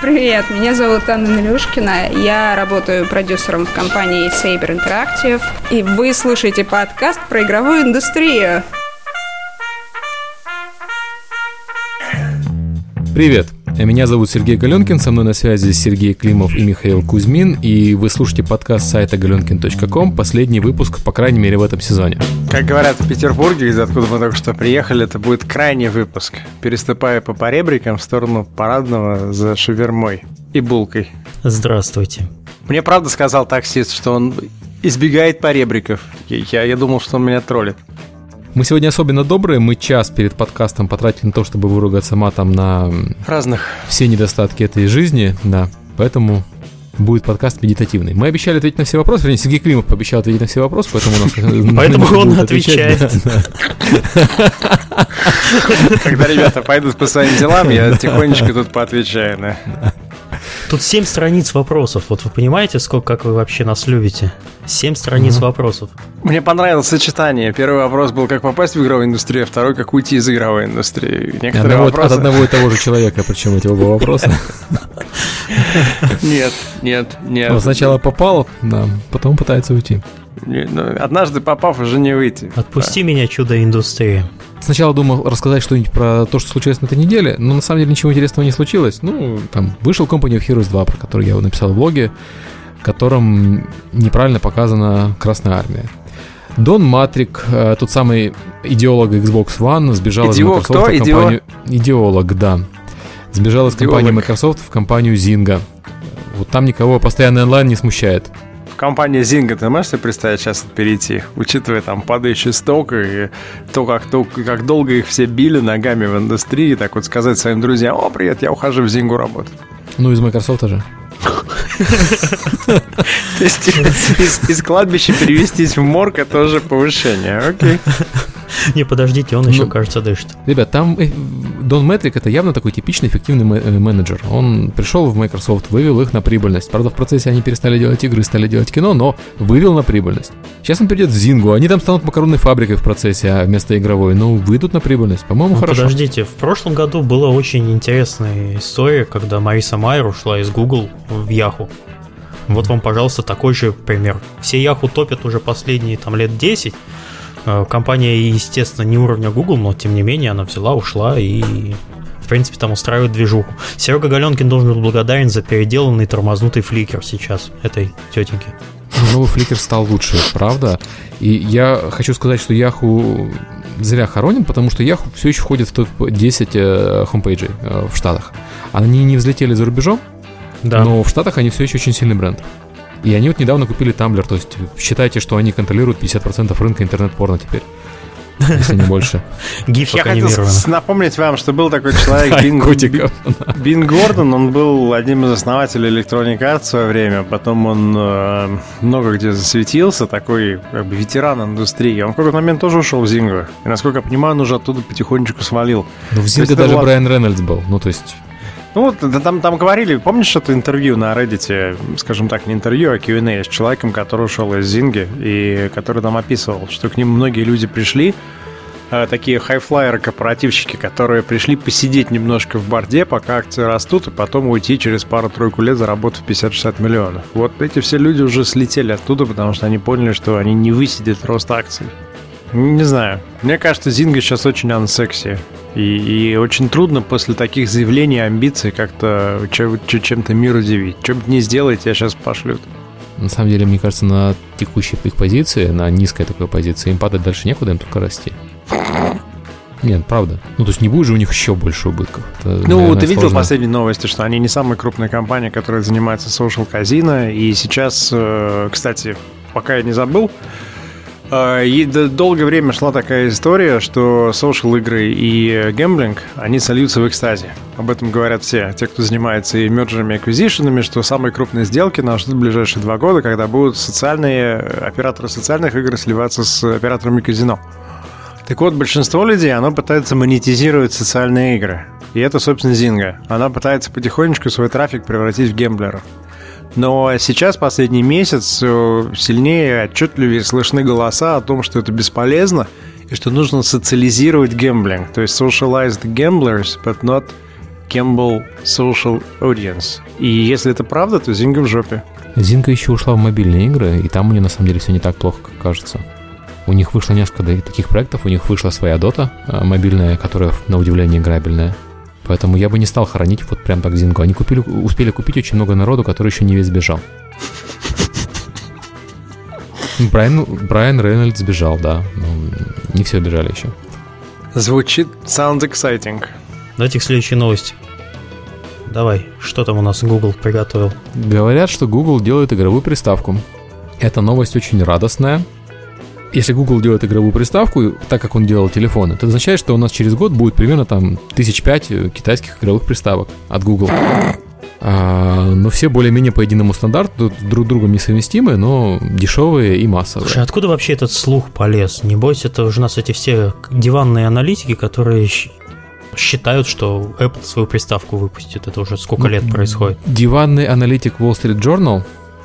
Привет, меня зовут Анна Милюшкина, я работаю продюсером в компании Saber Interactive, и вы слушаете подкаст про игровую индустрию. Привет, меня зовут Сергей Галенкин, со мной на связи Сергей Климов и Михаил Кузьмин, и вы слушаете подкаст сайта galenkin.com, последний выпуск, по крайней мере, в этом сезоне. Как говорят в Петербурге, откуда мы только что приехали, это будет крайний выпуск, переступая по поребрикам в сторону парадного за шавермой и булкой. Здравствуйте. Мне правда сказал таксист, что он избегает поребриков. Я думал, что он меня троллит. Мы сегодня особенно добрые, мы час перед подкастом потратили на то, чтобы выругаться матом на разных все недостатки этой жизни, да, поэтому будет подкаст медитативный. Мы обещали ответить на все вопросы, вернее, Сергей Климов пообещал ответить на все вопросы, поэтому у нас... Поэтому он отвечает. Когда ребята пойдут по своим делам, я тихонечко тут поотвечаю, да. Тут 7 страниц вопросов. Вот вы понимаете, как вы вообще нас любите? 7 страниц вопросов. Мне понравилось сочетание. Первый вопрос был, как попасть в игровую индустрию, а второй, как уйти из игровой индустрии. Некоторые вопросы... От одного и того же человека, причем эти оба вопроса. Нет. Он сначала попал, да, потом пытается уйти. Однажды попав, уже не выйти. Отпусти меня, чудо-индустрия. Сначала думал рассказать что-нибудь про то, что случилось на этой неделе, но на самом деле ничего интересного не случилось. Там вышел Company of Heroes 2, про который я написал в блоге, в котором неправильно показана Красная Армия. Дон Матрик, тот самый идеолог Xbox One, сбежал из Microsoft в компанию... Идеолог, да. Сбежал из компании Microsoft в компанию Zynga. Вот там никого постоянный онлайн не смущает. Компания Zynga, ты можешь себе представить сейчас перейти, учитывая там падающий сток и то, как долго их все били ногами в индустрии, так вот сказать своим друзьям: о, привет, я ухожу в Zynga работать. Из Microsoft же. То есть из кладбища перевестись в морг — это уже повышение, окей. Не, подождите, он еще, кажется, дышит. Ребят, там Дон Матрик — это явно такой типичный эффективный менеджер. Он пришел в Microsoft, вывел их на прибыльность. Правда, в процессе они перестали делать игры, стали делать кино, но вывел на прибыльность. Сейчас он перейдет в Zynga, они там станут макаронной фабрикой в процессе, а вместо игровой. Выйдут на прибыльность. По-моему, хорошо. Подождите, в прошлом году была очень интересная история, когда Мариса Майер ушла из Google в Yahoo. Вот вам, пожалуйста, такой же пример. Все Yahoo топят уже последние лет 10. Компания, естественно, не уровня Google, но тем не менее она взяла, ушла и, в принципе, там устраивает движуху. Серега Галенкин должен быть благодарен за переделанный тормознутый Flickr сейчас этой тетеньки. Новый Flickr стал лучше, правда? И я хочу сказать, что Yahoo зря хороним, потому что Yahoo все еще входит в топ-10 хомпейджей в Штатах. Они не взлетели за рубежом, да. Но в Штатах они все еще очень сильный бренд. И они недавно купили Tumblr, то есть считайте, что они контролируют 50% рынка интернет-порно теперь, если не больше. Я хотел напомнить вам, что был такой человек Бин Гордон, он был одним из основателей Electronic Arts в свое время, потом он много где засветился, такой ветеран индустрии. Он в какой-то момент тоже ушел в Zynga, и, насколько я понимаю, он уже оттуда потихонечку свалил. Но в Zynga даже Брайан Рейнольдс был, там говорили, помнишь это интервью на Reddit, скажем так, не интервью, а Q&A с человеком, который ушел из Zynga и который там описывал, что к ним многие люди пришли, такие хайфлайеры-корпоративщики, которые пришли посидеть немножко в борде, пока акции растут, и потом уйти через пару-тройку лет, заработав 50-60 миллионов. Вот эти все люди уже слетели оттуда, потому что они поняли, что они не высидят рост акций. Не знаю. Мне кажется, Zynga сейчас очень unsexy. И очень трудно после таких заявлений, амбиций как-то чем-то мир удивить. Что бы ни сделать, тебя сейчас пошлют. На самом деле, мне кажется, на текущей их позиции, на низкой такой позиции, им падать дальше некуда, им только расти. Нет, правда. То есть не будет же у них еще больше убытков. Ты видел последние новости, что они не самая крупная компания, которая занимается social казино. И сейчас, кстати, пока я не забыл, долгое время шла такая история, что social игры и гэмблинг, они сольются в экстазе. Об этом говорят все, те, кто занимается и мерджерами, и аквизишенами, что самые крупные сделки нас ждут в ближайшие 2 года, когда будут операторы социальных игр сливаться с операторами казино. Так вот, большинство людей, оно пытается монетизировать социальные игры. И это, собственно, Zynga. Она пытается потихонечку свой трафик превратить в гэмблеров. Но сейчас, последний месяц, сильнее, отчетливее слышны голоса о том, что это бесполезно и что нужно социализировать гэмблинг. То есть socialized gamblers, but not Campbell Social Audience. И если это правда, то Zynga в жопе. Zynga еще ушла в мобильные игры, и там у нее на самом деле все не так плохо, как кажется. У них вышло несколько таких проектов, у них вышла своя Dota мобильная, которая, на удивление, играбельная. Поэтому я бы не стал хоронить вот прям так Zynga. Они успели купить очень много народу, который еще не весь сбежал. Брайан Рейнольдс сбежал, да. Но не все бежали еще. Звучит sounds exciting. Давайте к следующей новости. Давай, что там у нас Google приготовил? Говорят, что Google делает игровую приставку. Эта новость очень радостная. Если Google делает игровую приставку, так как он делал телефоны, это означает, что у нас через год будет примерно там 5,000 китайских игровых приставок от Google. Но все более-менее по единому стандарту, друг с другом несовместимы, но дешевые и массовые. Слушай, откуда вообще этот слух полез? Небось, это уже у нас эти все диванные аналитики, которые считают, что Apple свою приставку выпустит. Это уже сколько лет происходит? Диванный аналитик Wall Street Journal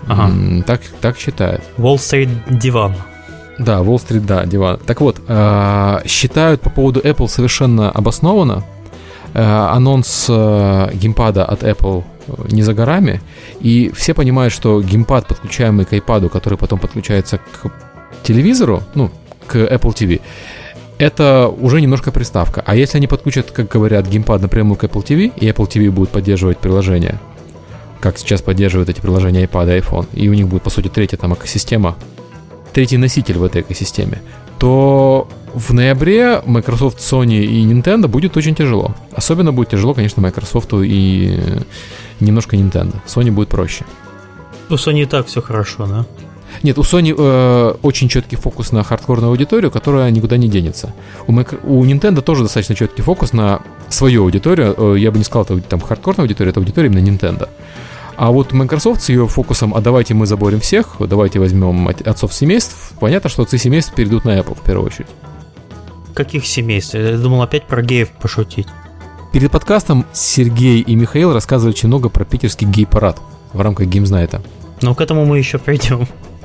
так считает. Wall Street диван. Да, Wall Street, да, диван. Так вот, считают по поводу Apple совершенно обоснованно. Анонс геймпада от Apple не за горами, и все понимают, что геймпад, подключаемый к iPad, который потом подключается к телевизору, ну, к Apple TV, это уже немножко приставка. А если они подключат, как говорят, геймпад напрямую к Apple TV, и Apple TV будет поддерживать приложения, как сейчас поддерживают эти приложения iPad и iPhone, и у них будет, по сути, третья там экосистема, третий носитель в этой экосистеме, то в ноябре Microsoft, Sony и Nintendo будет очень тяжело. Особенно будет тяжело, конечно, Microsoft и немножко Nintendo. Sony будет проще. У Sony и так все хорошо, да? Нет, у Sony очень четкий фокус на хардкорную аудиторию, которая никуда не денется. У Nintendo тоже достаточно четкий фокус на свою аудиторию. Я бы не сказал, это там хардкорная аудитория, это аудитория именно Nintendo. А вот Microsoft с ее фокусом, а давайте мы заборем всех, давайте возьмем отцов семейств, понятно, что отцы семейств перейдут на Apple в первую очередь. Каких семейств? Я думал опять про геев пошутить. Перед подкастом Сергей и Михаил рассказывали очень много про питерский гей-парад в рамках Геймзнайта. Но к этому мы еще придем.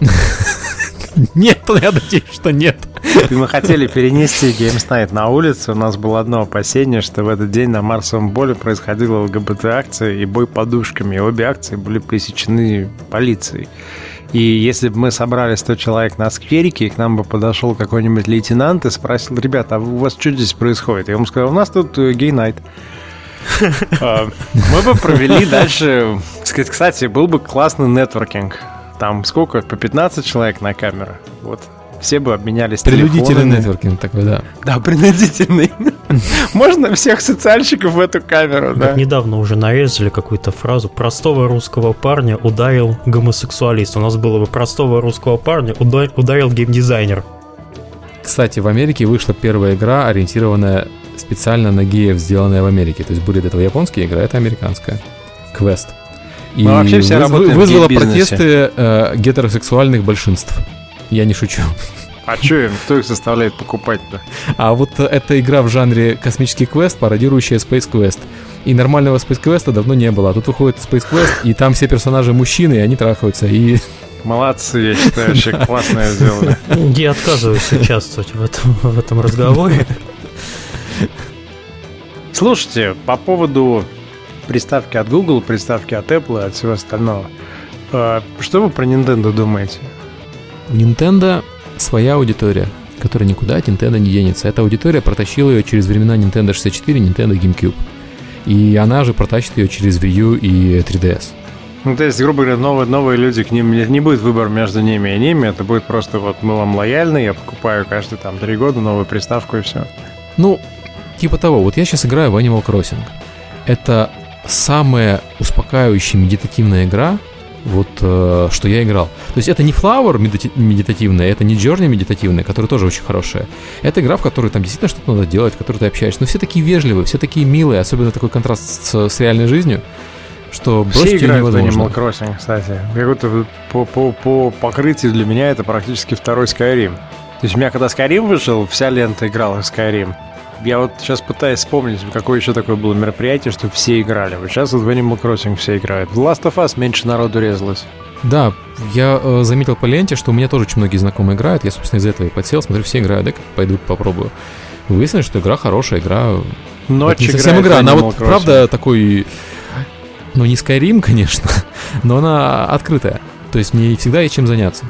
Нет, я надеюсь, что нет. Мы хотели перенести Games Night на улицу. У нас было одно опасение, что в этот день на Марсовом поле происходила ЛГБТ-акция и бой подушками. И обе акции были пресечены полицией. И если бы мы собрали 100 человек на скверике, и к нам бы подошел какой-нибудь лейтенант и спросил: ребята, а у вас что здесь происходит? Я ему сказал: у нас тут гей-найт. Мы бы провели дальше... Кстати, был бы классный нетворкинг. Там сколько? По 15 человек на камеру. Вот. Все бы обменялись телефонами. Принудительный нетворкинг такой, да. Да, принудительный. Можно всех социальщиков в эту камеру, да. Недавно уже нарезали какую-то фразу: простого русского парня ударил гомосексуалист. У нас было бы: простого русского парня ударил геймдизайнер. Кстати, в Америке вышла первая игра, ориентированная специально на геев, сделанная в Америке. То есть были до этого японские игры, это американская. Квест. И вообще все вызвало протесты гетеросексуальных большинств. Я не шучу. А что им? Кто их заставляет покупать-то? А вот эта игра в жанре космический квест, пародирующая Space Quest. И нормального Space Quest давно не было. А тут выходит Space Quest, и там все персонажи мужчины, и они трахаются. И... Молодцы, я считаю, вообще классное сделали. Я отказываюсь участвовать в этом разговоре. Слушайте, по поводу приставки от Google, приставки от Apple и от всего остального. Что вы про Nintendo думаете? У Nintendo своя аудитория, которая никуда от Nintendo не денется. Эта аудитория протащила ее через времена Nintendo 64, Nintendo GameCube. И она же протащит ее через Wii U и 3DS. Ну, то есть, грубо говоря, новые люди, к ним не будет выбора между ними и ними. Это будет просто вот мы вам лояльны, я покупаю каждые там 3 года новую приставку и все. Ну, типа того. Вот я сейчас играю в Animal Crossing. Это самая успокаивающая медитативная игра, вот что я играл. То есть это не Flower медитативная, это не Journey медитативная, которая тоже очень хорошая. Это игра, в которой там действительно что-то надо делать, в которой ты общаешься. Но все такие вежливые, все такие милые, особенно такой контраст с реальной жизнью, что бросить ее невозможно. Все играют в Animal Crossing, кстати. Как-то по покрытию для меня это практически второй Skyrim. То есть у меня когда Skyrim вышел, вся лента играла в Skyrim. Я вот сейчас пытаюсь вспомнить, какое еще такое было мероприятие, что все играли. Вот сейчас вот в Animal Crossing все играют. В Last of Us меньше народу резалось. Да, я заметил по ленте, что у меня тоже очень многие знакомые играют. Я, собственно, из-за этого и подсел. Смотрю, все играют, да, пойду попробую. Выяснилось, что игра хорошая, игра... Ночь не совсем игра, она вот правда такой... Ну, не Skyrim, конечно, но она открытая. То есть мне всегда есть чем заняться.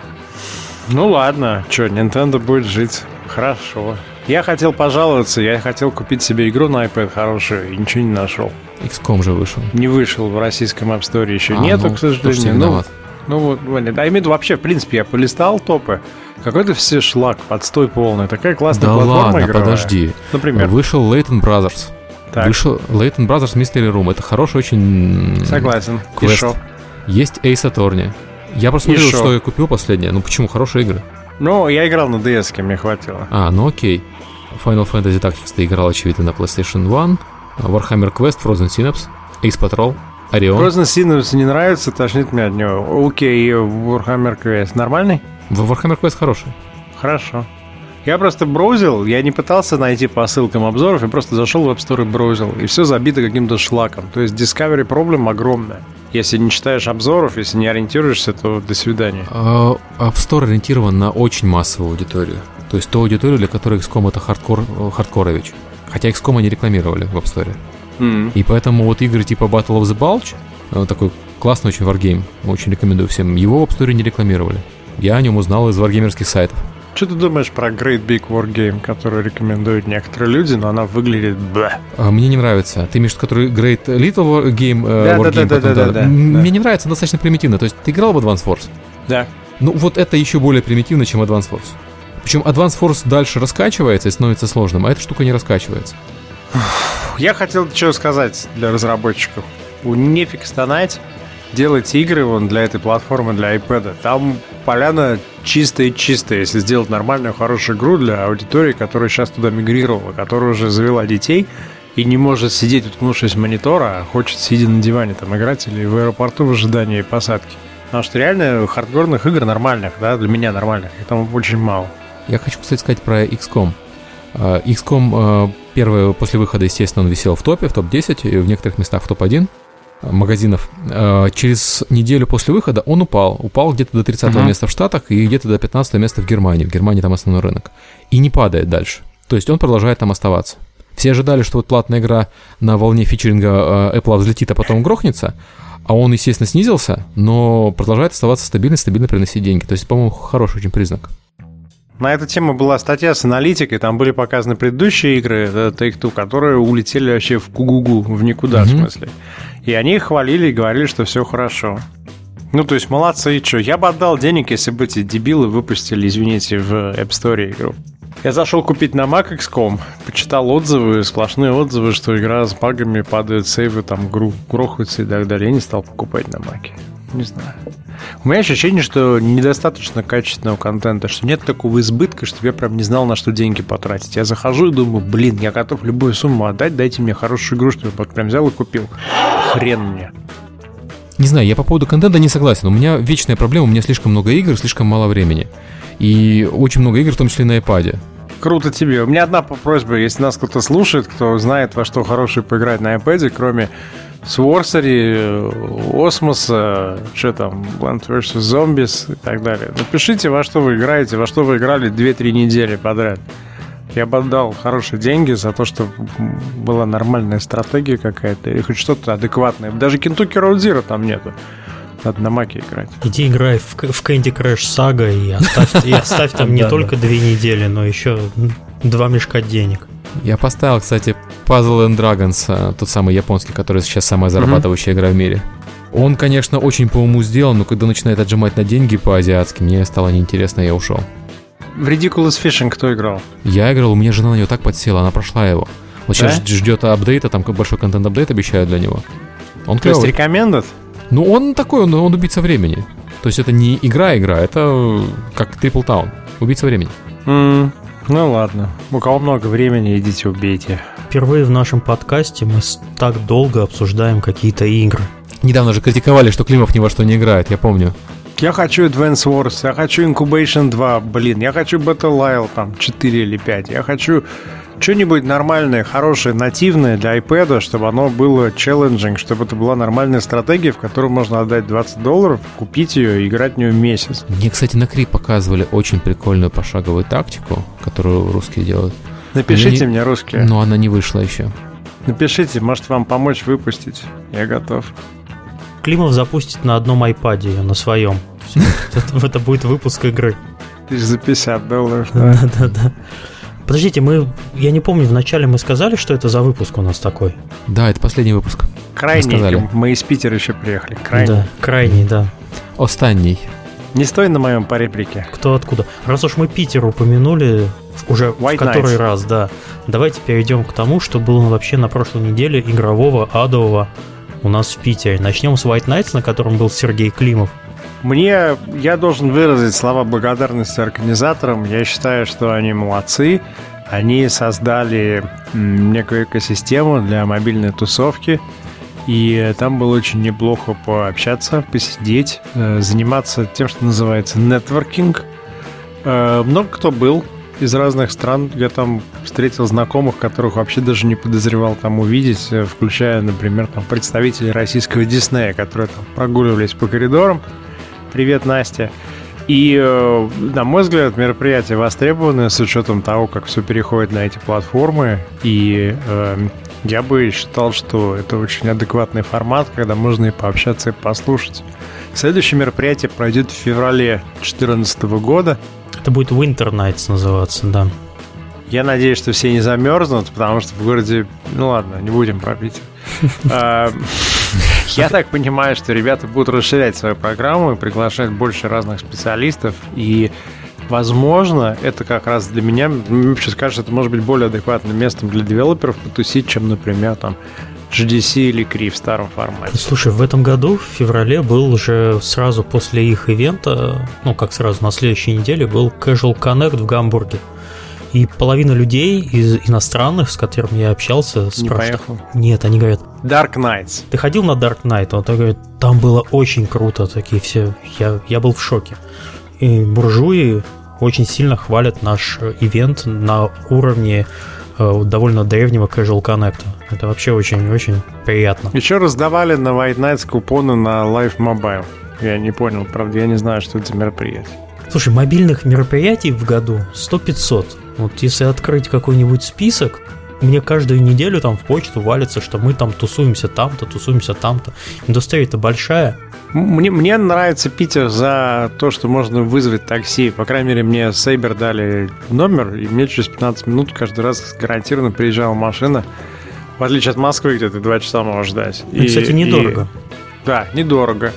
Ну ладно, что, Nintendo будет жить. Хорошо. Я хотел пожаловаться, я хотел купить себе игру на iPad хорошую и ничего не нашел. XCOM же вышел. Не вышел в российском App Store еще. Нету, к сожалению. Ну вот, а имею в виду вообще, в принципе, я полистал топы. Какой-то все шлак, подстой полный. Такая классная платформа игровая. Да ладно, подожди. Например. Вышел Leighton Brothers. Так. Вышел Leighton Brothers Mystery Room. Это хороший очень... Согласен. Квест. Есть Ace Attorney. Я просто смотрел, что я купил последнее. Ну почему? Хорошие игры. Ну, я играл на DS-ке, мне хватило. Ну окей. Final Fantasy Tactics ты играл, очевидно, на PlayStation 1. Warhammer Quest, Frozen Synapse, Ace Patrol, Orion. Frozen Synapse не нравится, тошнит меня от него. Окей, Warhammer Quest нормальный? Warhammer Quest хороший. Хорошо. Я просто браузил, я не пытался найти по ссылкам обзоров, я просто зашел в App Store и браузил, и все забито каким-то шлаком. То есть Discovery Problem огромная. Если не читаешь обзоров, если не ориентируешься, то до свидания. App Store ориентирован на очень массовую аудиторию. То есть ту аудиторию, для которой XCOM это хардкорович. Хотя XCOM они рекламировали в App Store. И поэтому вот игры типа Battle of the Bulge, такой классный очень варгейм, очень рекомендую всем, его в App Store не рекламировали. Я о нем узнал из варгеймерских сайтов. Что ты думаешь про Great Big War Game, которую рекомендуют некоторые люди, но она выглядит Мне не нравится. Ты имеешь в виду, который Great Little War Game? Да. Мне не нравится, достаточно примитивно. То есть ты играл в Advance Force? Да. Ну вот это еще более примитивно, чем Advance Force. Причем Advance Force дальше раскачивается и становится сложным, а эта штука не раскачивается. Я хотел что сказать для разработчиков. Нефиг стонать. Делайте игры вон для этой платформы, для iPad. Там поляна чистая-чистая. Если сделать нормальную, хорошую игру для аудитории, которая сейчас туда мигрировала, которая уже завела детей и не может сидеть, уткнувшись в монитор, а хочет, сидя на диване, там играть или в аэропорту в ожидании посадки. Потому что реально хардкорных игр нормальных, да, для меня нормальных, их там очень мало. Я хочу, кстати, сказать про XCOM. XCOM первый после выхода, естественно, он висел в топе, в топ-10, и в некоторых местах в топ-1 магазинов. Через неделю после выхода он упал. Упал где-то до 30-го места в Штатах и где-то до 15-го места в Германии. В Германии там основной рынок. И не падает дальше. То есть он продолжает там оставаться. Все ожидали, что вот платная игра на волне фичеринга Apple взлетит, а потом грохнется. А он, естественно, снизился, но продолжает оставаться стабильно приносить деньги. То есть, по-моему, хороший очень признак. На эту тему была статья с аналитикой, там были показаны предыдущие игры Take-Two, которые улетели вообще в гугугу, в никуда, в смысле. И они их хвалили и говорили, что все хорошо. Ну, то есть, молодцы, и что? Я бы отдал денег, если бы эти дебилы выпустили, извините, в App Store игру. Я зашел купить на Mac XCOM, почитал отзывы, сплошные отзывы, что игра с багами, падают сейвы, там грохаются и так далее. Я не стал покупать на Mac. Не знаю. У меня ощущение, что недостаточно качественного контента, что нет такого избытка, чтобы я прям не знал, на что деньги потратить. Я захожу и думаю, я готов любую сумму отдать, дайте мне хорошую игру, чтобы я вот прям взял и купил. Хрен мне. Не знаю, я по поводу контента не согласен. У меня вечная проблема, у меня слишком много игр, слишком мало времени. И очень много игр, в том числе на iPad. Круто тебе. У меня одна просьба, если нас кто-то слушает, кто знает, во что хорошее поиграть на iPad, кроме Sworcery, Осмоса, что там, Plants vs. Zombies и так далее. Напишите, во что вы играете, во что вы играли 2-3 недели подряд. Я бы отдал хорошие деньги за то, чтобы была нормальная стратегия какая-то или хоть что-то адекватное. Даже Kentucky Road Zero там нету. Надо на Маке играть. Иди играй в Candy Crush Saga и оставь там не только 2 недели, но еще 2 мешка денег. Я поставил, кстати, Puzzle and Dragons, тот самый японский, который сейчас самая зарабатывающая игра в мире. Он, конечно, очень по уму сделан, но когда начинает отжимать на деньги по-азиатски, мне стало неинтересно, я ушел. В Ridiculous Fishing кто играл? Я играл, у меня жена на него так подсела, она прошла его. Вот сейчас ждет апдейта, там большой контент-апдейт обещают для него. Он клевый. То есть recommended? Ну, он такой, он убийца времени. То есть это не игра, это как Triple Town, убийца времени. Ну ладно, у кого много времени, идите убейте. Впервые в нашем подкасте мы так долго обсуждаем какие-то игры. Недавно же критиковали, что Климов ни во что не играет, я помню. Я хочу Advance Wars, я хочу Incubation 2, я хочу Battle Isle, там, 4 или 5. Я хочу что-нибудь нормальное, хорошее, нативное для iPad, чтобы оно было челленджинг, чтобы это была нормальная стратегия, в которую можно отдать $20, купить ее и играть в нее месяц. Мне, кстати, на Кри показывали очень прикольную пошаговую тактику, которую русские делают. Напишите мне, русские. Но она не вышла еще. Напишите, может вам помочь выпустить. Я готов. Климов запустит на одном айпаде ее, на своем. Это будет выпуск игры. За $50, да? Да. Подождите, я не помню, вначале мы сказали, что это за выпуск у нас такой? Да, это последний выпуск. Крайний. Мы из Питера еще приехали. Крайний. Да, крайний, да. Останний. Не стой на моем по реплике. Кто откуда? Раз уж мы Питер упомянули уже в который раз, да. Давайте перейдем к тому, что было вообще на прошлой неделе игрового, адового у нас в Питере. Начнем с White Nights, на котором был Сергей Климов. Я должен выразить слова благодарности организаторам. Я считаю, что они молодцы. Они создали некую экосистему для мобильной тусовки. И там было очень неплохо пообщаться, посидеть, заниматься тем, что называется нетворкинг. Много кто был из разных стран. Я там встретил знакомых, которых вообще даже не подозревал там увидеть, включая, например, там, представителей российского Диснея, которые там прогуливались по коридорам. Привет, Настя. И, на мой взгляд, мероприятие востребованное с учетом того, как все переходит на эти платформы. И я бы считал, что это очень адекватный формат, когда можно и пообщаться, и послушать. Следующее мероприятие пройдет в феврале 2014 года. Это будет Winter Nights называться, да. Я надеюсь, что все не замерзнут, потому что в городе... Ну ладно, не будем про Питер. Я так понимаю, что ребята будут расширять свою программу и приглашать больше разных специалистов. И, возможно, это как раз для меня, мне сейчас кажется, это может быть более адекватным местом для девелоперов потусить, чем, например, там GDC или Cree в старом формате. Слушай, в этом году, в феврале, был уже сразу после их ивента, ну как сразу, на следующей неделе был Casual Connect в Гамбурге. И половина людей из иностранных, с которыми я общался, спрашивают. Не поехал? Нет, они говорят... Dark Knights. Ты ходил на Dark Knight? Он говорит, там было очень круто, такие все. Я был в шоке. И буржуи очень сильно хвалят наш ивент на уровне довольно древнего Casual Connect. Это вообще очень-очень приятно. Еще раздавали на White Nights купоны на Live Mobile. Я не понял, правда, я не знаю, что это за мероприятие. Слушай, мобильных мероприятий в году 100-500. Вот если открыть какой-нибудь список, мне каждую неделю там в почту валится, что мы там тусуемся там-то. Индустрия-то большая. Мне нравится Питер за то, что можно вызвать такси. По крайней мере, мне Saber дали номер, и мне через 15 минут каждый раз гарантированно приезжала машина. В отличие от Москвы, где ты 2 часа можешь ждать. И, кстати, недорого. Да, недорого.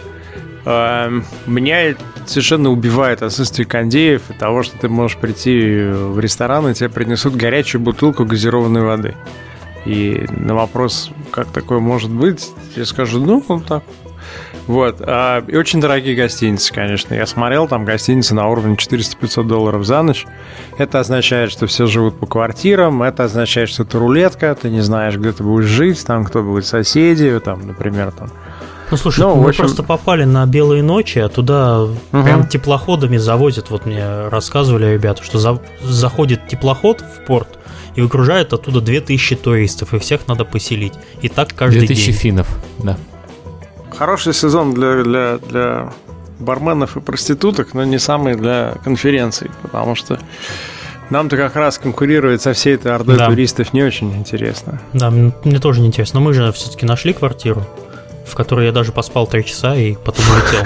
Меня совершенно убивает отсутствие кондеев и того, что ты можешь прийти в ресторан, и тебе принесут горячую бутылку газированной воды. И на вопрос, как такое может быть, я скажу, ну, вот так. Вот. И очень дорогие гостиницы, конечно. Я смотрел, там гостиницы на уровне $400-500 за ночь. Это означает, что все живут по квартирам. Это означает, что это рулетка. Ты не знаешь, где ты будешь жить, там кто будут соседи, там, например, там. Ну, слушай, мы просто попали на белые ночи, а туда прям теплоходами завозят. Вот мне рассказывали ребята, что заходит теплоход в порт и выгружает оттуда 2000 туристов, и всех надо поселить. И так каждый 2000 день. финнов, да. Хороший сезон для барменов и проституток, но не самый для конференций, потому что нам-то как раз конкурировать со всей этой ордой туристов не очень интересно. Да, мне тоже не интересно. Но мы же все-таки нашли квартиру, в которой я даже поспал 3 часа и потом улетел.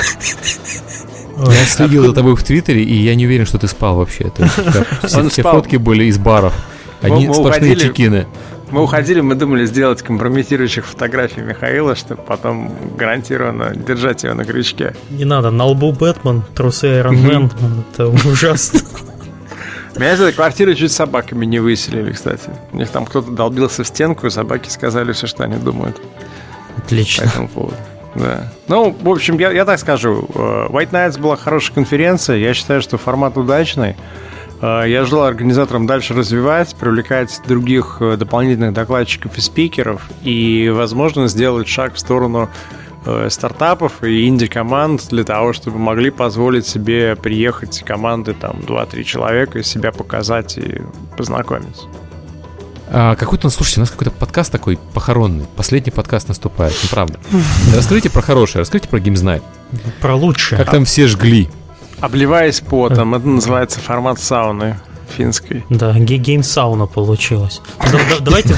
Я следил за тобой в Твиттере, и я не уверен, что ты спал вообще. Все фотки были из баров. Они сплошные чекины. Мы уходили, мы думали сделать компрометирующих фотографий Михаила, чтобы потом гарантированно держать его на крючке. Не надо, на лбу Бэтмен, трусы Iron Man, это ужасно. Меня из этой квартиры чуть собаками не выселили, кстати. У них там кто-то долбился в стенку, и собаки сказали все, что они думают. Отлично. По этому поводу. Да. Ну, в общем, я так скажу. White Nights была хорошая конференция. Я считаю, что формат удачный. Я желаю организаторам дальше развивать, привлекать других дополнительных докладчиков и спикеров и, возможно, сделать шаг в сторону стартапов и инди-команд для того, чтобы могли позволить себе приехать команды, там, 2-3 человека, и себя показать и познакомиться. Какой-то, слушайте, у нас какой-то подкаст такой похоронный. Последний подкаст наступает, ну правда. Расскажите про хорошее, расскажите про Games Night. Про лучшее. Как там все жгли. Обливаясь потом, это называется формат сауны. финской. Да, гейм-сауна получилась. Давайте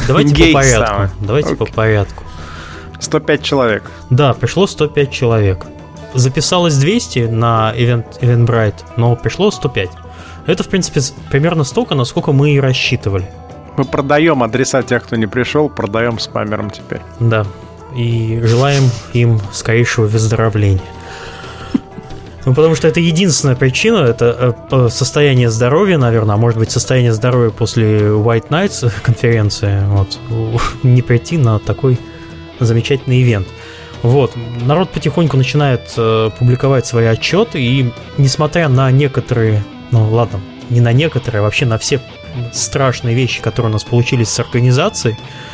по порядку. 105 человек. Да, пришло 105 человек. Записалось 200 на Eventbrite, но пришло 105. Это, в принципе, примерно столько, насколько мы и рассчитывали. Мы продаем адреса тех, кто не пришел, продаем спамерам теперь. Да, и желаем им скорейшего выздоровления. Ну, потому что это единственная причина, это состояние здоровья, наверное, а может быть состояние здоровья после White Nights конференции, вот, не прийти на такой замечательный ивент. Вот, народ потихоньку начинает публиковать свои отчеты, и несмотря на некоторые, ну ладно, не на некоторые, а вообще на все страшные вещи, которые у нас получились с организацией,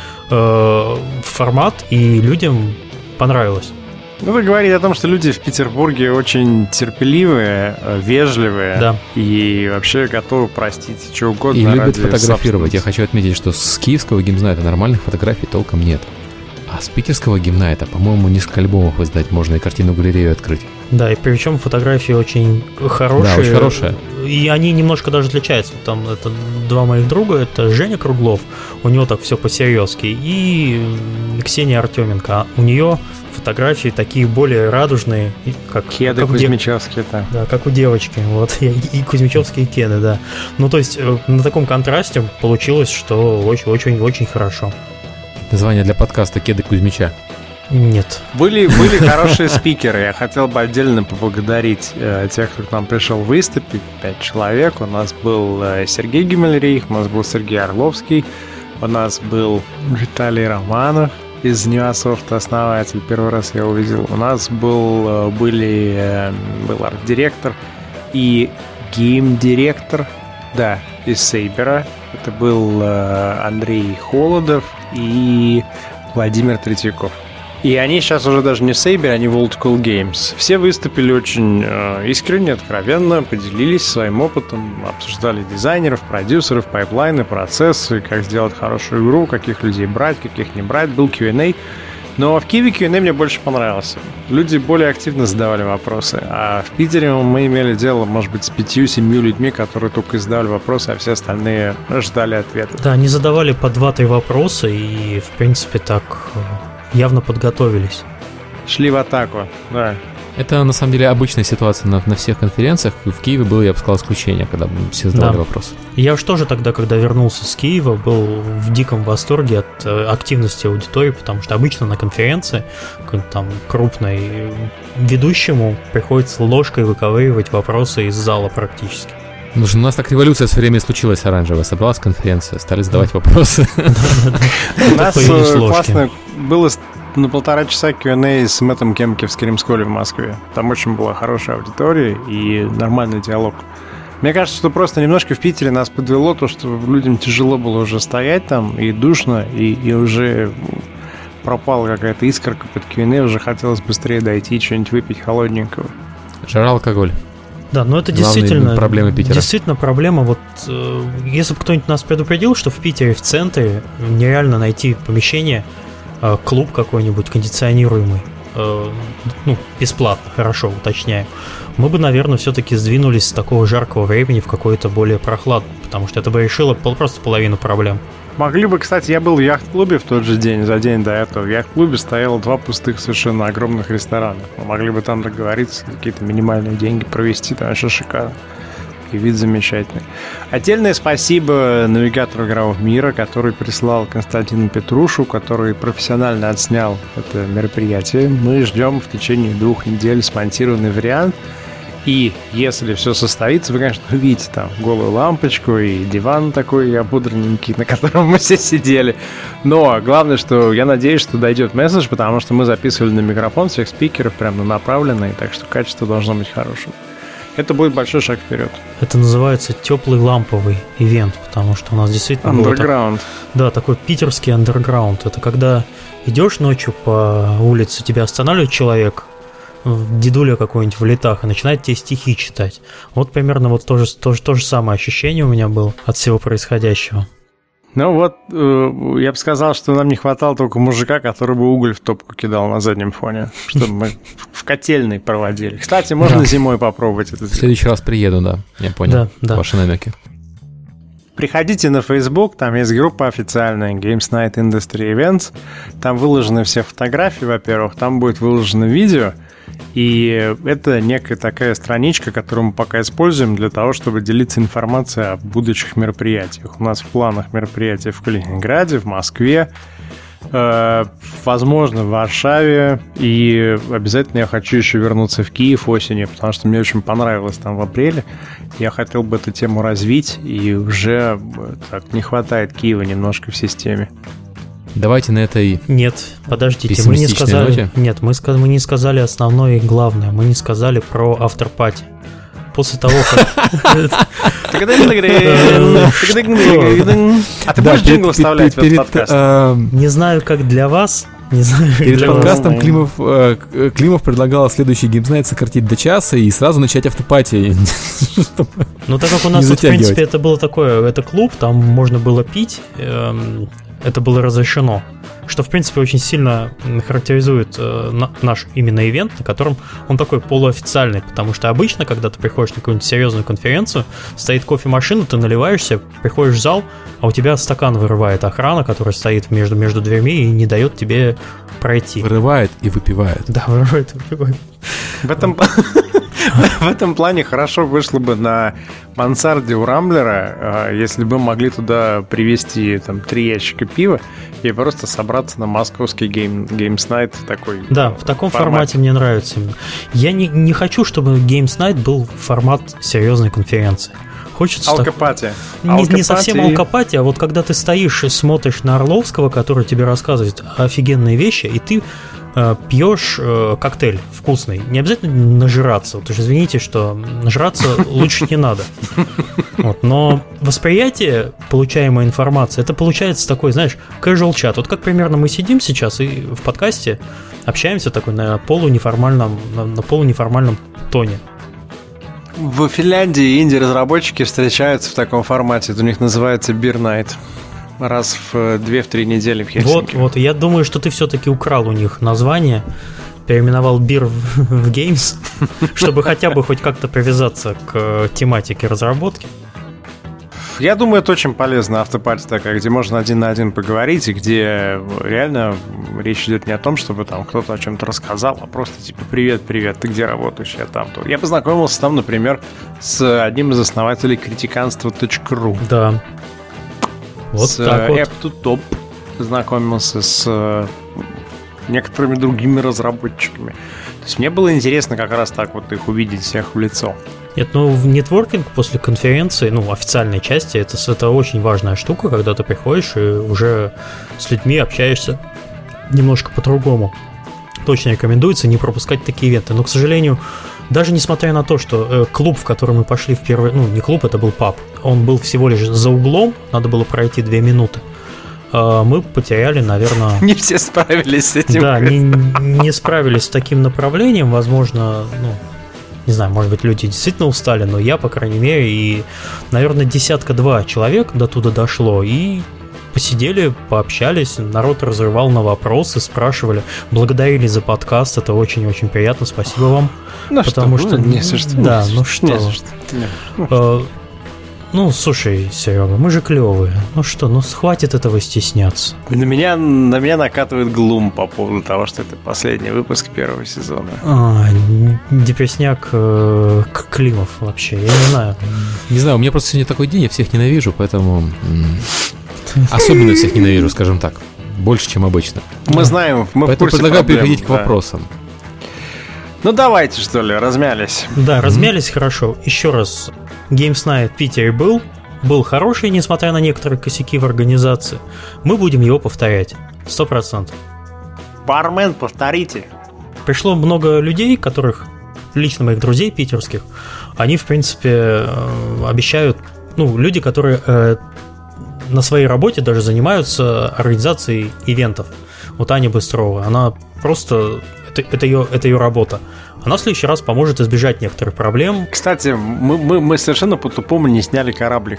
формат и людям понравилось. Ну, вы говорите о том, что люди в Петербурге очень терпеливые, вежливые, да, и вообще готовы простить что угодно. И любят фотографировать. Я хочу отметить, что с киевского гимнайта нормальных фотографий толком нет. А с питерского гимнайта, по-моему, несколько альбомов издать можно и картинную галерею открыть. Да, и причем фотографии очень хорошие. Да, очень хорошие. И они немножко даже отличаются. Там это два моих друга, это Женя Круглов, у него так все по-серьезки, и Ксения Артеменко. У нее фотографии такие более радужные, как кеды как кузьмичевские, да. Да, как у девочки, вот, и кузьмичевские кеды, да. Ну, то есть на таком контрасте получилось, что очень-очень хорошо. Название для подкаста «Кеды Кузьмича». Нет. Были хорошие спикеры. Я хотел бы отдельно поблагодарить тех, кто к нам пришел выступить. 5 человек. У нас был Сергей Гиммельрейх, у нас был Сергей Орловский, у нас был Виталий Романов из Newasoft, основатель. Первый раз я увидел. У нас был арт-директор и гейм-директор, да, из Сейбера. Это был Андрей Холодов и Владимир Третьяков. И они сейчас уже даже не в Сейбере, они в Old School Games. Все выступили очень искренне, откровенно, поделились своим опытом, обсуждали дизайнеров, продюсеров, пайплайны, процессы, как сделать хорошую игру, каких людей брать, каких не брать. Был Q&A. Но в Киеве Q&A мне больше понравился. Люди более активно задавали вопросы. А в Питере мы имели дело, может быть, с 5-7 людьми, которые только задавали вопросы, а все остальные ждали ответа. Да, они задавали по 2-3 вопроса и, в принципе, так явно подготовились. Шли в атаку, да. Это, на самом деле, обычная ситуация на всех конференциях. В Киеве было, я бы сказал, исключение, когда все задавали вопросы. Я уж тоже тогда, когда вернулся с Киева, был в диком восторге от активности аудитории, потому что обычно на конференции какой-нибудь там крупной ведущему приходится ложкой выковыривать вопросы из зала практически. Потому что у нас так революция все время случилась оранжевая. Собралась конференция, стали задавать вопросы. У нас классно было на 1,5 часа Q&A с Мэттом Кемке в Скримсколе в Москве. Там очень была хорошая аудитория и нормальный диалог. Мне кажется, что просто немножко в Питере нас подвело то, что людям тяжело было уже стоять там, и душно, и уже пропала какая-то искорка под Q&A, уже хотелось быстрее дойти, что-нибудь выпить холодненького. Жара, алкоголь. Да, но это действительно проблема. Вот если бы кто-нибудь нас предупредил, что в Питере в центре нереально найти помещение, клуб какой-нибудь кондиционируемый, бесплатно, хорошо, уточняю, мы бы, наверное, все-таки сдвинулись с такого жаркого времени в какое-то более прохладное, потому что это бы решило просто половину проблем. Могли бы, кстати, я был в яхт-клубе в тот же день, за день до этого. В яхт-клубе стояло 2 пустых совершенно огромных ресторана. Мы могли бы там договориться, какие-то минимальные деньги провести, там еще шикарно. И вид замечательный. Отдельное спасибо навигатору игрового мира, который прислал Константину Петрушу, который профессионально отснял это мероприятие. Мы ждем в течение 2 недель смонтированный вариант. И если все состоится, вы, конечно, увидите там голую лампочку и диван такой обудренненький, на котором мы все сидели. Но главное, что я надеюсь, что дойдет месседж, потому что мы записывали на микрофон всех спикеров прямо направленные, так что качество должно быть хорошим. Это будет большой шаг вперед. Это называется теплый ламповый ивент, потому что у нас действительно андерграунд. Да, такой питерский андерграунд. Это когда идешь ночью по улице, тебя останавливает человек, дедуля какой-нибудь в летах, и начинает тебе стихи читать. Вот примерно вот то же самое ощущение у меня было от всего происходящего. Ну вот, я бы сказал, что нам не хватало только мужика, который бы уголь в топку кидал на заднем фоне, чтобы мы в котельной проводили. Кстати, можно зимой попробовать это. В следующий раз приеду, да, я понял ваши намеки. Приходите на Facebook, там есть группа официальная Games Night Industry Events. Там выложены все фотографии, во-первых, там будет выложено видео. И это некая такая страничка, которую мы пока используем для того, чтобы делиться информацией о будущих мероприятиях. У нас в планах мероприятия в Калининграде, в Москве, возможно, в Варшаве. И обязательно я хочу еще вернуться в Киев осенью, потому что мне очень понравилось там в апреле. Я хотел бы эту тему развить, и уже так не хватает Киева немножко в системе. Давайте на этой... Нет, подождите, мы не сказали... Ноте. Нет, мы не сказали основное и главное. Мы не сказали про after-party. После того, как... А ты будешь джингл вставлять в этот подкаст? Не знаю, как для вас. Перед подкастом Климов предлагал следующий Games Night сократить до часа и сразу начать автопати. Ну, так как у нас, в принципе, это было такое, это клуб, там можно было пить, это было разрешено, что, в принципе, очень сильно характеризует наш именно ивент, на котором он такой полуофициальный, потому что обычно, когда ты приходишь на какую-нибудь серьезную конференцию, стоит кофемашина, ты наливаешься, приходишь в зал, а у тебя стакан вырывает охрана, которая стоит между дверьми и не дает тебе пройти. Вырывает и выпивает. Да, вырывает и выпивает. В этом плане хорошо вышло бы на мансарде у Рамблера, если бы могли туда привезти там 3 ящика пива и просто собраться на московский Games Night такой. Да, в таком формате мне нравится. Я не хочу, чтобы Games Night был формат серьезной конференции. Хочется алкопатия. Не совсем алкопатия, а вот когда ты стоишь и смотришь на Орловского, который тебе рассказывает офигенные вещи, и ты пьешь коктейль вкусный. Не обязательно нажираться. Вот уж извините, что нажраться лучше не надо. Вот, но восприятие получаемой информации, это получается такой, знаешь, casual чат. Вот как примерно мы сидим сейчас и в подкасте общаемся такой на полунеформальном тоне. В Финляндии инди-разработчики встречаются в таком формате. Это у них называется Beer Night. Раз в 2-3 недели в Хельсинки. Вот, я думаю, что ты все-таки украл у них название, переименовал бир в Games, чтобы хотя бы хоть как-то привязаться к тематике разработки. Я думаю, это очень полезно, автопати такая, где можно один на один поговорить, и где реально речь идет не о том, чтобы там кто-то о чем-то рассказал, а просто типа «Привет, ты где работаешь? Я там». Я познакомился там, например, с одним из основателей критиканства.ру. Да. Вот с так вот. App2Top знакомился с некоторыми другими разработчиками. То есть мне было интересно как раз так вот их увидеть всех в лицо. Нет, в нетворкинг после конференции, официальной части, это очень важная штука, когда ты приходишь и уже с людьми общаешься немножко по-другому. Точно рекомендуется не пропускать такие ивенты. Но, к сожалению, даже несмотря на то, что клуб, в который мы пошли в первый... не клуб, это был паб. Он был всего лишь за углом, надо было пройти 2 минуты. Мы потеряли, наверное... Не все справились с этим. Да, не справились с таким направлением. Возможно, не знаю, может быть, люди действительно устали, но я, по крайней мере, и, наверное, 10-2 человек до туда дошло, и посидели, пообщались, народ разрывал на вопросы, спрашивали, благодарили за подкаст, это очень-очень приятно, спасибо вам. Потому что не за что. Да, слушай, Серега, мы же клевые. Хватит этого стесняться. На меня накатывает глум по поводу того, что это последний выпуск первого сезона. Депресняк Климов вообще, я не знаю. Не знаю, у меня просто сегодня такой день, я всех ненавижу, поэтому... Особенно всех ненавижу, скажем так. Больше, чем обычно. Мы знаем, мы поэтому в курсе предлагаю переходить к вопросам. Давайте, что ли, размялись. Да, размялись хорошо. Еще раз, Games Night в Питере был хороший, несмотря на некоторые косяки в организации. Мы будем его повторять, 100%. Бармен, повторите. Пришло много людей, которых, лично моих друзей питерских, они, в принципе, обещают, люди, которые на своей работе даже занимаются организацией ивентов. Вот Аня Быстрова, она просто... Это ее работа. Она в следующий раз поможет избежать некоторых проблем. Кстати, мы совершенно по-тупому не сняли кораблик.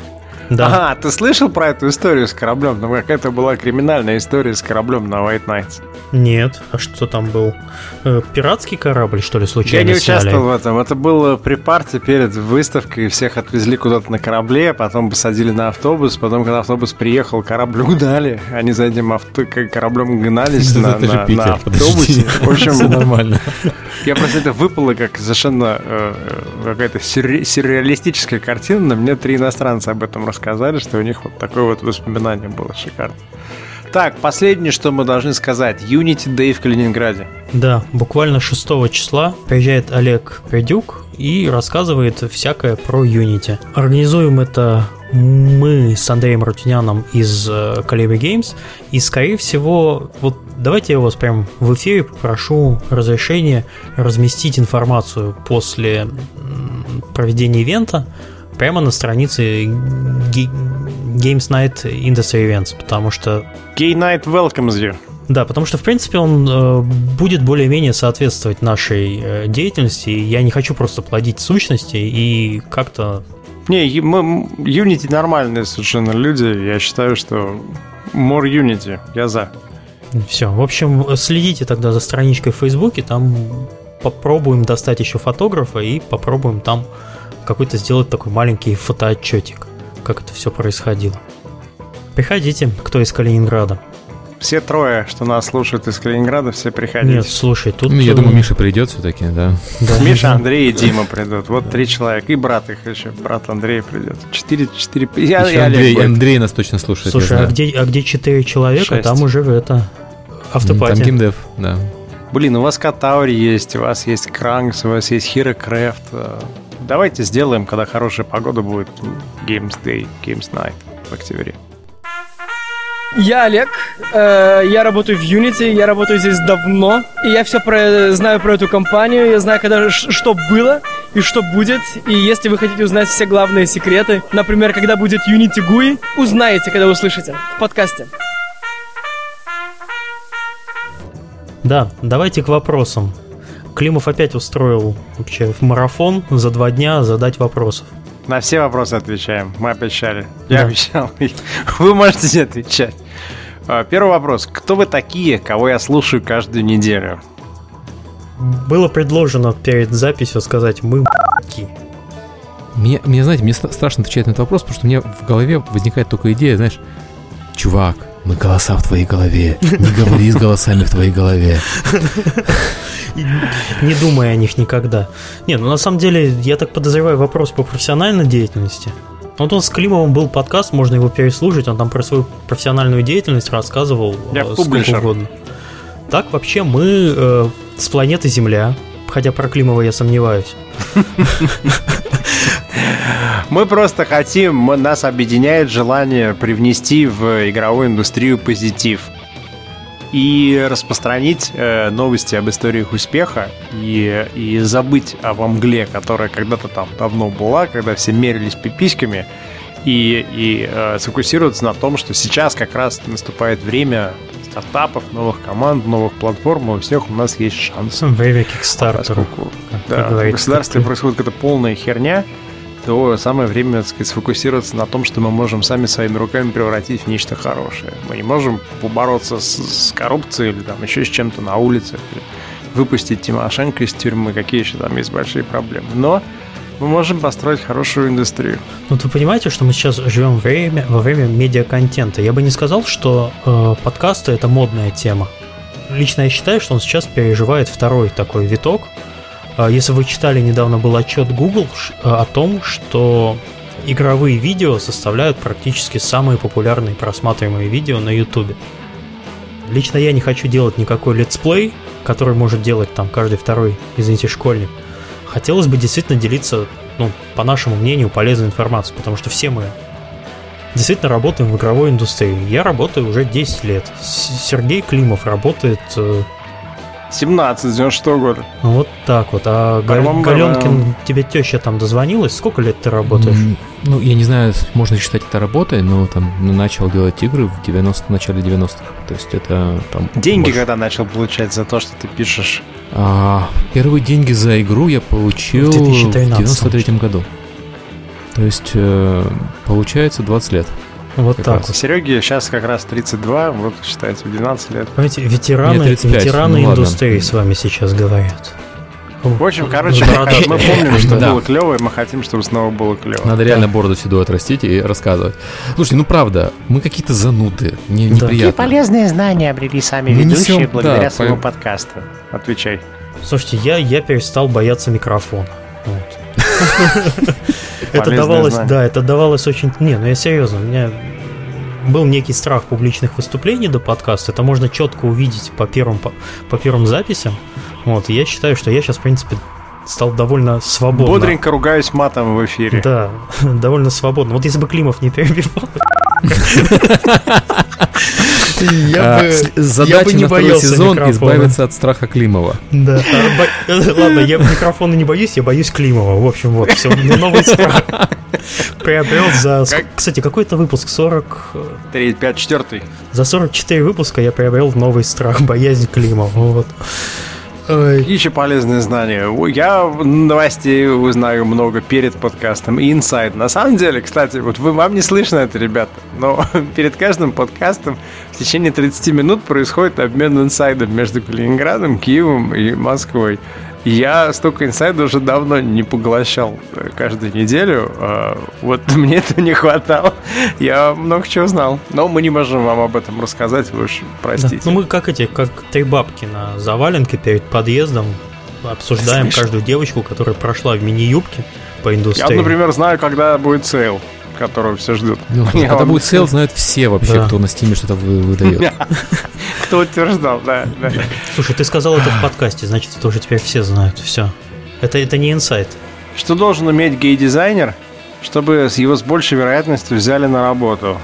Да. Ага, ты слышал про эту историю с кораблем? Ну, какая-то была криминальная история с кораблем на White Nights. Нет, а что там был? Пиратский корабль, что ли, Я случайно не сняли? участвовал в этом. Это было при парте перед выставкой. Всех отвезли куда-то на корабле, потом посадили на автобус. Потом, когда автобус приехал, корабль угнали. Они за этим кораблем гнались на автобусе. В общем, нормально. я просто это выпало как совершенно какая-то сюрреалистическая картина. Но мне 3 иностранца об этом рассказали, что у них вот такое вот воспоминание было шикарно. Так, последнее, что мы должны сказать. Unity Day в Калининграде. Да, буквально 6 числа приезжает Олег Придюк и рассказывает всякое про Unity. Организуем это мы с Андреем Рутюняном из Calibre Games. И, скорее всего, вот давайте я вас прям в эфире попрошу разрешения разместить информацию после проведения ивента прямо на странице Games Night Industry Events, потому что... Gay Night welcomes you. Да, потому что, в принципе, он будет более-менее соответствовать нашей деятельности, и я не хочу просто плодить сущности и как-то... Не, Unity нормальные совершенно люди, я считаю, что more Unity, я за. Все, в общем, следите тогда за страничкой в Фейсбуке, там попробуем достать еще фотографа и попробуем там какой-то сделать такой маленький фотоотчетик, как это все происходило. Приходите, кто из Калининграда. Все 3, что нас слушают из Калининграда, все приходите. Нет, слушай, тут... Ну, я думаю, Миша придет все-таки, да. Миша, Андрей и Дима придут. Вот 3 человека. И брат их еще. Брат Андрей придет. 4. Андрей нас точно слушает. Слушай, а где 4 человека, 6. Там уже автопатия. Там геймдев, да. Блин, у вас Катаури есть, у вас есть Кранкс, у вас есть HeroCraft. Давайте сделаем, когда хорошая погода будет, Games Day, Games Night в октябре. Я Олег, я работаю в Unity, я работаю здесь давно, и я все знаю про эту компанию, я знаю, что было и что будет, и если вы хотите узнать все главные секреты, например, когда будет Unity GUI, узнаете, когда услышите в подкасте. Да, давайте к вопросам. Климов опять устроил вообще марафон за 2 дня задать вопросов. На все вопросы отвечаем. Мы обещали. Я обещал. Вы можете не отвечать. Первый вопрос. Кто вы такие, кого я слушаю каждую неделю? Было предложено перед записью сказать «мы ***ки». Мне, знаете, мне страшно отвечать на этот вопрос, потому что у меня в голове возникает только идея, знаешь, чувак, мы голоса в твоей голове, не говори с голосами в твоей голове. Не думай о них никогда. Не, ну на самом деле, я так подозреваю, вопрос по профессиональной деятельности. Вот у нас с Климовым был подкаст, можно его переслушать, он там про свою профессиональную деятельность рассказывал сколько угодно. Так вообще мы с планеты Земля, хотя про Климова я сомневаюсь. Мы просто хотим, нас объединяет желание привнести в игровую индустрию позитив и распространить новости об историях успеха и забыть о мгле, которая когда-то там давно была, когда все мерились пиписьками, и сфокусироваться на том, что сейчас как раз наступает время стартапов, новых команд, новых платформ, у всех у нас есть шанс. Время Kickstarter. Да, в государстве происходит какая-то полная херня, то самое время, так сказать, сфокусироваться на том, что мы можем сами своими руками превратить в нечто хорошее. Мы не можем побороться с коррупцией или там еще с чем-то на улице, или выпустить Тимошенко из тюрьмы, какие еще там есть большие проблемы. Но мы можем построить хорошую индустрию. Ну, вы понимаете, что мы сейчас живем во время медиаконтента. Я бы не сказал, что подкасты — это модная тема. Лично я считаю, что он сейчас переживает второй такой виток. Если вы читали, недавно был отчет Google о том, что игровые видео составляют практически самые популярные просматриваемые видео на YouTube. Лично я не хочу делать никакой летсплей, который может делать там каждый второй, извините, школьник. Хотелось бы действительно делиться, по нашему мнению, полезной информацией, потому что все мы действительно работаем в игровой индустрии. Я работаю уже 10 лет. Сергей Климов работает... 17, 96 года. Вот так вот. А Галенкин, тебе теща там дозвонилась? Сколько лет ты работаешь? Ну, я не знаю, можно ли считать это работой, но там начал делать игры в начале 90-х. То есть это там... Деньги когда начал получать за то, что ты пишешь? Первые деньги за игру я получил в 93-м году. То есть, получается 20 лет. Вот так вот. Сереге сейчас как раз 32, вот считайте, в 12 лет. Понимаете, ветераны индустрии с вами сейчас говорят. В общем, короче, мы помним, что было клево, и мы хотим, чтобы снова было клево. Надо реально бороду седую отрастить и рассказывать. Слушайте, ну правда, мы какие-то зануды, неприятно. Какие полезные знания обрели сами ведущие благодаря своему подкасту? Отвечай. Слушайте, я перестал бояться микрофона. Это давалось очень... Не, ну я серьезно, у меня был некий страх публичных выступлений до подкаста. Это можно четко увидеть по первым записям. Вот, и я считаю, что я сейчас, в принципе, стал довольно свободно. Бодренько ругаюсь матом в эфире. Да, довольно свободно. Вот если бы Климов не перебивал... Задача на второй сезон — избавиться от страха Климова. Да. Ладно, я микрофона не боюсь, я боюсь Климова. В общем, вот, все, новый страх. Приобрел за... Кстати, какой это выпуск? 54-й. За 44 выпуска я приобрел новый страх, боязнь Климова. Вот. Какие еще полезные знания? Я новостей узнаю много перед подкастом и инсайд. На самом деле, кстати, вот вам не слышно это, ребята, но перед каждым подкастом в течение 30 минут происходит обмен инсайдом между Калининградом, Киевом и Москвой. Я столько инсайда уже давно не поглощал каждую неделю. Вот мне этого не хватало. Я много чего знал. Но мы не можем вам об этом рассказать, вы уж простите. Да. Ну мы как три бабки на заваленке перед подъездом обсуждаем каждую девочку, которая прошла в мини-юбке по индустрии. Я, например, знаю, когда будет сейл, которого все ждут. Когда будет сейл, знают все вообще, кто на Стиме что-то выдает. Кто утверждал, да. Слушай, ты сказал это в подкасте, значит, это уже теперь все знают. Все. Это не инсайт. Что должен уметь гей-дизайнер, чтобы его с большей вероятностью взяли на работу?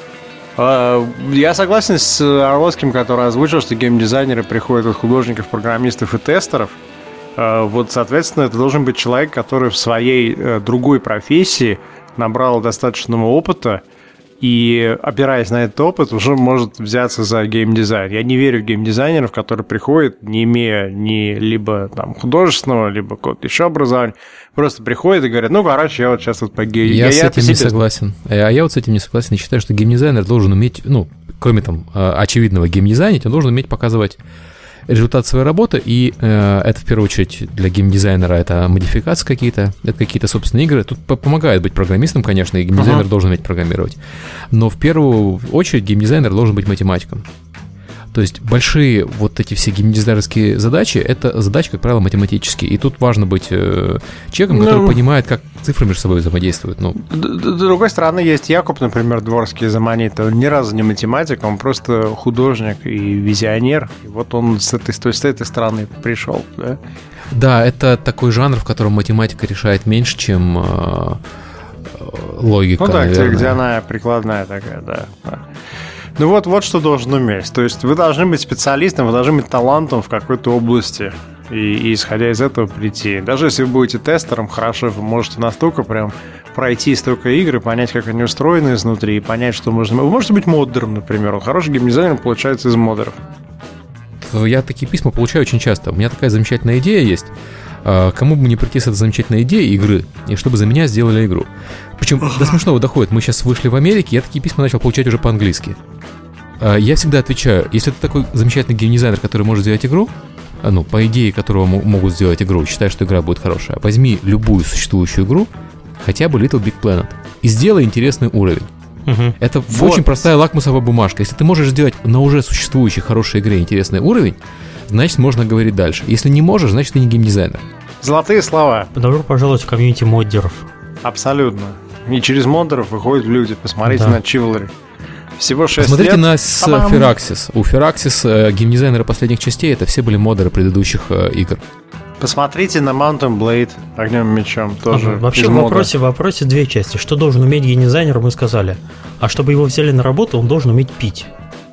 Я согласен с Орловским, который озвучил, что геймдизайнеры приходят от художников, программистов и тестеров. Вот, соответственно, это должен быть человек, который в своей другой профессии набрал достаточного опыта и, опираясь на этот опыт, уже может взяться за геймдизайн. Я не верю в геймдизайнеров, которые приходят, не имея ни либо там художественного, либо какого-то еще образования, просто приходят и говорят, ну, короче, я вот сейчас вот по геймдизайну. Я с этим не согласен. А я вот с этим не согласен и считаю, что геймдизайнер должен уметь, ну, кроме там очевидного геймдизайнить, он должен уметь показывать результат своей работы, и это в первую очередь для геймдизайнера это модификации какие-то, это какие-то собственные игры. Тут помогает быть программистом, конечно, и геймдизайнер должен уметь программировать. Но в первую очередь геймдизайнер должен быть математиком. То есть большие вот эти все геймдизайнерские задачи, это задачи, как правило, математические. И тут важно быть человеком, который понимает, как цифры между собой взаимодействуют. Ну. С другой стороны, есть Якуб, например, Дворский из Аманита. Он ни разу не математик, он просто художник и визионер. И вот он с этой стороны пришел. Да? Да, это такой жанр, в котором математика решает меньше, чем логика. Ну да, наверное. где она прикладная такая, да. Ну вот что должен уметь. То есть вы должны быть специалистом, вы должны быть талантом в какой-то области. И исходя из этого прийти. Даже если вы будете тестером, хорошо, вы можете настолько прям пройти столько игр и понять, как они устроены изнутри, и понять, что можно... Вы можете быть моддером, например. Хороший геймдизайнер получается из моддеров. Я такие письма получаю очень часто. У меня такая замечательная идея есть. Кому бы не прийти с этой замечательной идеей игры, и чтобы за меня сделали игру. Причем до смешного доходит. Мы сейчас вышли в Америке, я такие письма начал получать уже по-английски. Я всегда отвечаю, если ты такой замечательный геймдизайнер, который может сделать игру, ну, по идее, которого могут сделать игру, считаешь, что игра будет хорошая, возьми любую существующую игру, хотя бы Little Big Planet, и сделай интересный уровень. Это очень простая лакмусовая бумажка. Если ты можешь сделать на уже существующей хорошей игре интересный уровень, значит, можно говорить дальше. Если не можешь, значит, ты не геймдизайнер. Золотые слова. Добро пожаловать в комьюнити моддеров. Абсолютно. И через моддеров выходят люди. Посмотрите на Chivalry. Всего 6 Посмотрите лет. на Firaxis. У Firaxis геймдизайнеры последних частей это все были моддеры предыдущих игр. Посмотрите на Mountain Blade Огнем и мечом тоже. Вообще в вопросе две части. Что должен уметь геймдизайнер, мы сказали. А чтобы его взяли на работу, он должен уметь пить.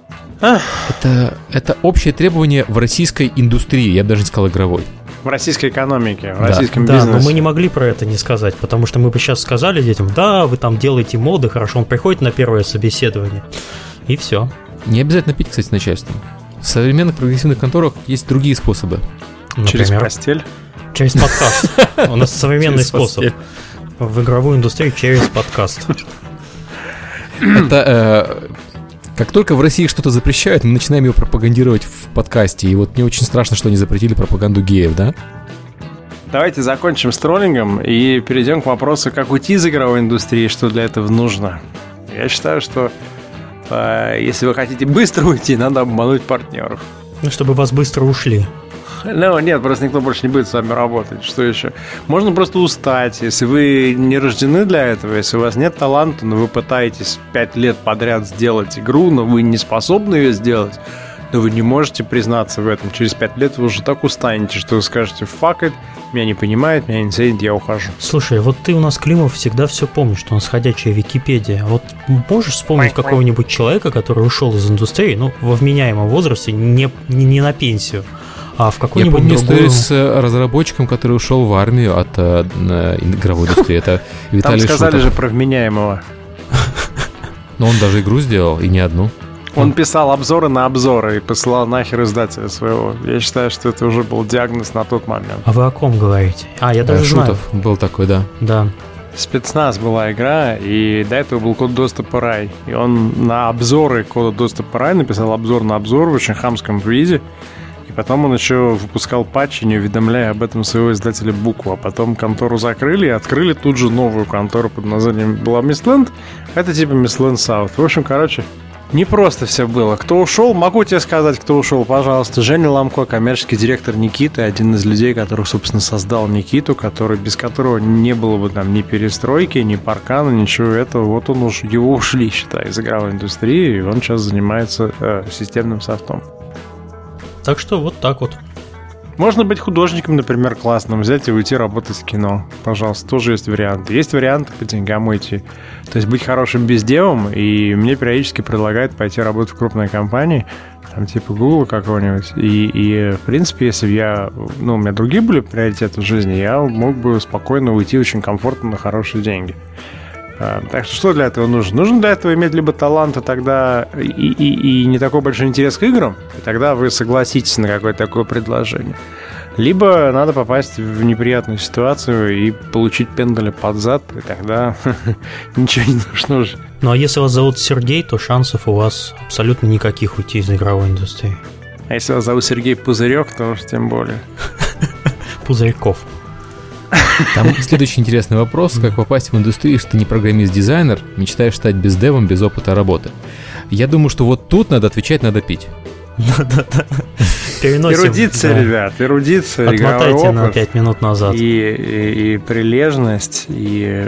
Это общее требование в российской индустрии, я бы даже не сказал игровой. В российской экономике, в российском бизнесе. Да, но мы не могли про это не сказать, потому что мы бы сейчас сказали детям, да, вы там делаете моды, хорошо, он приходит на первое собеседование, и все. Не обязательно пить, кстати, с начальством. В современных прогрессивных конторах есть другие способы. Например? Через постель? Через подкаст. У нас современный способ. в игровую индустрию через подкаст. Это как только в России что-то запрещают, мы начинаем его пропагандировать в подкасте. И вот мне очень страшно, что они запретили пропаганду геев, да? Давайте закончим с троллингом и перейдем к вопросу, как уйти из игровой индустрии, что для этого нужно. Я считаю, что если вы хотите быстро уйти, надо обмануть партнеров. Ну, чтобы вас быстро ушли. Ну, нет, просто никто больше не будет с вами работать. Что еще? Можно просто устать. Если вы не рождены для этого, если у вас нет таланта, но вы пытаетесь 5 лет подряд сделать игру, но вы не способны ее сделать, но вы не можете признаться в этом. Через 5 лет вы уже так устанете, что вы скажете «fuck it», меня не понимает, меня не ценит, я ухожу. Слушай, вот ты у нас, Климов, всегда все помнишь, что у нас ходячая Википедия. Вот можешь вспомнить какого-нибудь человека, который ушел из индустрии, ну, во вменяемом возрасте, не на пенсию, а в какой-нибудь другую... Я помню другую... историю с разработчиком, который ушел в армию от игровой индустрии. Это Виталий Шутов. Там сказали же про вменяемого. Но он даже игру сделал, и не одну. Он писал обзоры на обзоры и посылал нахер издателя своего. Я считаю, что это уже был диагноз на тот момент. А вы о ком говорите? Я даже знаю. Шутов был такой, да. Да. Спецназ была игра, и до этого был код доступа рай. И он на обзоры кода доступа рай написал обзор на обзор в очень хамском виде. И потом он еще выпускал патчи, не уведомляя об этом своего издателя букву. А потом контору закрыли и открыли тут же новую контору под названием была Mistland. Это типа Mistland South. В общем, короче, не просто все было. Кто ушел? Могу тебе сказать, кто ушел, пожалуйста. Женя Ломко, коммерческий директор Никиты, один из людей, который, собственно, создал Никиту, без которого не было бы там ни перестройки, ни паркана, ничего этого. Вот его ушли, считай, из игровой индустрии, и он сейчас занимается системным софтом. Так что вот так вот. Можно быть художником, например, классным, взять и уйти работать в кино. Пожалуйста, тоже есть варианты. Есть варианты по деньгам уйти. То есть быть хорошим бездевом, и мне периодически предлагают пойти работать в крупной компании, там типа Google какого-нибудь. И в принципе, если бы у меня другие были приоритеты в жизни, я мог бы спокойно уйти очень комфортно на хорошие деньги. Так что для этого нужно? Нужно для этого иметь либо талант, и тогда и не такой большой интерес к играм, и тогда вы согласитесь на какое-то такое предложение. Либо надо попасть в неприятную ситуацию и получить пендаля под зад, и тогда ничего не нужно уже. Ну а если вас зовут Сергей, то шансов у вас абсолютно никаких уйти из игровой индустрии. А если вас зовут Сергей Пузырек, то уж тем более. Пузырьков. Там следующий интересный вопрос. Как попасть в индустрию, если ты не программист-дизайнер, мечтаешь стать бездевом без опыта работы? Я думаю, что вот тут надо отвечать, надо пить. Эрудиция, ребят, эрудиция. Отмотайте на 5 минут назад. И прилежность, и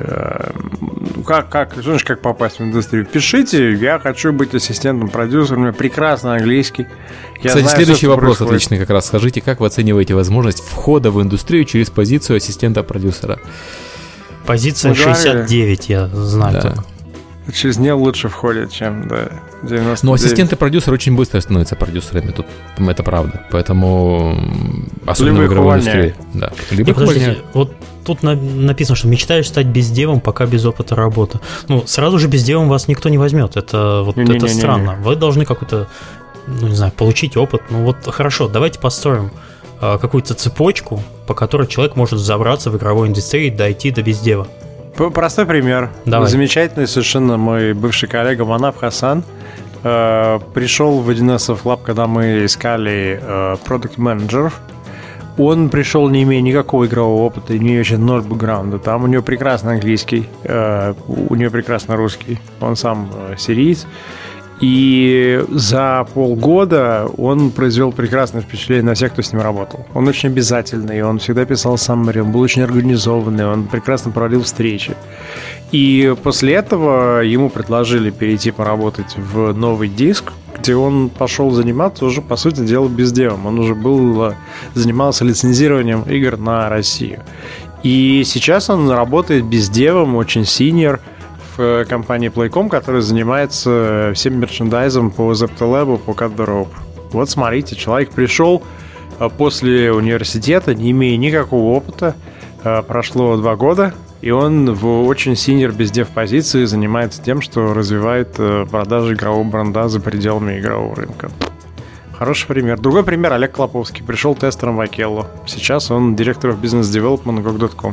как попасть в индустрию? Пишите, я хочу быть ассистентом продюсера, у меня прекрасный английский. Кстати, следующий вопрос отличный как раз. Скажите, как вы оцениваете возможность входа в индустрию через позицию ассистента-продюсера? Позиция 69, я знаю. Да. Через нее лучше входит, чем 99. Но ассистенты-продюсеры очень быстро становятся продюсерами, тут это правда. Поэтому особенно в игровой индустрии. Да. Подождите, вот тут написано, что мечтаешь стать бездевом, пока без опыта работы. Ну, сразу же бездевом вас никто не возьмет. Это странно. Вы должны какой-то, получить опыт. Ну вот хорошо, давайте построим какую-то цепочку, по которой человек может забраться в игровой индустрии и дойти до бездева. Простой пример. Давай. Замечательный совершенно мой бывший коллега Манав Хасан пришел в 1С Lab, когда мы искали продакт-менеджеров. Он пришел, не имея никакого игрового опыта, имея вообще 0 бэкграунда. Там у него прекрасный английский, у него прекрасно русский. Он сам сириец. И за полгода он произвел прекрасное впечатление на всех, кто с ним работал. Он очень обязательный, он всегда писал summary, он был очень организованный, он прекрасно проводил встречи. И после этого ему предложили перейти поработать в Новый Диск, где он пошел заниматься уже, по сути дела, бездевом. Он уже занимался лицензированием игр на Россию. И сейчас он работает бездевом, очень синьор, в компании Playcom, которая занимается всем мерчендайзом по Zeptolab, по Cut the Rope. Вот смотрите, человек пришел после университета, не имея никакого опыта, прошло 2 года, и он в очень синьор бездев позиции занимается тем, что развивает продажи игрового бренда за пределами игрового рынка. Хороший пример. Другой пример — Олег Клоповский. Пришел тестером в Акелло. Сейчас он директор бизнес-девелопмента GOG.com.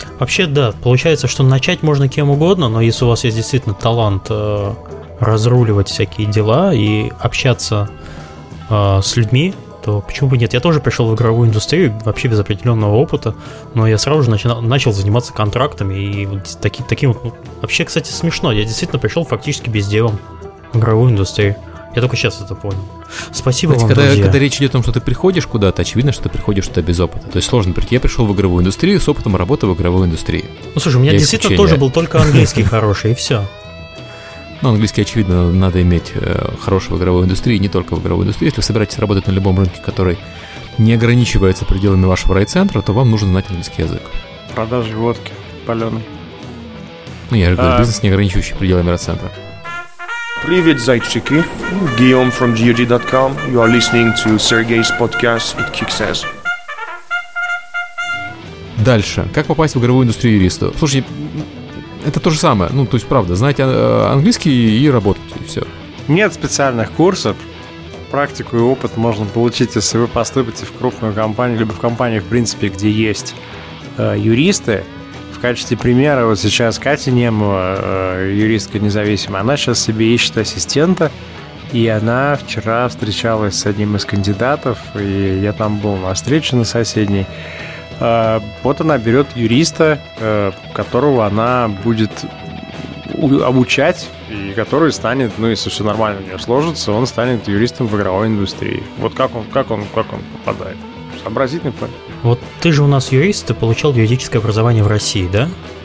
Вообще, да, получается, что начать можно кем угодно, но если у вас есть действительно талант разруливать всякие дела и общаться с людьми, то почему бы нет? Я тоже пришел в игровую индустрию вообще без определенного опыта, но я сразу же начал заниматься контрактами и вот таким вот... Вообще, кстати, смешно. Я действительно пришел фактически безделом в игровую индустрию. Я только сейчас это понял. Спасибо вам, друзья. Когда речь идет о том, что ты приходишь куда-то, очевидно, что ты приходишь туда без опыта. То есть сложно прийти. Я пришел в игровую индустрию с опытом работы в игровой индустрии. Ну, слушай, у меня действительно тоже был только английский хороший, и все. Ну, английский, очевидно, надо иметь хороший в игровой индустрии, не только в игровой индустрии. Если вы собираетесь работать на любом рынке, который не ограничивается пределами вашего райцентра, то вам нужно знать английский язык. Продажи водки паленой. Ну, я же говорю, бизнес, не ограничивающий пределами райцентра. Привет, зайчики. Guillaume from GOG.com. You are listening to Sergey's podcast It Kicks Ass. Дальше. Как попасть в игровую индустрию юристу? Слушайте, это то же самое. Ну, то есть, правда, знайте английский и работайте, и все. Нет специальных курсов. Практику и опыт можно получить, если вы поступите в крупную компанию, либо в компанию, в принципе, где есть юристы. В качестве примера, вот сейчас Катя Немова, юристка независимая, она сейчас себе ищет ассистента, и она вчера встречалась с одним из кандидатов, и я там был на встрече на соседней. Вот она берет юриста, которого она будет обучать, и который станет, ну, если все нормально у нее сложится, он станет юристом в игровой индустрии. Вот как он попадает? Сообразительный парень. Вот ты же у нас юрист, ты получал юридическое образование в России, да?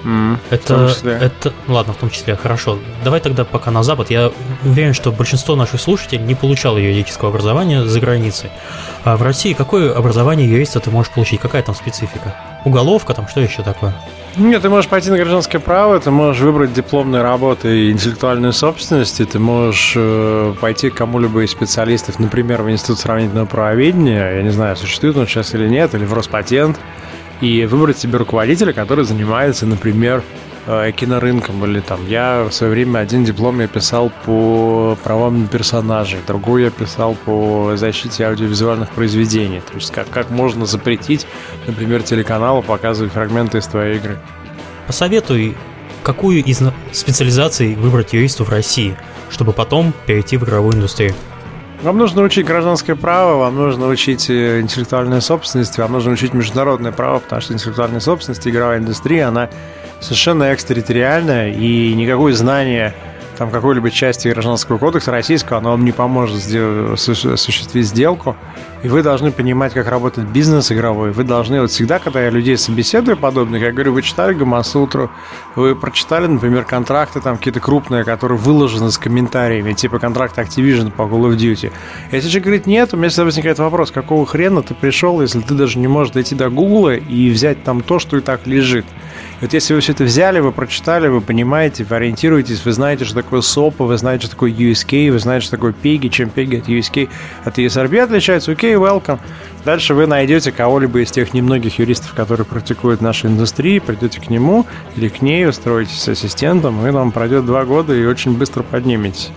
Ладно, в том числе, хорошо. Давай тогда пока на Запад. Я уверен, что большинство наших слушателей не получало юридического образования за границей. А в России какое образование юриста ты можешь получить? Какая там специфика? Уголовка, там что еще такое? Нет, ты можешь пойти на гражданское право, ты можешь выбрать дипломные работы и интеллектуальную собственность, и ты можешь пойти к кому-либо из специалистов, например, в Институт сравнительного правоведения, я не знаю, существует он сейчас или нет, или в Роспатент, и выбрать себе руководителя, который занимается, например, кинорынком, или там я в свое время один диплом я писал по правам персонажей, другой я писал по защите аудиовизуальных произведений, то есть как можно запретить, например, телеканалу показывать фрагменты из твоей игры. Посоветуй, какую из специализаций выбрать юристу в России, чтобы потом перейти в игровую индустрию. Вам нужно учить гражданское право, вам нужно учить интеллектуальную собственность, вам нужно учить международное право, потому что интеллектуальная собственность, игровая индустрия, она совершенно экстерриториальная, и никакое знание там какой-либо части Гражданского кодекса российского, оно вам не поможет осуществить сделку, и вы должны понимать, как работает бизнес игровой. Вы должны, вот всегда, когда я людей собеседую подобных, я говорю, вы читали Гамасутру, вы прочитали, например, контракты там какие-то крупные, которые выложены с комментариями, типа контракт Activision по Call of Duty. Если человек говорит, нет, у меня всегда возникает вопрос, какого хрена ты пришел, если ты даже не можешь дойти до Гугла и взять там то, что и так лежит. И вот если вы все это взяли, вы прочитали, вы понимаете, вы ориентируетесь, вы знаете, что такое SOP, вы знаете, что такое USK, вы знаете, что такое PEGI, чем PEGI от USK, от ESRB отличается, окей, welcome. Дальше вы найдете кого-либо из тех немногих юристов, которые практикуют в нашей индустрии, придете к нему или к ней, устроитесь с ассистентом, и вам пройдет 2 года, и очень быстро подниметесь.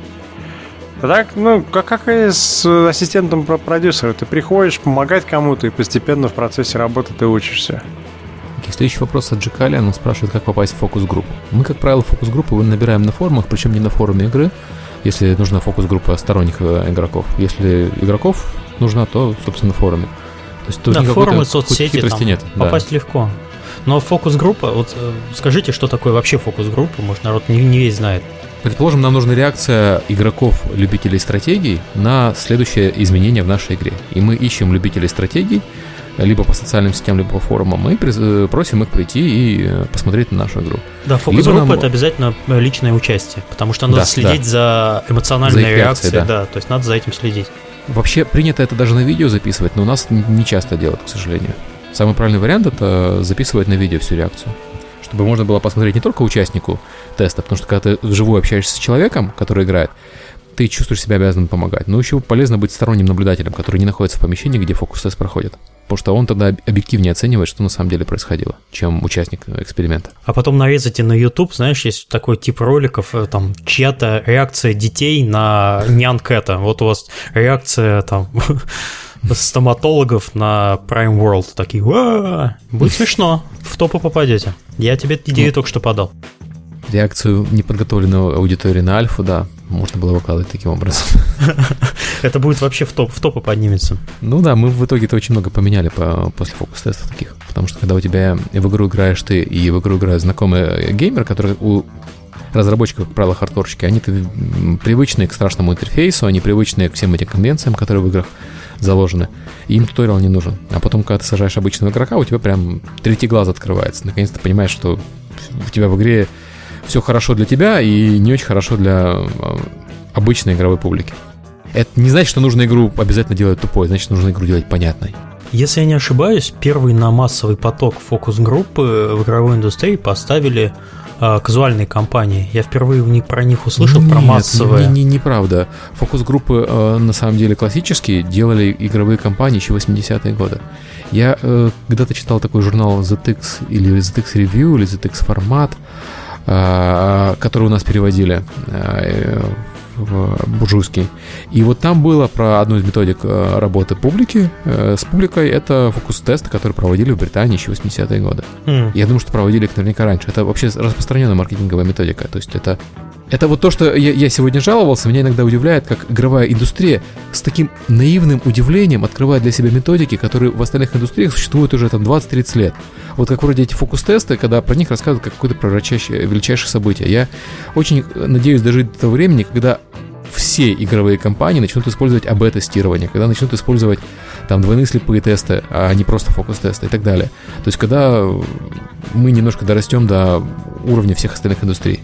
Так, ну, как и с ассистентом продюсера. Ты приходишь помогать кому-то, и постепенно в процессе работы ты учишься. Следующий вопрос от Джекаля. Он спрашивает, как попасть в фокус-группу. Мы, как правило, фокус-группу набираем на форумах, причем не на форуме игры, если нужна фокус-группа сторонних игроков. Если игроков нужна, то, собственно, на форуме. То есть тут форумы, соцсети, там нет. Попасть легко. Но фокус-группа, вот скажите, что такое вообще фокус-группа, может, народ не весь знает. Предположим, нам нужна реакция игроков, любителей стратегий на следующее изменение в нашей игре. И мы ищем любителей стратегий, либо по социальным сетям, либо по форумам, мы просим их прийти и посмотреть на нашу игру. Да, фокус-группа — это обязательно личное участие, потому что надо следить за эмоциональной реакцией, да, то есть надо за этим следить. Вообще принято это даже на видео записывать, но у нас не часто делают, к сожалению. Самый правильный вариант — это записывать на видео всю реакцию, чтобы можно было посмотреть не только участнику теста, потому что когда ты вживую общаешься с человеком, который играет, ты чувствуешь себя обязанным помогать. Но еще полезно быть сторонним наблюдателем, который не находится в помещении, где фокус-тест проходит. Потому что он тогда объективнее оценивает, что на самом деле происходило, чем участник эксперимента. А потом нарезайте на YouTube, знаешь, есть такой тип роликов, там, чья-то реакция детей на нянкэта. Вот у вас реакция там стоматологов на Prime World. Такие, будет смешно, в топы попадете. Я тебе идею только что подал. Реакцию неподготовленной аудитории на альфу, да, можно было выкладывать таким образом. Это будет вообще в топы поднимется. Ну да, мы в итоге-то очень много поменяли после фокус-тестов таких. Потому что когда у тебя в игру играешь ты, и в игру играет знакомый геймер, который у разработчиков, как правило, хардкорщики, они-то привычные к страшному интерфейсу, они привычные к всем этим конвенциям, которые в играх заложены. И им туториал не нужен. А потом, когда ты сажаешь обычного игрока, у тебя прям третий глаз открывается. Наконец-то ты понимаешь, что у тебя в игре все хорошо для тебя и не очень хорошо для обычной игровой публики. Это не значит, что нужно игру обязательно делать тупой, значит, нужно игру делать понятной. Если я не ошибаюсь, первый на массовый поток фокус-группы в игровой индустрии поставили казуальные компании. Я впервые про них услышал, про массовые. Неправда. Фокус-группы, на самом деле, классические, делали игровые компании еще 80-е годы. Я когда-то читал такой журнал ZX или ZX Review, или ZX Format, который у нас переводили в буржуйский. И вот там было про одну из методик работы публики с публикой. Это фокус-тесты, которые проводили в Британии еще в 80-е годы. Я думаю, что проводили их наверняка раньше. Это вообще распространенная маркетинговая методика. То есть это вот то, что я сегодня жаловался, меня иногда удивляет, как игровая индустрия с таким наивным удивлением открывает для себя методики, которые в остальных индустриях существуют уже там 20-30 лет. Вот как вроде эти фокус-тесты, когда про них рассказывают как какое-то величайшее событие. Я очень надеюсь дожить до того времени, когда все игровые компании начнут использовать АБ-тестирование, когда начнут использовать там двойные слепые тесты, а не просто фокус-тесты и так далее. То есть когда мы немножко дорастем до уровня всех остальных индустрий.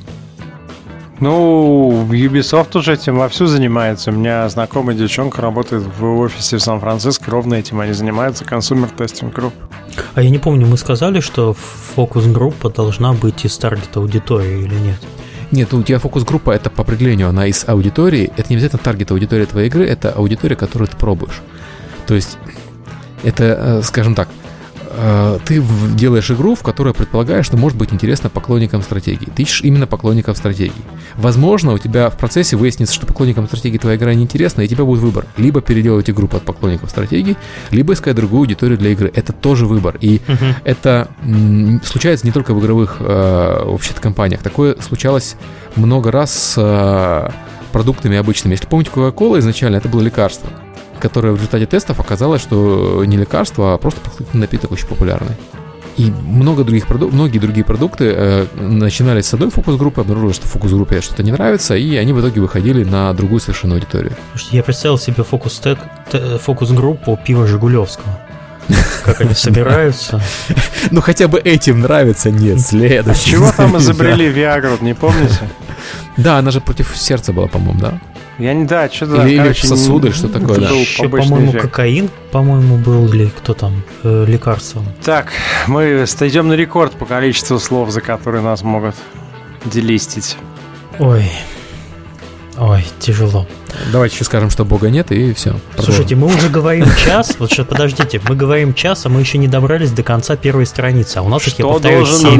Ну, Ubisoft уже этим вовсю занимается. У меня знакомая девчонка работает в офисе в Сан-Франциско, ровно этим они занимаются, Consumer Testing Group. А я не помню, мы сказали, что фокус-группа должна быть из таргета аудитории или нет? Нет, у тебя фокус-группа, это по определению, она из аудитории. Это не обязательно таргет аудитории твоей игры, это аудитория, которую ты пробуешь. То есть, это, скажем так, ты делаешь игру, в которой предполагаешь, что может быть интересно поклонникам стратегии. Ты ищешь именно поклонников стратегии. Возможно, у тебя в процессе выяснится, что поклонникам стратегии твоя игра неинтересна, и у тебя будет выбор. Либо переделать игру под поклонников стратегии, либо искать другую аудиторию для игры. Это тоже выбор. И это случается не только в игровых вообще-то компаниях. Такое случалось много раз с продуктами обычными. Если помните, Coca-Cola изначально это было лекарство, которое в результате тестов оказалось, что не лекарство, а просто напиток очень популярный. И многие другие продукты начинались с одной фокус-группы, обнаружили, что фокус-группе что-то не нравится, и они в итоге выходили на другую совершенно аудиторию. Я представил себе фокус-группу пива Жигулевского. Как они собираются. Ну хотя бы этим нравится, нет, следующий. Чего там изобрели Виагру, не помните? Да, она же против сердца была, по-моему, да? Я не да, что-то... Или сосуды, что такое, да. Еще, по-моему, кокаин, по-моему, был, или кто там, лекарством. Так, мы идем на рекорд по количеству слов, за которые нас могут делистить. Ой, тяжело. Давайте еще скажем, что Бога нет, и все. Слушайте, мы уже говорим час. Вот сейчас, подождите, мы говорим час, а мы еще не добрались до конца первой страницы. А у нас, я повторяю, 7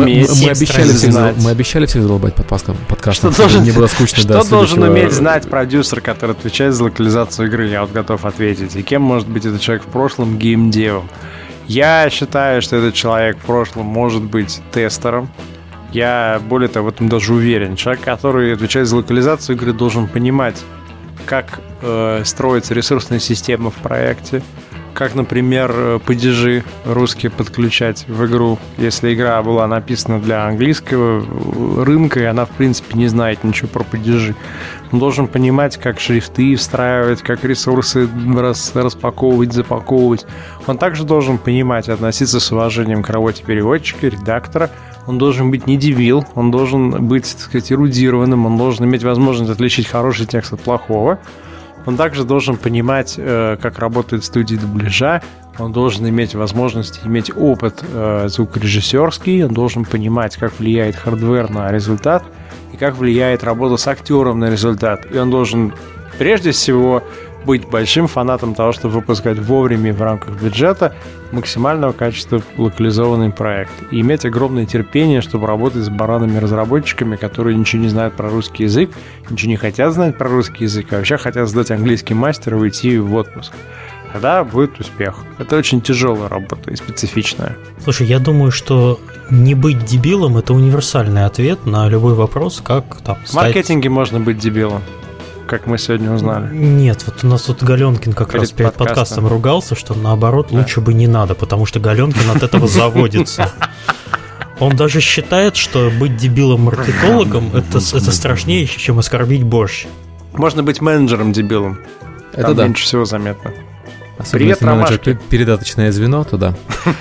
мы обещали всех задолбать подкастом, чтобы не было скучно. Что должен уметь знать продюсер, который отвечает за локализацию игры? Я вот готов ответить. И кем может быть этот человек в прошлом геймдевом? Я считаю, что этот человек в прошлом может быть тестером. Я, более того, в этом даже уверен. Человек, который отвечает за локализацию игры, должен понимать, как строится ресурсная система в проекте, как, например, падежи русские подключать в игру, если игра была написана для английского рынка, и она, в принципе, не знает ничего про падежи. Он должен понимать, как шрифты встраивать, как ресурсы распаковывать, запаковывать. Он также должен понимать и относиться с уважением к работе переводчика, редактора. Он должен быть не дебил, он должен быть, так сказать, эрудированным, он должен иметь возможность отличить хороший текст от плохого. Он также должен понимать, как работает студия дубляжа, он должен иметь возможность иметь опыт звукорежиссерский, он должен понимать, как влияет хардвер на результат и как влияет работа с актером на результат. И он должен, прежде всего, быть большим фанатом того, чтобы выпускать вовремя в рамках бюджета максимального качества локализованный проект. И иметь огромное терпение, чтобы работать с баранами-разработчиками, которые ничего не знают про русский язык, ничего не хотят знать про русский язык, а вообще хотят сдать английский мастер и уйти в отпуск. тогда будет успех. Это очень тяжелая работа и специфичная. Слушай, я думаю, что не быть дебилом – это универсальный ответ на любой вопрос, как там В маркетинге можно быть дебилом, как мы сегодня узнали. Нет, вот у нас тут Галенкин как раз перед подкастом ругался, что наоборот лучше бы не надо, потому что Галенкин от этого заводится. Он даже считает, что быть дебилом-маркетологом – это страшнее, чем оскорбить борщ. Можно быть менеджером-дебилом. Это там да. меньше всего заметно. Особенно Привет, если менеджер Ромашки. передаточное звено, то да.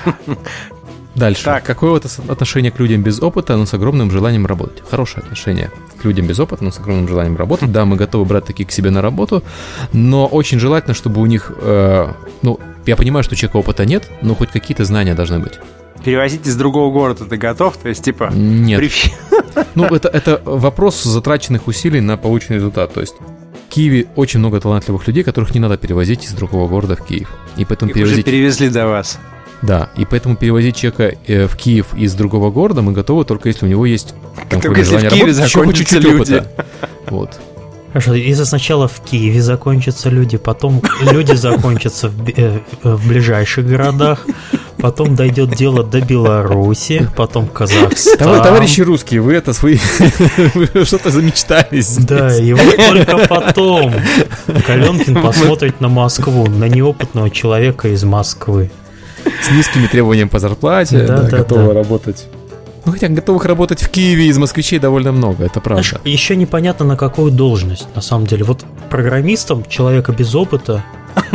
Дальше. Так. Какое вот отношение к людям без опыта, но с огромным желанием работать? Хорошее отношение к людям без опыта, но с огромным желанием работать. Да, мы готовы брать таких к себе на работу, но очень желательно, чтобы у них... я понимаю, что у человека опыта нет, но хоть какие-то знания должны быть. Перевозить из другого города ты готов? То есть, типа... Нет. Это вопрос затраченных усилий на полученный результат. То есть в Киеве очень много талантливых людей, которых не надо перевозить из другого города в Киев. И поэтому Их уже перевезли до вас. Да, и поэтому перевозить человека в Киев из другого города мы готовы только если у него есть только если в Киеве закончатся люди. Вот. Хорошо, если сначала в Киеве закончатся люди, потом люди закончатся в ближайших городах, потом дойдет дело до Беларуси, потом Казахстан. Товарищи русские, вы это свои... Вы что-то замечтались здесь. Да, и вот только потом Галенкин посмотрит на Москву, на неопытного человека из Москвы. С низкими требованиями по зарплате, готовы работать. Ну, хотя готовых работать в Киеве из москвичей довольно много, это правда. Знаешь, еще непонятно, на какую должность, на самом деле. Вот программистом человека без опыта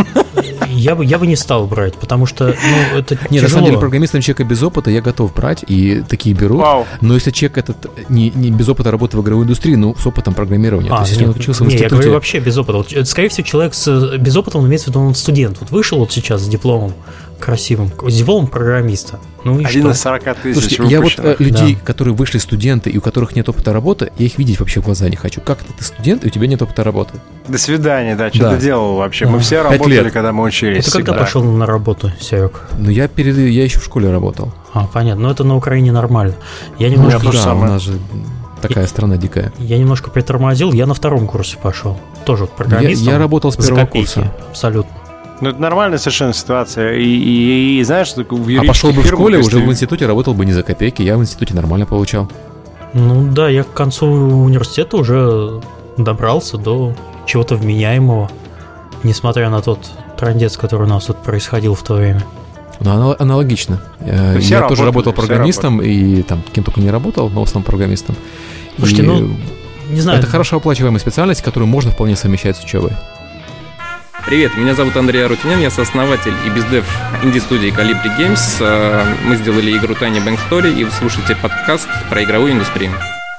я бы не стал брать, потому что это тяжело. Нет, на самом деле программистом человека без опыта я готов брать, и такие берут. Но если человек этот не без опыта работы в игровой индустрии, но с опытом программирования. То есть, если он учился в институте... я говорю вообще без опыта. Вот, скорее всего, человек без опыта, он имеется в виду, он студент. Вот вышел вот сейчас с дипломом красивым, с дипломом программиста. Ну и один из 40 тысяч. Слушайте, я вот людей, которые вышли студенты и у которых нет опыта работы, я их видеть вообще в глаза не хочу. Как это ты студент, и у тебя нет опыта работы? До свидания, да, что ты делал вообще? Мы все 5 работали, лет. когда мы учились. Ты когда пошел на работу, Серег? Ну, я еще в школе работал. Понятно, но это на Украине нормально. Я немножко... у нас же такая страна дикая. Я немножко притормозил, я на втором курсе пошел. Тоже программистом. Я работал с первого курса. Абсолютно. Ну, это нормальная совершенно ситуация. И знаешь, в юридических пошел бы в школе, фирмах, уже в институте работал бы не за копейки. Я в институте нормально получал. Ну да, я к концу университета уже добрался до чего-то вменяемого, несмотря на тот трындец, который у нас тут происходил в то время. Ну, аналогично. Я тоже работал программистом и там кем только не работал, но в основном программистом. Слушайте, не знаю. Это хорошо оплачиваемая специальность, которую можно вполне совмещать с учебой. Привет, меня зовут Андрей Арутюнян, я сооснователь и бездев инди-студии Colibri Games. Мы сделали игру Tiny Bank Story, и вы слушаете подкаст про игровую индустрию.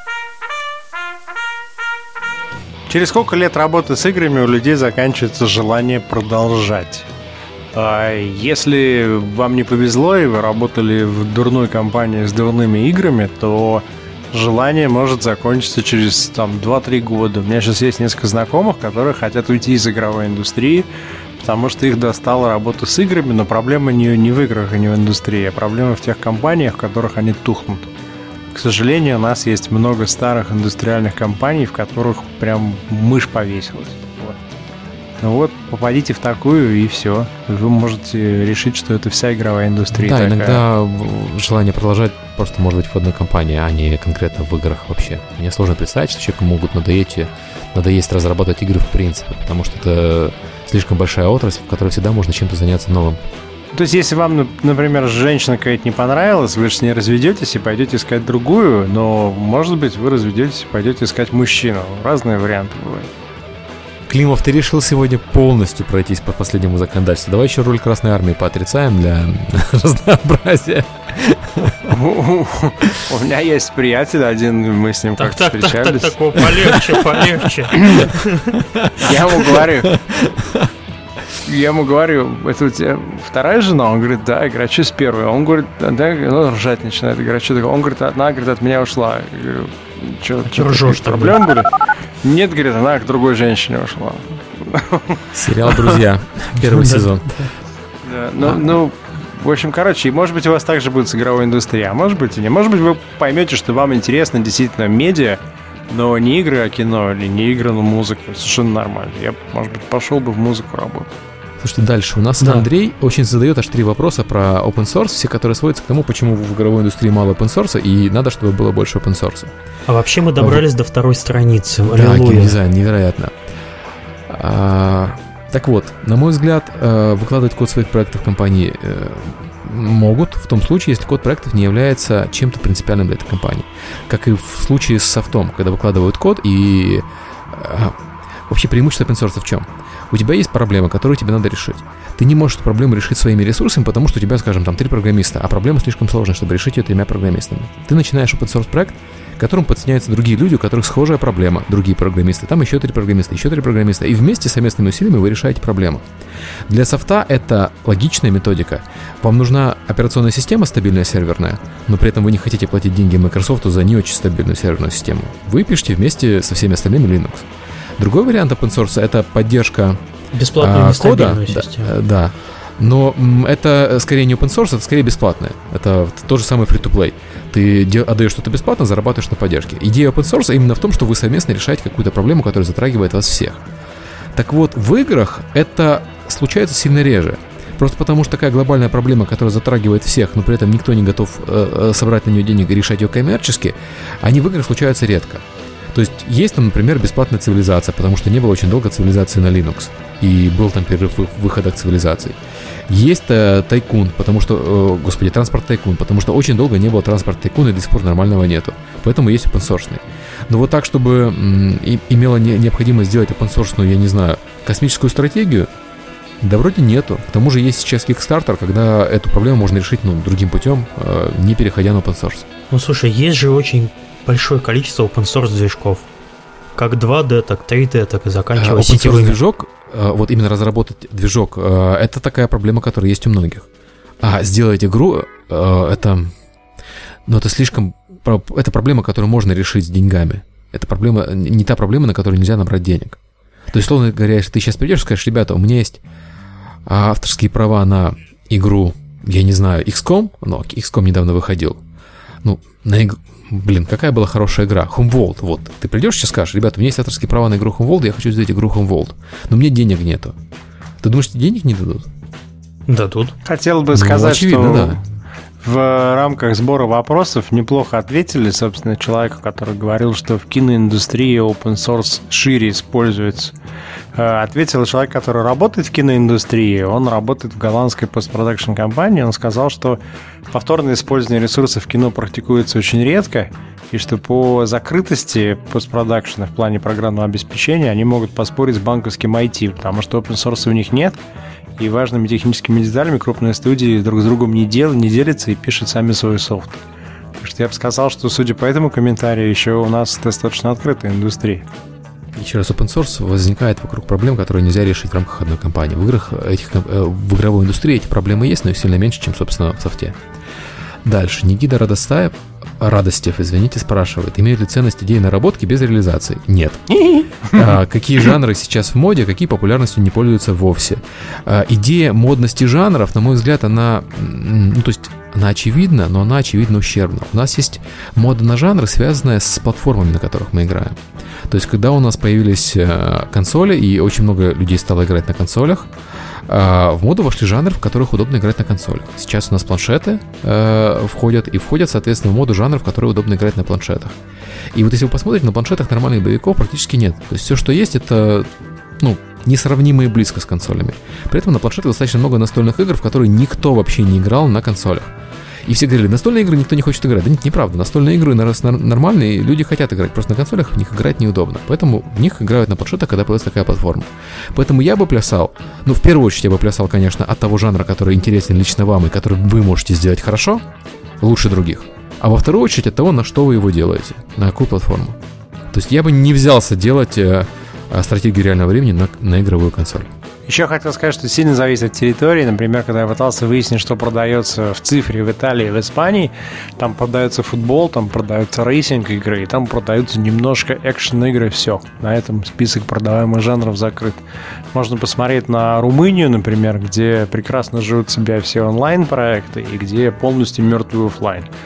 Через сколько лет работы с играми у людей заканчивается желание продолжать? Если вам не повезло и вы работали в дурной компании с дурными играми, то желание может закончиться через 2-3 года. У меня сейчас есть несколько знакомых, которые хотят уйти из игровой индустрии, потому что их достала работа с играми, но проблема не в играх и не в индустрии, а проблема в тех компаниях, в которых они тухнут. К сожалению, у нас есть много старых индустриальных компаний, в которых прям мышь повесилась. Ну вот, попадите в такую, и все. Вы можете решить, что это вся игровая индустрия. Да, такая. иногда желание продолжать просто может быть в одной компании, а не конкретно в играх вообще. Мне сложно представить, что человеку могут надоесть разрабатывать игры в принципе, потому что это слишком большая отрасль, в которой всегда можно чем-то заняться новым. То есть, если вам, например, женщина какая-то не понравилась, вы же с ней разведетесь и пойдете искать другую, но, может быть, вы разведетесь и пойдете искать мужчину. Разные варианты бывают. Климов, ты решил сегодня полностью пройтись по последнему законодательству. Давай еще роль Красной Армии поотрицаем для разнообразия. У меня есть приятель один, мы с ним как-то встречались. Так, полегче. Я ему говорю, это у тебя вторая жена? Он говорит, да. Я говорю, а что с первой? Он говорит, да, ржать начинает. Я говорю, а что такое? Он говорит, одна, от меня ушла. Я говорю, что ржешь, проблем были? Нет, говорит, она к другой женщине ушла. Сериал «Друзья», первый сезон. Ну, в общем, может быть, у вас также будет с игровой индустрией, а может быть и не. Может быть, вы поймете, что вам интересно действительно медиа, но не игры, а кино, или не игры, но музыка. Совершенно нормально. Я, может быть, пошел бы в музыку работать. Слушайте, дальше. У нас Андрей очень задает аж 3 вопроса про open source, все которые сводятся к тому, почему в игровой индустрии мало open source, и надо, чтобы было больше open source. А вообще мы добрались до 2-й страницы. Да, геймдизайн, невероятно. Так вот, на мой взгляд, выкладывать код своих проектов в компании могут в том случае, если код проектов не является чем-то принципиальным для этой компании. Как и в случае с софтом, когда выкладывают код, и вообще преимущество open source в чем? У тебя есть проблема, которую тебе надо решить. Ты не можешь эту проблему решить своими ресурсами, потому что у тебя, скажем, там 3 программиста, а проблема слишком сложная, чтобы решить ее 3 программистами. Ты начинаешь open source проект, к которому подсоединяются другие люди, у которых схожая проблема, другие программисты, там еще 3 программиста, и вместе совместными усилиями вы решаете проблему. Для софта это логичная методика. Вам нужна операционная система стабильная серверная, но при этом вы не хотите платить деньги Microsoft за не очень стабильную серверную систему. Вы пишете вместе со всеми остальными Linux. Другой вариант open source — это поддержка бесплатную кода. систему. Да. Но это скорее не open source, это скорее бесплатное. Это то же самое free-to-play. Ты отдаешь что-то бесплатно, зарабатываешь на поддержке. Идея open source именно в том, что вы совместно решаете какую-то проблему, которая затрагивает вас всех. Так вот, в играх это случается сильно реже. Просто потому что такая глобальная проблема, которая затрагивает всех, но при этом никто не готов собрать на нее денег и решать ее коммерчески, они в играх случаются редко. То есть есть там, например, бесплатная цивилизация, потому что не было очень долго цивилизации на Linux, и был там перерыв в выходах цивилизаций. Есть тайкун, потому что, транспорт тайкун, потому что очень долго не было транспорта тайкуна, и до сих пор нормального нету. Поэтому есть open source. Но вот так, чтобы имела необходимость сделать open source, я не знаю, космическую стратегию, да вроде нету. К тому же есть сейчас Kickstarter, когда эту проблему можно решить другим путем, не переходя на open source. Ну слушай, есть же очень большое количество open source движков. Как 2D, так 3D, так и заканчивая сетевыми. Движок, вот именно разработать движок, это такая проблема, которая есть у многих. А сделать игру, это слишком... Это проблема, которую можно решить с деньгами. Это проблема, не та проблема, на которую нельзя набрать денег. То есть, условно говоря, если ты сейчас придешь и скажешь: ребята, у меня есть авторские права игру, я не знаю, XCOM, но XCOM недавно выходил. Какая была хорошая игра? Homeworld, вот. Ты придешь сейчас и скажешь: ребята, у меня есть авторские права на игру Homeworld, я хочу сделать игру Homeworld, но мне денег нету. Ты думаешь, тебе денег не дадут? Дадут. Хотел бы сказать, очевидно, что да. В рамках сбора вопросов неплохо ответили, собственно, человеку, который говорил, что в киноиндустрии open source шире используется. Ответил человек, который работает в киноиндустрии, он работает в голландской постпродакшн компании, он сказал, что повторное использование ресурсов в кино практикуется очень редко, и что по закрытости постпродакшена в плане программного обеспечения они могут поспорить с банковским IT, потому что open source у них нет, и важными техническими деталями крупные студии друг с другом не делятся и пишут сами свой софт. Так что я бы сказал, что, судя по этому комментарию, еще у нас достаточно открытая индустрия. Еще раз, open source возникает вокруг проблем, которые нельзя решить в рамках одной компании. В игровой индустрии эти проблемы есть, но их сильно меньше, чем, собственно, в софте. Дальше. Нигида Радостев, спрашивает: имеют ли ценность идеи наработки без реализации? Нет. Какие жанры сейчас в моде, какие популярностью не пользуются вовсе? Идея модности жанров, на мой взгляд, она очевидна, но она очевидно ущербна. У нас есть мода на жанры, связанная с платформами, на которых мы играем. То есть, когда у нас появились консоли, и очень много людей стало играть на консолях, в моду вошли жанры, в которых удобно играть на консолях. Сейчас у нас планшеты входят, соответственно, в моду жанров, в которые удобно играть на планшетах. И вот если вы посмотрите, на планшетах нормальных боевиков практически нет. То есть все, что есть, это несравнимые близко с консолями. При этом на планшетах достаточно много настольных игр, в которые никто вообще не играл на консолях. И все говорили: настольные игры никто не хочет играть. Да нет, неправда. Настольные игры нормальные, люди хотят играть. Просто на консолях в них играть неудобно. Поэтому в них играют на планшетах, когда появилась такая платформа. Поэтому я бы плясал, в первую очередь я бы плясал, конечно, от того жанра, который интересен лично вам и который вы можете сделать хорошо, лучше других. А во вторую очередь от того, на что вы его делаете, на какую платформу. То есть я бы не взялся делать стратегию реального времени на игровую консоль. Еще хотел сказать, что сильно зависит от территории. Например, когда я пытался выяснить, что продается в цифре в Италии и в Испании, там продается футбол, там продаются рейсинг игры, и там продаются немножко экшен игры, все. На этом список продаваемых жанров закрыт. Можно посмотреть на Румынию, например, где прекрасно живут себя все онлайн-проекты и где полностью мертвый офлайн.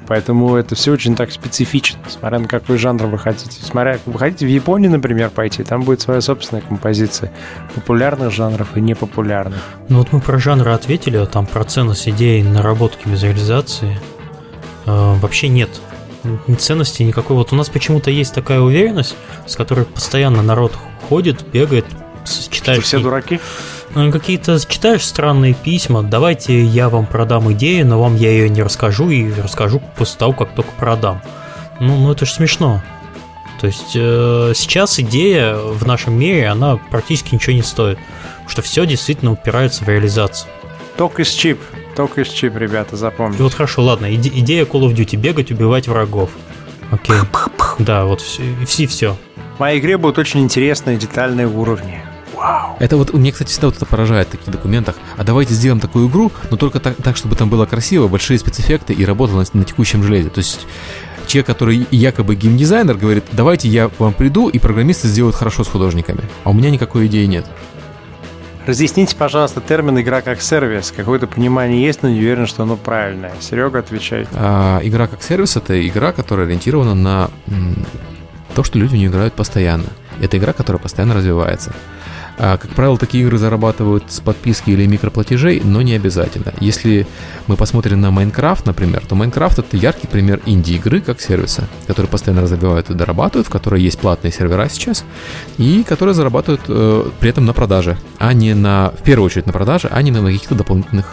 поэтому это все очень так специфично, смотря на какой жанр вы хотите. Вы хотите в Японию, например, пойти, там будет своя собственная композиция популярных жанров и непопулярных. Ну вот мы про жанры ответили, а там про ценность идеи, наработки, визуализации вообще нет. Ценности никакой. Вот у нас почему-то есть такая уверенность, с которой постоянно народ ходит, бегает, читаешь... Все дураки? Какие-то читаешь странные письма, давайте я вам продам идею, но вам я ее не расскажу, и расскажу после того, как только продам. Ну это же смешно. То есть сейчас идея в нашем мире, она практически ничего не стоит, потому что все действительно упирается в реализацию. Talk is cheap, ребята, запомните. И вот хорошо, ладно, идея Call of Duty, бегать, убивать врагов. Окей. Да, вот все. В моей игре будут очень интересные детальные уровни. Вау. Это вот, мне, кстати, всегда вот это поражает в таких документах. А давайте сделаем такую игру, но только так, чтобы там было красиво, большие спецэффекты и работало на текущем железе. То есть человек, который якобы геймдизайнер, говорит, давайте я к вам приду, и программисты сделают хорошо с художниками. А у меня никакой идеи нет. Разъясните, пожалуйста, термин «игра как сервис». Какое-то понимание есть, но не уверен, что оно правильное. Серега, отвечай. Игра как сервис — это игра, которая ориентирована на то, что люди в нее играют постоянно. Это игра, которая постоянно развивается. Как правило, такие игры зарабатывают с подписки или микроплатежей, но не обязательно. Если мы посмотрим на Майнкрафт, например, то Майнкрафт — это яркий пример инди-игры как сервиса, который постоянно развивают и дорабатывают, в которой есть платные сервера сейчас, и которые зарабатывают при этом на продаже, а не в первую очередь на продаже, а не на каких-то дополнительных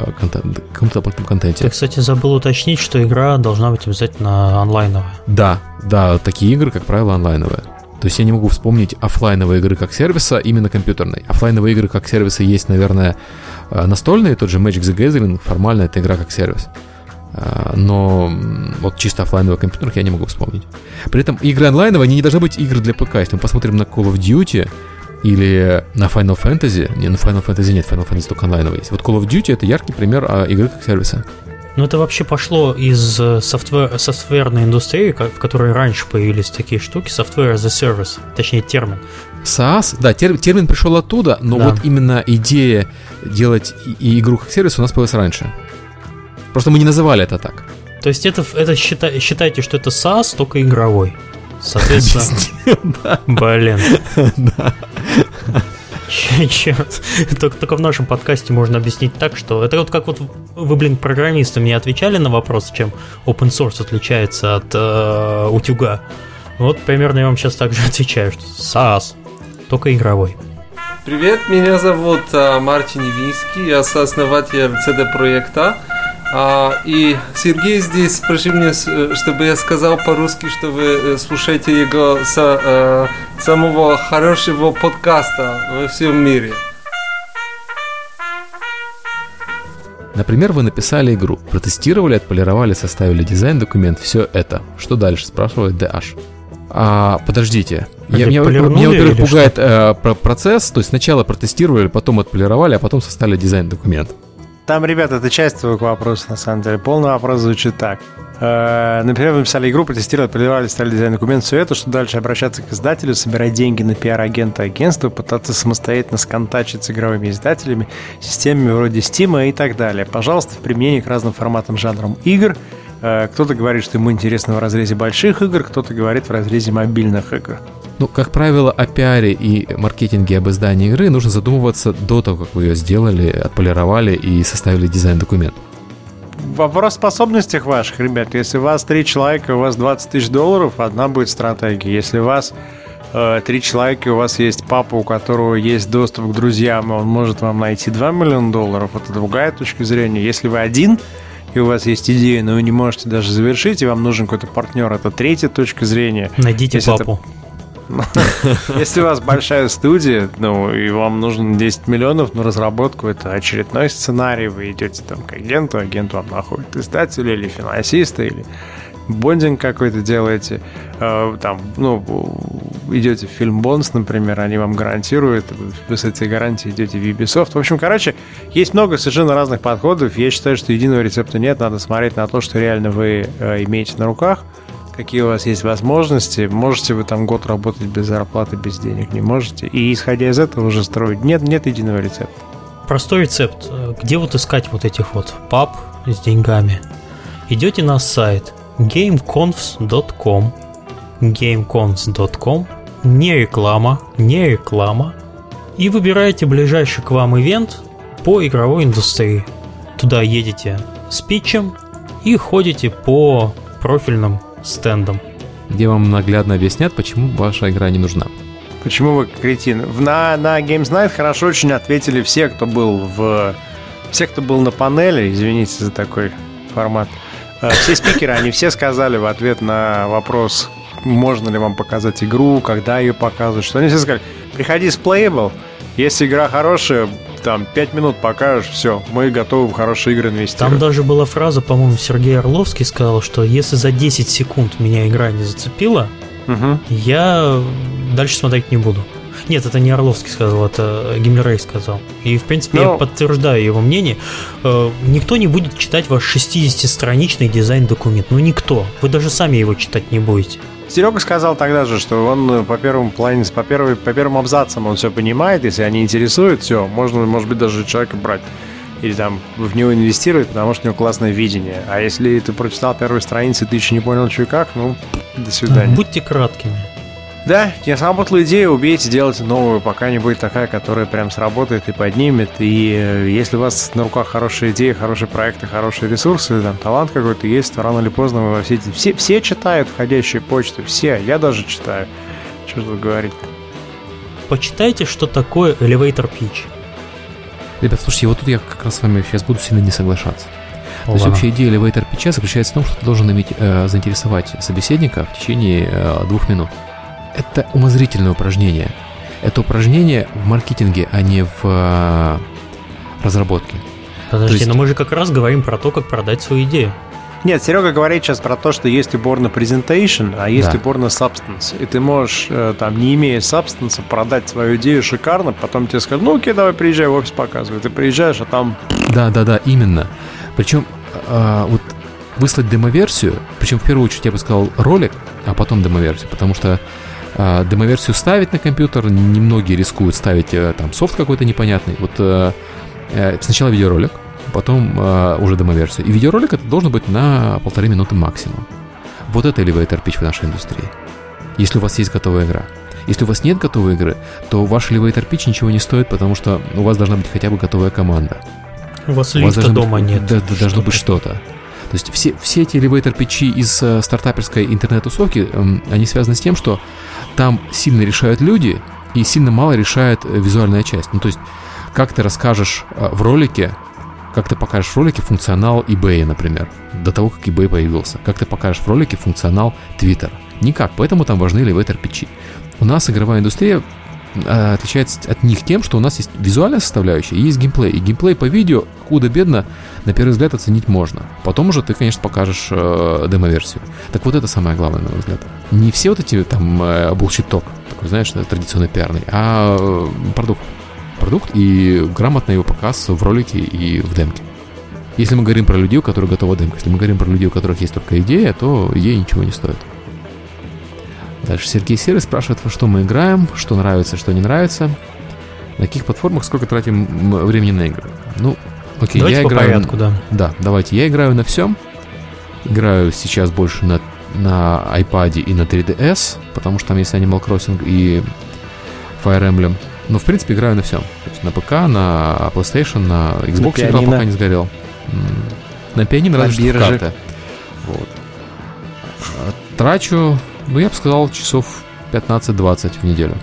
контенте. Ты, кстати, забыл уточнить, что игра должна быть обязательно онлайновая. Да, такие игры, как правило, онлайновые. То есть я не могу вспомнить офлайновые игры как сервиса, именно компьютерной. Офлайновые игры как сервисы есть, наверное, настольные, тот же Magic the Gathering, формально это игра как сервис. Но вот чисто офлайновых компьютерных я не могу вспомнить. При этом игры онлайновые, они не должны быть игры для ПК. Если мы посмотрим на Call of Duty или на Final Fantasy, на Final Fantasy нет, Final Fantasy только онлайновые есть. Вот Call of Duty — это яркий пример игры как сервиса. Ну, это вообще пошло из софтверной индустрии, в которой раньше появились такие штуки, software as a service, точнее термин. SaaS, да, термин пришел оттуда, но вот именно идея делать игру как сервис у нас появилась раньше. Просто мы не называли это так. То есть это считайте, что это SaaS, только игровой. Соответственно, блин. Да. Черт. Только в нашем подкасте можно объяснить так, что это вот как вот вы, программисты мне отвечали на вопрос, чем open source отличается от утюга. Вот примерно я вам сейчас так же отвечаю, что SaaS, только игровой. Привет, меня зовут Мартин Невинский, я сооснователь CD-проекта. И Сергей здесь просил меня, чтобы я сказал по-русски, что вы слушаете его самого хорошего подкаста во всем мире. Например, вы написали игру, протестировали, отполировали, составили дизайн, документ, все это. Что дальше, спрашивает DH. Подождите. Меня, во-первых, пугает процесс, то есть сначала протестировали, потом отполировали, а потом составили дизайн-документ. Там, ребята, это часть твоего вопроса, на самом деле. Полный вопрос звучит так. Например, вы написали игру, протестировали, отполировали, составили дизайн-документ, все это, что дальше обращаться к издателю, собирать деньги на пиар-агента агентства, пытаться самостоятельно сконтачить с игровыми издателями, системами вроде Steam и так далее. Пожалуйста, в применении к разным форматам, жанрам игр. Кто-то говорит, что ему интересно в разрезе больших игр, кто-то говорит в разрезе мобильных игр. Ну, как правило, о пиаре и маркетинге об издании игры нужно задумываться до того, как вы ее сделали, отполировали и составили дизайн-документ. Вопрос в способностях ваших, ребят. Если у вас 3 человека, у вас $20 000, одна будет стратегия. Если у вас 3 человека, у вас есть папа, у которого есть доступ к друзьям, и он может вам найти $2 миллиона, это другая точка зрения. Если вы один, и у вас есть идея, но вы не можете даже завершить, и вам нужен какой-то партнер, это третья точка зрения. Найдите папу. Если у вас большая студия, и вам нужно 10 миллионов на разработку, это очередной сценарий, вы идете там к агенту вам находит издателя или финансиста, или бондинг какой-то делаете, идете в фильм Бонс, например, они вам гарантируют, вы с этой гарантией идете в Ubisoft. В общем, есть много совершенно разных подходов. Я считаю, что единого рецепта нет, надо смотреть на то, что реально вы имеете на руках, какие у вас есть возможности, можете вы там год работать без зарплаты, без денег, не можете, и исходя из этого уже строить. Нет единого рецепта. Простой рецепт. Где вот искать вот этих вот пап с деньгами? идете на сайт gameconfs.com, не реклама, и выбираете ближайший к вам ивент по игровой индустрии. Туда едете с питчем и ходите по профильным стендам, где вам наглядно объяснят, почему ваша игра не нужна. Почему вы кретин? На Games Night хорошо очень ответили все, кто был на панели, извините за такой формат. Все спикеры, они все сказали в ответ на вопрос, можно ли вам показать игру, когда ее показывать, что они все сказали, приходи с Playable, если игра хорошая, там 5 минут покажешь, все, мы готовы в хорошие игры инвестировать. Там даже была фраза, по-моему, Сергей Орловский сказал, что если за 10 секунд меня игра не зацепила, я дальше смотреть не буду. Нет, это не Орловский сказал, это Гиммлерей сказал. И, в принципе, я подтверждаю его мнение. Никто не будет читать ваш 60-страничный дизайн-документ. Ну, никто. Вы даже сами его читать не будете. Серега сказал тогда же, что он по первым абзацам он все понимает, если они интересуют, все, можно, может быть, даже человека брать. Или там в него инвестировать, потому что у него классное видение. А если ты прочитал первую страницу, ты еще не понял, что и как, ну, до свидания. Будьте краткими. Да, не сработала идея, убейте, делайте новую, пока не будет такая, которая прям сработает и поднимет. И если у вас на руках хорошие идеи, хорошие проекты, хорошие ресурсы, там талант какой-то есть, то рано или поздно вы во все читают входящие почты, все, я даже читаю. Что тут говорить? Почитайте, что такое elevator pitch. Ребят, слушайте, вот тут я как раз с вами сейчас буду сильно не соглашаться. То есть общая идея elevator pitch заключается в том, что ты должен заинтересовать собеседника в течение 2 минут. Это умозрительное упражнение. Это упражнение в маркетинге, а не в разработке. Подожди, но мы же как раз говорим про то, как продать свою идею. Нет, Серега говорит сейчас про то, что есть упор на presentation, а есть упор на substance. И ты можешь, там, не имея substance, продать свою идею шикарно, потом тебе скажут, ну окей, давай приезжай в офис показывай. Ты приезжаешь, а там... Да, именно. Причем вот выслать демо-версию, причем в первую очередь я бы сказал ролик, а потом демо-версию, потому что демо-версию ставить на компьютер, немногие рискуют ставить там софт какой-то непонятный. Вот сначала видеоролик, потом уже демо-версию. И видеоролик это должен быть на 1,5 минуты максимум. Вот это elevator pitch в нашей индустрии. Если у вас есть готовая игра. Если у вас нет готовой игры, то ваш elevator pitch ничего не стоит, потому что у вас должна быть хотя бы готовая команда. У вас лифта дома нет. Да, должно быть что-то. То есть все эти elevator питчи из стартаперской интернет-тусовки, они связаны с тем, что там сильно решают люди и сильно мало решает визуальная часть. Ну, то есть, как ты расскажешь в ролике, как ты покажешь в ролике функционал eBay, например, до того, как eBay появился. Как ты покажешь в ролике функционал Twitter. Никак, поэтому там важны elevator питчи. У нас игровая индустрия отличается от них тем, что у нас есть визуальная составляющая и есть геймплей. И геймплей по видео худо-бедно на первый взгляд оценить можно. Потом уже ты, конечно, покажешь демо-версию. Так вот это самое главное, на мой взгляд. Не все вот эти там bullshit-ток, такой, знаешь, традиционный пиарный, а продукт и грамотный его показ в ролике и в демке. Если мы говорим про людей, у которых готова демка, если мы говорим про людей, у которых есть только идея, то идея ничего не стоит. Дальше Сергей Серый спрашивает, во что мы играем, что нравится, что не нравится, на каких платформах, сколько тратим времени на игры. Ну, окей, давайте я по играю... порядку, да. Да, давайте. Я играю на всем. Играю сейчас больше на iPad и на 3DS, потому что там есть Animal Crossing и Fire Emblem. Но, в принципе, играю на всем. То есть на ПК, на PlayStation, на Xbox играл, пока не сгорел. На пианино разве что в карты. Вот. Трачу... Ну, я бы сказал, часов 15-20 в неделю.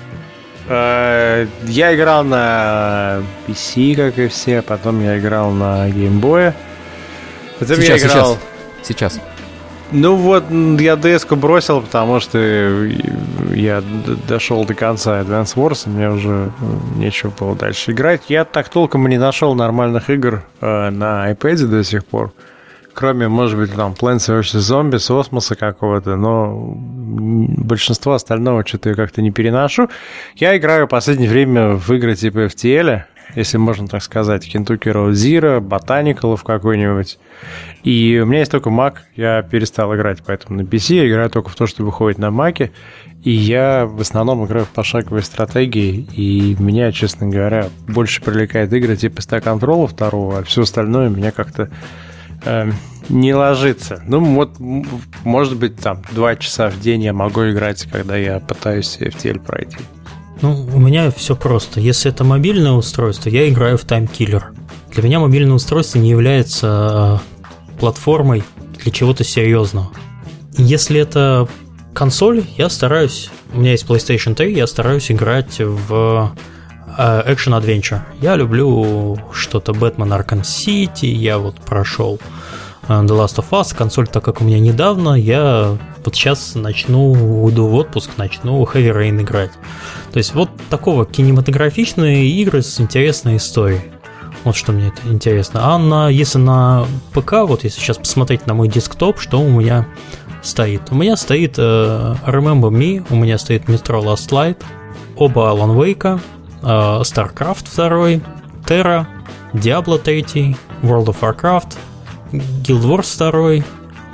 Я играл на PC, как и все. Потом я играл на Game Boy. Потом я играл... Сейчас. Ну вот, я DS-ку бросил, потому что я дошел до конца Advance Wars, и мне уже нечего было дальше играть. Я так толком и не нашел нормальных игр на iPad до сих пор. Кроме, может быть, там Plants vs. Zombies, Осмоса какого-то, но большинство остального что-то я как-то не переношу. Я играю в последнее время в игры типа FTL, если можно так сказать, Kentucky Road Zero, Botanical какой-нибудь. И у меня есть только Mac, я перестал играть, поэтому на PC я играю только в то, что выходит на Mac. И я в основном играю в пошаговые стратегии, и меня, честно говоря, больше привлекает игры типа Stack Control 2, а все остальное меня как-то не ложится. Ну, вот, может быть, там 2 часа в день я могу играть, когда я пытаюсь FTL пройти. Ну, у меня все просто. Если это мобильное устройство, я играю в Time Killer. Для меня мобильное устройство не является платформой для чего-то серьезного. Если это консоль, я стараюсь... У меня есть PlayStation 3, я стараюсь играть в Action Adventure. Я люблю что-то Batman Arkham City, я вот прошел The Last of Us. Консоль, так как у меня недавно, я вот сейчас уйду в отпуск, начну Heavy Rain играть. То есть вот такого кинематографичные игры с интересной историей. Вот что мне это интересно. А если на ПК, вот если сейчас посмотреть на мой десктоп, что у меня стоит? У меня стоит Remember Me, у меня стоит Metro Last Light, оба Alan Wake, StarCraft 2, Terra, Diablo 3, World of Warcraft, Guild Wars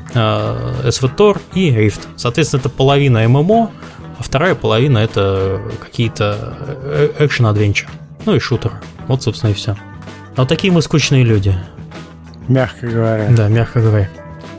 2, SVTOR и Rift. Соответственно, это половина ММО, а вторая половина это какие-то экшен-адвенчер. Ну и шутеры. Вот, собственно, и все. Вот такие мы скучные люди. Мягко говоря. Да, мягко говоря.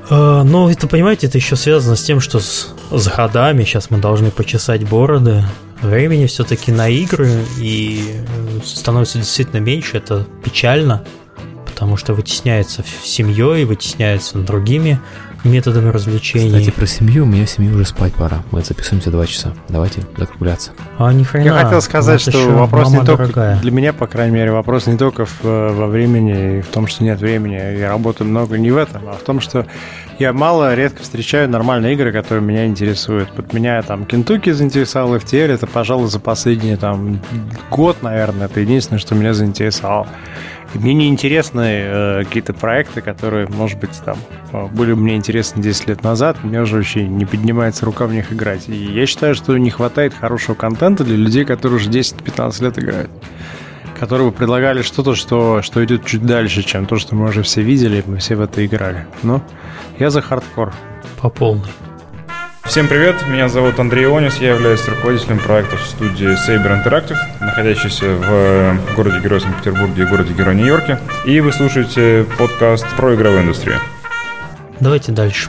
Но это, понимаете, это еще связано с тем, что с годами сейчас мы должны почесать бороды. Времени все-таки на игры и становится действительно меньше. Это печально, потому что вытесняется семьей, вытесняется другими методами развлечений. Кстати, про семью, у меня семью уже спать пора. Мы записываемся 2 часа. Давайте закругляться. Ни хрена. Я хотел сказать, что вопрос не только... Для меня, по крайней мере, вопрос не только во времени и в том, что нет времени. Я работаю много не в этом, а в том, что я редко встречаю нормальные игры, которые меня интересуют. Вот меня там Kentucky заинтересовал, FTL, это, пожалуй, за последний год, наверное, это единственное, что меня заинтересовало. И мне не интересны какие-то проекты, которые, может быть, там были мне интересны 10 лет назад, мне уже вообще не поднимается рука в них играть. И я считаю, что не хватает хорошего контента для людей, которые уже 10-15 лет играют, которые бы предлагали что-то, что идет чуть дальше, чем то, что мы уже все видели, мы все в это играли. Но я за хардкор. По полной. Всем привет, меня зовут Андрей Ионис, я являюсь руководителем проектов студии Saber Interactive, находящейся в городе-герое Санкт-Петербурге и городе-герое Нью-Йорке. И вы слушаете подкаст про игровую индустрию. Давайте дальше.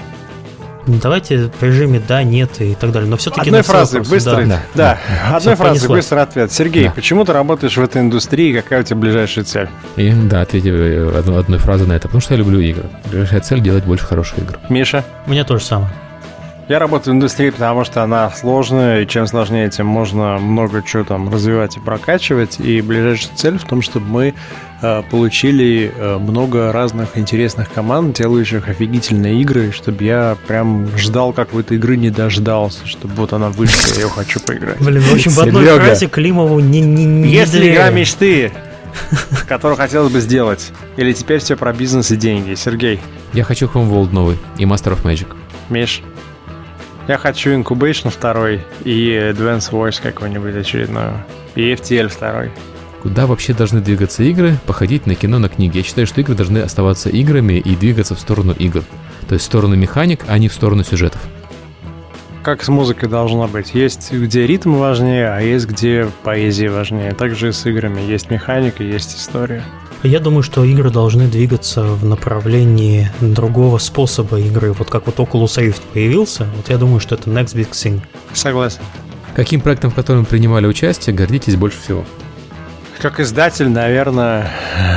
Давайте в режиме да, нет и так далее. Но все-таки одной фразы быстрый, одной фразы быстрый ответ. Сергей, почему ты работаешь в этой индустрии? Какая у тебя ближайшая цель? Ответив одной фразой на это. Потому что я люблю игры. Ближайшая цель — делать больше хороших игр. Миша? У меня то же самое. Я работаю в индустрии, потому что она сложная, и чем сложнее, тем можно много чего там развивать и прокачивать. И ближайшая цель в том, чтобы мы получили много разных интересных команд, делающих офигительные игры, чтобы я прям ждал какой-то игры, не дождался, чтобы вот она вышла, я ее хочу поиграть. Блин, в общем, в одной фразе Климову не Если игра мечты, которую хотелось бы сделать, или теперь все про бизнес и деньги. Сергей? Я хочу Homeworld новый и Master of Magic. Миш? Я хочу Incubation 2 и Advance Wars какой-нибудь очередной. И FTL 2. Куда вообще должны двигаться игры? Походить на кино, на книги. Я считаю, что игры должны оставаться играми и двигаться в сторону игр. То есть в сторону механик, а не в сторону сюжетов. Как с музыкой должно быть. Есть где ритм важнее, а есть где поэзия важнее. Также и с играми. Есть механика, есть история. Я думаю, что игры должны двигаться в направлении другого способа игры. Вот как вот Oculus Rift появился, вот я думаю, что это next big thing. Согласен. Каким проектом, в котором принимали участие, гордитесь больше всего? Как издатель, наверное,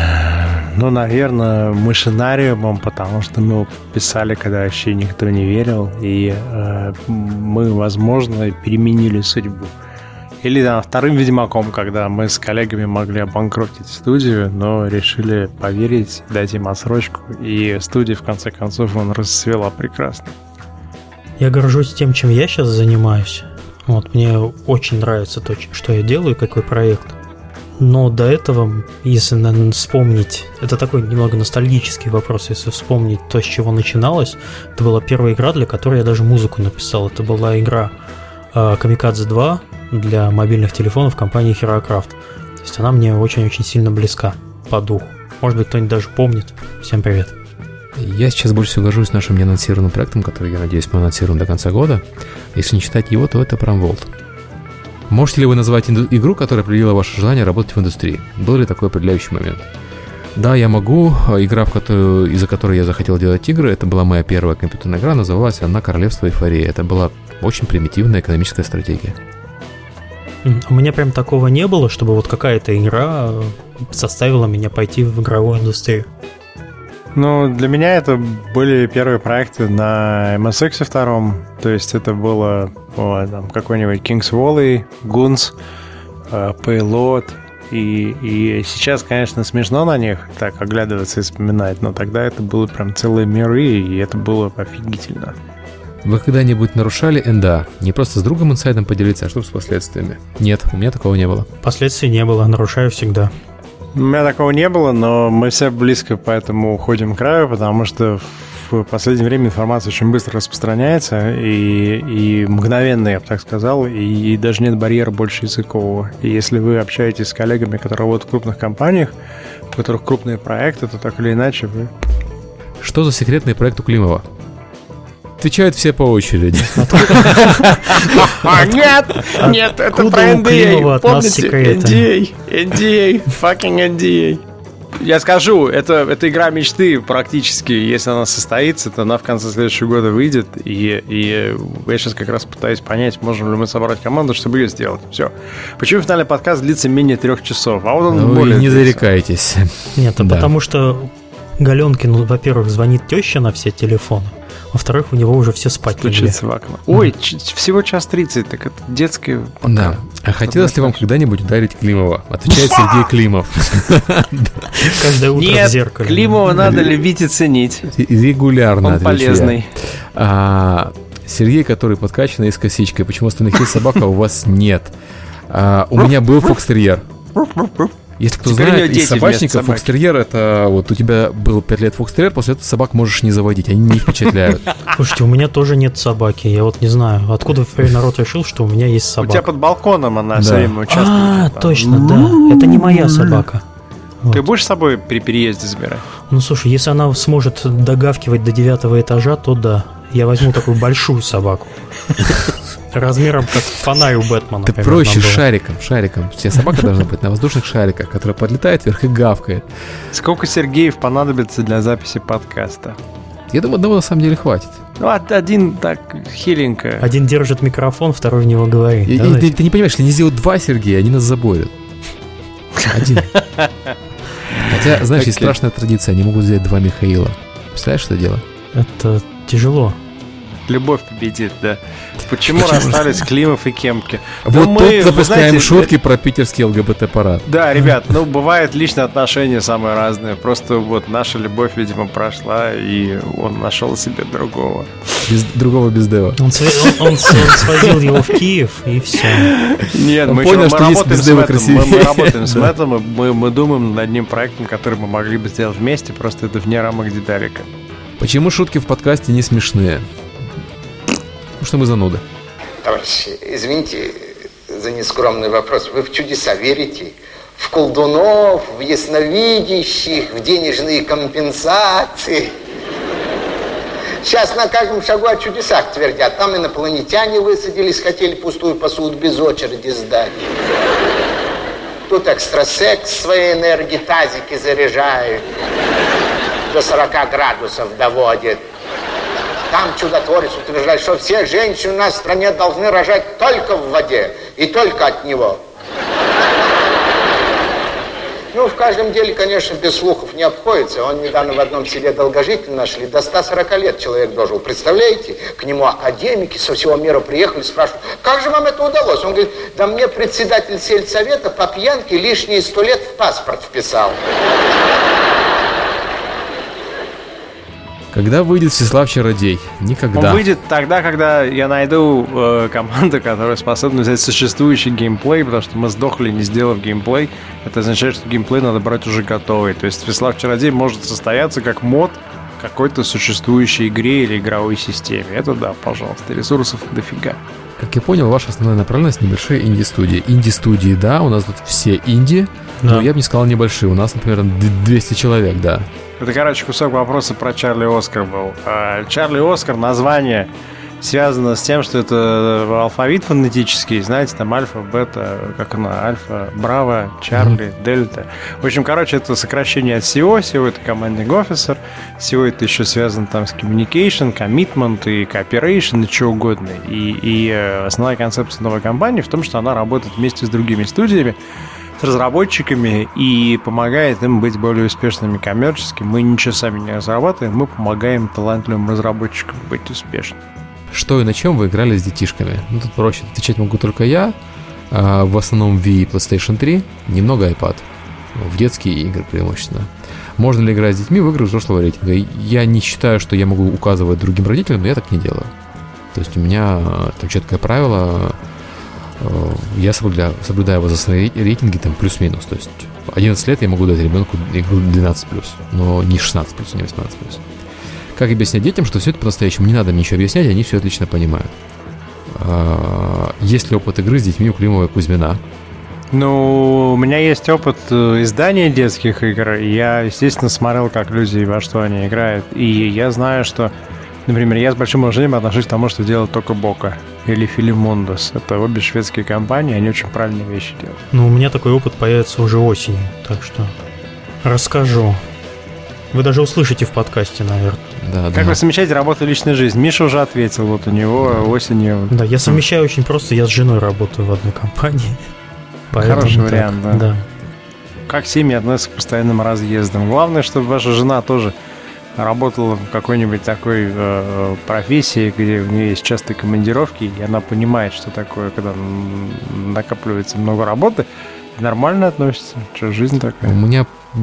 Машинариумом, потому что мы его писали, когда вообще никто не верил, и мы, возможно, переменили судьбу. Или вторым Ведьмаком, когда мы с коллегами могли обанкротить студию, но решили поверить, дать им отсрочку, и студия, в конце концов, расцвела прекрасно. Я горжусь тем, чем я сейчас занимаюсь. Вот, мне очень нравится то, что я делаю, какой проект. Но до этого, если вспомнить, это такой немного ностальгический вопрос, если вспомнить то, с чего начиналось, это была первая игра, для которой я даже музыку написал. Это была игра Kamikaze 2 для мобильных телефонов компании HeroCraft. То есть она мне очень-очень сильно близка по духу. Может быть, кто-нибудь даже помнит. Всем привет. Я сейчас больше всего горжусь нашим неанонсированным проектом, который, я надеюсь, мы анонсируем до конца года. Если не читать его, то это Pramworld. Можете ли вы назвать игру, которая определила ваше желание работать в индустрии? Был ли такой определяющий момент? Да, я могу. Игра, из-за которой я захотел делать игры, это была моя первая компьютерная игра, называлась она «Королевство эйфории». Это была очень примитивная экономическая стратегия. У меня прям такого не было, чтобы вот какая-то игра заставила меня пойти в игровую индустрию. Ну, для меня это были первые проекты на MSX 2, то есть это было там, какой-нибудь King's Volley, Goons, Payload, и сейчас, конечно, смешно на них так оглядываться и вспоминать, но тогда это было прям целые миры, и это было офигительно. Вы когда-нибудь нарушали НДА? Не просто с другом инсайдом поделиться, а чтобы с последствиями? Нет, у меня такого не было. Последствий не было, нарушаю всегда. У меня такого не было, но мы все близко поэтому уходим к краю, потому что в последнее время информация очень быстро распространяется, и мгновенно, я бы так сказал, и даже нет барьера больше языкового. И если вы общаетесь с коллегами, которые работают в крупных компаниях, у которых крупные проекты, то так или иначе вы... Что за секретный проект у Климова? Отвечают все по очереди. Нет, это про NDA. Помните? NDA, fucking NDA. Я скажу, это игра мечты практически. Если она состоится, то она в конце следующего года выйдет. И я сейчас как раз пытаюсь понять, можем ли мы собрать команду, чтобы ее сделать. Все. Почему финальный подкаст длится менее 3 часов? А вот он более... Не зарекайтесь. Нет, потому что Галенкину, во-первых, звонит теща на все телефоны. Во-вторых, у него уже все спать легли. В окно. Ой, всего 1:30, так это детское пока. Да. А хотелось ли вам когда-нибудь ударить Климова? Отвечает Сергей Климов. Каждое утро в зеркале. Климова надо любить и ценить. Регулярно. Он полезный. Сергей, который подкачанный и с косичкой. Почему у остальных есть собака, а у вас нет? У меня был фокстерьер. Если кто знает, из собачников фокстерьер, это вот у тебя был 5 лет фокстерьер, после этого собак можешь не заводить, они не впечатляют. Слушайте, у меня тоже нет собаки, я вот не знаю, откуда народ решил, что у меня есть собака. У тебя под балконом она все время участвует. А, точно, да, это не моя собака. Ты будешь с собой при переезде забирать? Ну, слушай, если она сможет догавкивать до 9 этажа, то да, я возьму такую большую собаку. Размером как фонарь у Бэтмена. Ты проще шариком. У тебя собака должна быть на воздушных шариках, которая подлетает вверх и гавкает. Сколько Сергеев понадобится для записи подкаста? Я думаю, одного на самом деле хватит. Ну, один так хиленько. Один держит микрофон, второй в него говорит. Ты не понимаешь, если не сделают 2 Сергея, они нас заборят. Один. Хотя, знаешь, есть страшная традиция, они могут взять 2 Михаила. Представляешь, что это дело? Это тяжело. Любовь победит, да. Почему расстались Климов и Кемки? Вот тут запускаем шутки про питерский ЛГБТ-парад. Да, ребят, бывают личные отношения самые разные. Просто вот наша любовь, видимо, прошла, и он нашел себе другого. Другого без Дева. Он свозил его в Киев, и все. Нет, мы работаем с Мэттом, мы думаем над одним проектом, который мы могли бы сделать вместе, просто это вне рамок Дедалика. Почему шутки в подкасте не смешные? Потому что мы зануды. Товарищи, извините за нескромный вопрос. Вы в чудеса верите? В колдунов, в ясновидящих, в денежные компенсации? Сейчас на каждом шагу о чудесах твердят. Там инопланетяне высадились, хотели пустую посуду без очереди сдать. Тут экстрасекс свои энергии тазики заряжают. До 40 градусов доводит. Там чудотворец утверждает, что все женщины у нас в стране должны рожать только в воде и только от него. Ну, в каждом деле, конечно, без слухов не обходится. Он недавно в одном селе долгожителя нашли. До 140 лет человек дожил. Представляете? К нему академики со всего мира приехали, спрашивают, как же вам это удалось? Он говорит, да мне председатель сельсовета по пьянке лишние 100 лет в паспорт вписал. Когда выйдет Всеслав Чародей? Никогда. Он выйдет тогда, когда я найду команду, которая способна взять существующий геймплей, потому что мы сдохли, не сделав геймплей. Это означает, что геймплей надо брать уже готовый. То есть Всеслав Чародей может состояться как мод какой-то существующей игре или игровой системе. Это да, пожалуйста, ресурсов дофига. Как я понял, ваша основная направленность — небольшие инди-студии. Инди-студии, да, у нас тут все инди, да. Но я бы не сказал небольшие. У нас, например, 200 человек, да. Это, короче, кусок вопроса про Чарли Оскар был. Чарли Оскар, название связано с тем, что это алфавит фонетический, знаете, там альфа, бета, как она, альфа, браво, чарли, дельта. В общем, короче, это сокращение от SEO. SEO — это commanding officer. SEO — это еще связано там с communication, commitment и cooperation, и что угодно. И основная концепция новой компании в том, что она работает вместе с другими студиями, с разработчиками и помогает им быть более успешными коммерчески. Мы ничего сами не разрабатываем, мы помогаем талантливым разработчикам быть успешными. Что и на чем вы играли с детишками? Ну, тут проще отвечать могу только я. В основном Wii и PlayStation 3, немного iPad. В детские игры преимущественно. Можно ли играть с детьми в игры взрослого рейтинга? Я не считаю, что я могу указывать другим родителям, но я так не делаю. То есть у меня там четкое правило, я соблюдаю возрастные рейтинги там плюс-минус. То есть 11 лет я могу дать ребенку игру 12+, но не 16+, не 18+. Как объяснять детям, что все это по-настоящему? Не надо ничего объяснять, они все отлично понимают. Есть ли опыт игры с детьми у Климова и Кузьмина? Ну, у меня есть опыт издания детских игр. Я, естественно, смотрел, как люди во что они играют. И я знаю, что, например, я с большим уважением отношусь к тому, что делает Тока Бока или Филимондос. Это обе шведские компании, они очень правильные вещи делают. Ну, у меня такой опыт появится уже осенью, так что расскажу. Вы даже услышите в подкасте, наверное. Да, как вы совмещаете работу и личную жизнь? Миша уже ответил, вот у него осенью. Да, я совмещаю очень просто, я с женой работаю в одной компании. Хороший вариант, да. Как семьи относятся к постоянным разъездам? Главное, чтобы ваша жена тоже работала в какой-нибудь такой профессии, где у нее есть частые командировки, и она понимает, что такое, когда накапливается много работы, и нормально относится. Что, жизнь такая? У меня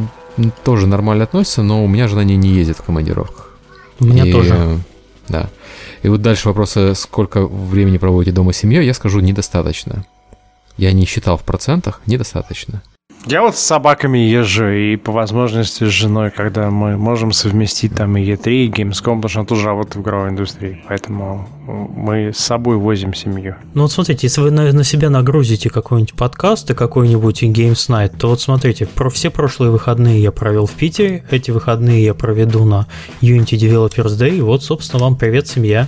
тоже нормально относится, но у меня жена не ездит в командировках. У меня тоже. Да. И вот дальше вопросы, сколько времени проводите дома с семьей, я скажу, недостаточно. Я не считал в процентах, недостаточно. Я вот с собаками езжу, и по возможности с женой, когда мы можем совместить там и E3, и Gamescom, потому что она тоже работает в игровой индустрии, поэтому мы с собой возим семью. Ну вот смотрите, если вы на себя нагрузите какой-нибудь подкаст и какой-нибудь Games Night, то вот смотрите, все прошлые выходные я провел в Питере, эти выходные я проведу на Unity Developers Day, и вот, собственно, вам привет, семья.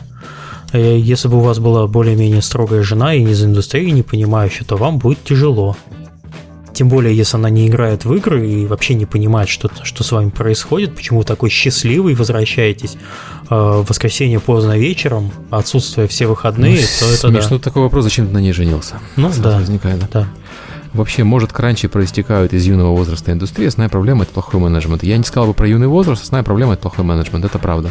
Если бы у вас была более-менее строгая жена и не из индустрии, не понимающая, то вам будет тяжело. Тем более, если она не играет в игры и вообще не понимает, что с вами происходит, почему вы такой счастливый возвращаетесь в воскресенье поздно вечером, отсутствуя все выходные, то это да. Что такой вопрос, зачем ты на ней женился? Ну да. Возникает, да. Вообще, может, кранчи проистекают из юного возраста индустрии, основная проблема – это плохой менеджмент. Я не сказал бы про юный возраст, основная проблема – это плохой менеджмент, это правда.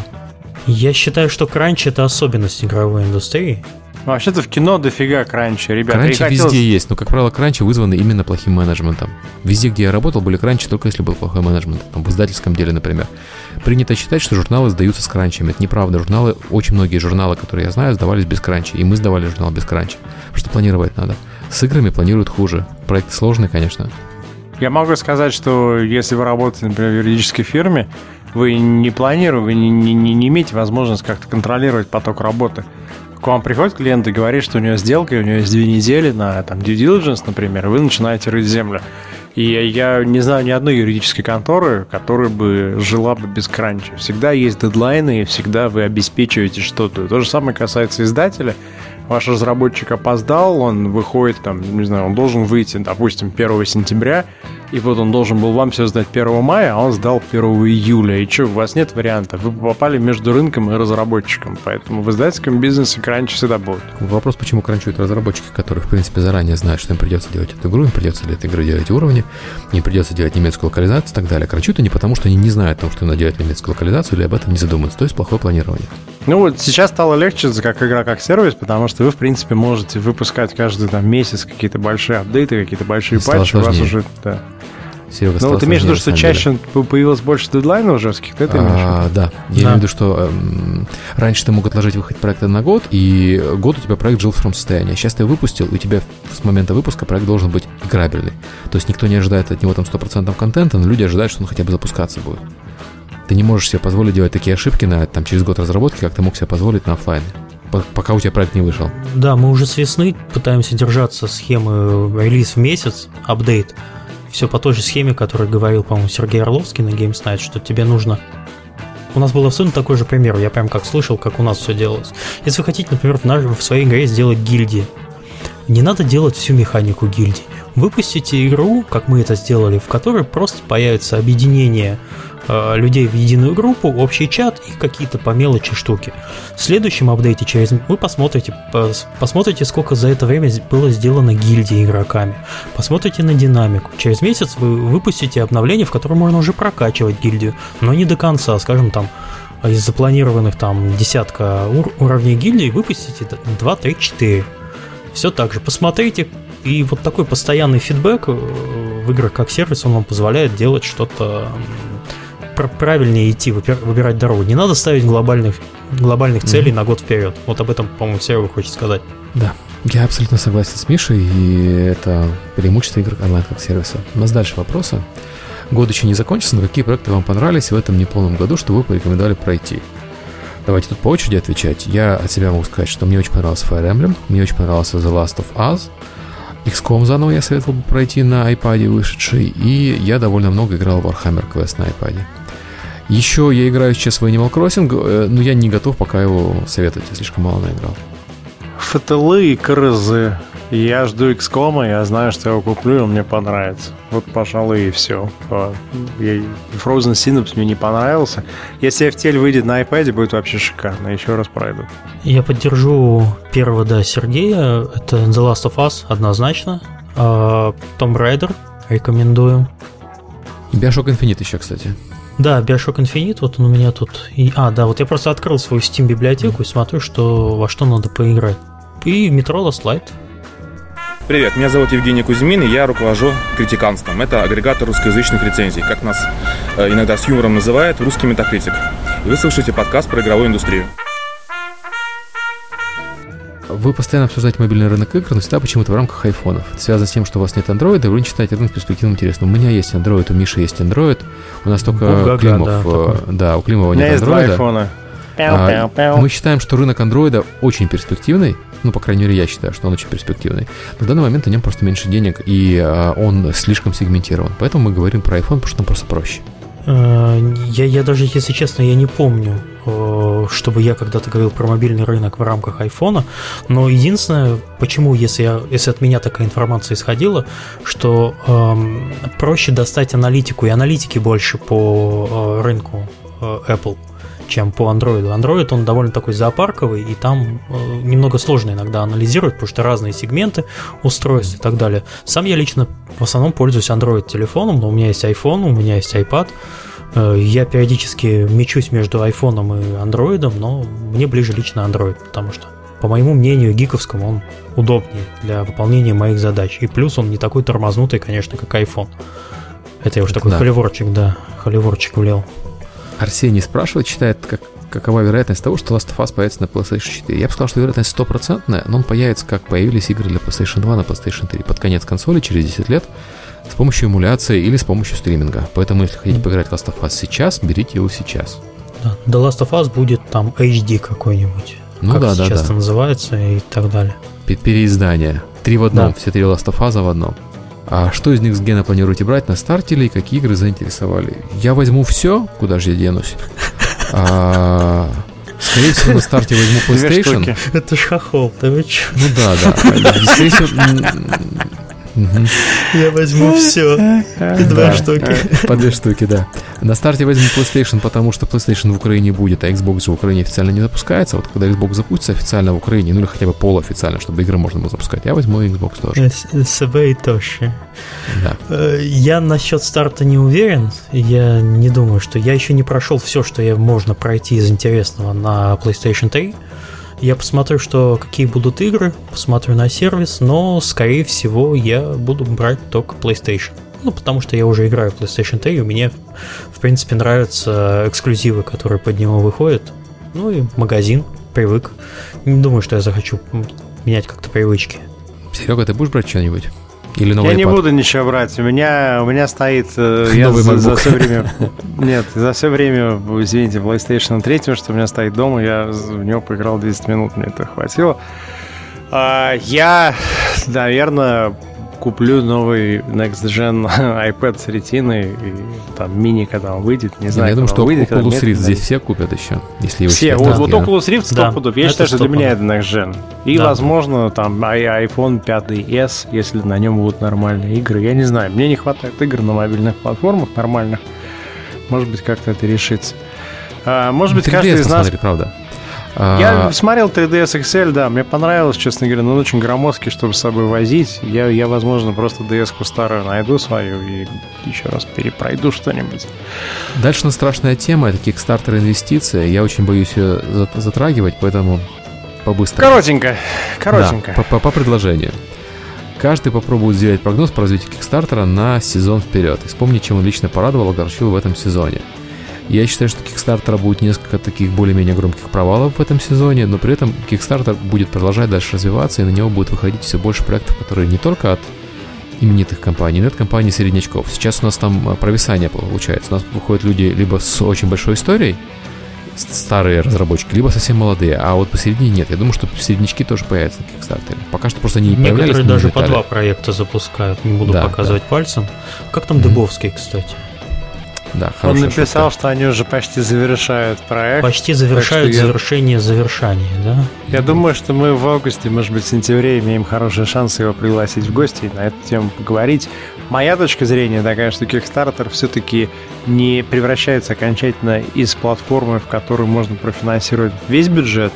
Я считаю, что кранч – это особенность игровой индустрии. Вообще-то в кино дофига кранчи, ребята. Кранчи везде есть, но, как правило, кранчи вызваны именно плохим менеджментом. Везде, где я работал, были кранчи только если был плохой менеджмент. Там, в издательском деле, например. Принято считать, что журналы сдаются с кранчами. Это неправда. Очень многие журналы, которые я знаю, сдавались без кранчи. И мы сдавали журнал без кранчи. Потому что планировать надо. С играми планируют хуже. Проект сложный, конечно. Я могу сказать, что если вы работаете, например, в юридической фирме, вы не планируете, вы не имеете возможность как-то контролировать поток работы. К вам приходит клиент и говорит, что у него сделка, и у него есть 2 недели на там, due diligence, например, и вы начинаете рыть землю. И я не знаю ни одной юридической конторы, которая бы жила бы без кранча. Всегда есть дедлайны, и всегда вы обеспечиваете что-то. То же самое касается издателя. Ваш разработчик опоздал, он выходит, там, не знаю, он должен выйти, допустим, 1 сентября, и вот он должен был вам все сдать 1 мая, а он сдал 1 июля. И что, у вас нет вариантов? Вы попали между рынком и разработчиком. Поэтому в издательском бизнесе кранч всегда будет. Вопрос, почему кранчуют разработчики, которые, в принципе, заранее знают, что им придется делать эту игру, им придется для этой игры делать уровни, им придется делать немецкую локализацию и так далее. Кранчуют они потому, что они не знают о том, что им надо делать немецкую локализацию, или об этом не задумываются. То есть плохое планирование. Ну вот сейчас стало легче, как игра, как сервис, потому что вы, в принципе, можете выпускать каждый там, месяц какие-то большие апдейты, какие-то большие патчи. У вас уже, да. Серега, ну, ты имеешь в виду, что чаще появилось больше дедлайнов жестких, ты это имеешь? Да, я имею в виду, что раньше ты мог отложить выход проекта на год, и год у тебя проект жил в сыром состоянии. Сейчас ты выпустил, и у тебя с момента выпуска проект должен быть играбельный. То есть никто не ожидает от него там 100% контента, но люди ожидают, что он хотя бы запускаться будет. Ты не можешь себе позволить делать такие ошибки через год разработки, как ты мог себе позволить на офлайне, пока у тебя проект не вышел. Да, мы уже с весны пытаемся держаться схемы релиз в месяц, апдейт. Все по той же схеме, которую говорил, по-моему, Сергей Орловский на Games Night, что тебе нужно У нас был абсолютно такой же пример. Я прям как слышал, как у нас все делалось. Если вы хотите, например, в своей игре сделать гильдии, не надо делать всю механику гильдий. Выпустите игру, как мы это сделали, в которой просто появится объединение людей в единую группу, общий чат и какие-то по мелочи штуки. В следующем апдейте вы посмотрите, сколько за это время было сделано гильдии игроками. Посмотрите на динамику. Через месяц вы выпустите обновление, в котором можно уже прокачивать гильдию, но не до конца, скажем, там из запланированных там десятка уровней гильдии выпустите 2, 3, 4. Все так же. Посмотрите. И вот такой постоянный фидбэк в играх как сервис, он вам позволяет делать что-то правильнее, идти, выбирать дорогу. Не надо ставить глобальных целей на год вперед. Вот об этом, по-моему, Серега хочет сказать. Да, я абсолютно согласен с Мишей, и это преимущество игр онлайн как сервиса. У нас дальше вопросы. Год еще не закончился, но какие проекты вам понравились в этом неполном году, что вы порекомендовали пройти? Давайте тут по очереди отвечать. Я от себя могу сказать, что мне очень понравился Fire Emblem, мне очень понравился The Last of Us, XCOM заново я советовал бы пройти на iPad вышедший, и я довольно много играл в Warhammer Quest на iPad. Еще я играю сейчас в Animal Crossing, но я не готов пока его советовать, я слишком мало наиграл. ФТЛ и КРЗ. Я жду XCOM, я знаю, что я его куплю, и он мне понравится. Вот, пожалуй, и все. Frozen Synapse мне не понравился. Если FTL выйдет на iPad, будет вообще шикарно. Еще раз пройду. Я поддержу первого, Сергея. Это The Last of Us, однозначно. Tomb Raider рекомендую. Bioshock Infinite еще, кстати. Да, Bioshock Infinite, вот он у меня тут. Вот я просто открыл свою Steam-библиотеку и смотрю, во что надо поиграть. И Metro Last Light. Привет, меня зовут Евгений Кузьмин, и я руковожу Критиканством. Это агрегатор русскоязычных рецензий, как нас иногда с юмором называют, русский метакритик. И вы слушаете подкаст про игровую индустрию. Вы постоянно обсуждаете мобильный рынок игр, но всегда почему-то в рамках айфонов. Это связано с тем, что у вас нет андроида, и вы не считаете рынок перспективным интересным. У меня есть андроид, у Миши есть андроид, у нас только Климов, у Климова нет андроида. У меня есть 2 айфона. Мы считаем, что рынок андроида очень перспективный, по крайней мере, я считаю, что он очень перспективный. Но в данный момент на нем просто меньше денег, и он слишком сегментирован. Поэтому мы говорим про iPhone, потому что он просто проще. Я даже, если честно, я не помню, чтобы я когда-то говорил про мобильный рынок в рамках айфона, но единственное, почему, если от меня такая информация исходила, что проще достать аналитику, и аналитики больше по рынку Apple, чем по Android. Android, он довольно такой зоопарковый, и там немного сложно иногда анализировать, потому что разные сегменты устройств и так далее. Сам я лично в основном пользуюсь Android-телефоном, но у меня есть iPhone, у меня есть iPad. Я периодически мечусь между iPhone и Android, но мне ближе лично Android, потому что, по моему мнению, гиковскому, он удобнее для выполнения моих задач. И плюс он не такой тормознутый, конечно, как iPhone. Это я уже такой холиворчик влил. Арсений спрашивает, считает, какова вероятность того, что Last of Us появится на PlayStation 4. Я бы сказал, что вероятность 100%, но он появится, как появились игры для PlayStation 2 на PlayStation 3 под конец консоли через 10 лет с помощью эмуляции или с помощью стриминга. Поэтому, если хотите поиграть в Last of Us сейчас, берите его сейчас. Да, The Last of Us будет там HD какой-нибудь, сейчас это называется и так далее. Переиздание. 3 в одном, все 3 Last of Us в одном. А что из них с Гена планируете брать на старте или какие игры заинтересовали? Я возьму все, куда же я денусь. Скорее всего, на старте возьму PlayStation. Это ж хохол, ты вы чё? Ну да. Скорее всего... Я возьму все. И 2 штуки. По 2 штуки, да. На старте возьму PlayStation, потому что PlayStation в Украине будет, а Xbox же в Украине официально не запускается. Вот когда Xbox запустится официально в Украине, или хотя бы полуофициально, чтобы игры можно было запускать, я возьму Xbox тоже. Себе и тоже. Да. Я насчет старта не уверен. Я не думаю, что... Я еще не прошел все, что можно пройти из интересного на PlayStation 3. Я посмотрю, какие будут игры, посмотрю на сервис, но, скорее всего, я буду брать только PlayStation. Потому что я уже играю в PlayStation 3, и мне, в принципе, нравятся эксклюзивы, которые под него выходят. И магазин, привык. Не думаю, что я захочу менять как-то привычки. Серега, ты будешь брать что-нибудь? Или новый Я iPad? не буду ничего брать. У меня стоит... Новый за все время... Нет, за все время, извините, PlayStation 3, что у меня стоит дома, я в него поиграл 10 минут, мне это хватило. Я, наверное, куплю новый Next Gen iPad с ретиной, и там мини, когда он выйдет, не знаю. Я думаю, что выйдет, Oculus Rift здесь все купят еще, если его все. Вот Oculus Rift 100 пудов. Я считаю, что для меня это Next Gen. И, возможно, там iPhone 5s, если на нем будут нормальные игры. Я не знаю, мне не хватает игр на мобильных платформах нормальных. Может быть, как-то это решится. Может быть, каждый из нас... правда. Я смотрел 3DS XL, да, мне понравилось, честно говоря, но он очень громоздкий, чтобы с собой возить. Я возможно, просто DS-ку старую найду свою и еще раз перепройду что-нибудь. Дальше у нас страшная тема, это Kickstarter инвестиции. Я очень боюсь ее затрагивать, поэтому побыстрее. Коротенько. Да, по предложению. Каждый попробует сделать прогноз по развитию Kickstarter на сезон вперед. И вспомнить, чем он лично порадовал, огорчил в этом сезоне. Я считаю, что Kickstarter будет несколько таких более-менее громких провалов в этом сезоне, но при этом Kickstarter будет продолжать дальше развиваться, и на него будет выходить все больше проектов, которые не только от именитых компаний, но и от компаний среднячков. Сейчас у нас там провисание получается. У нас выходят люди либо с очень большой историей, старые разработчики, либо совсем молодые, а вот посередине нет. Я думаю, что среднячки тоже появятся на Kickstarter. Пока что просто они не появлялись. Некоторые даже по 2 проекта запускают, не буду показывать пальцем. Как там Дыбовский, кстати? Да, он написал, что они уже почти завершают проект. Почти завершают завершения, да? Я думаю, что мы в августе, может быть, в сентябре имеем хорошие шансы его пригласить в гости и на эту тему поговорить. Моя точка зрения такая, что Kickstarter все-таки не превращается окончательно из платформы, в которую можно профинансировать весь бюджет,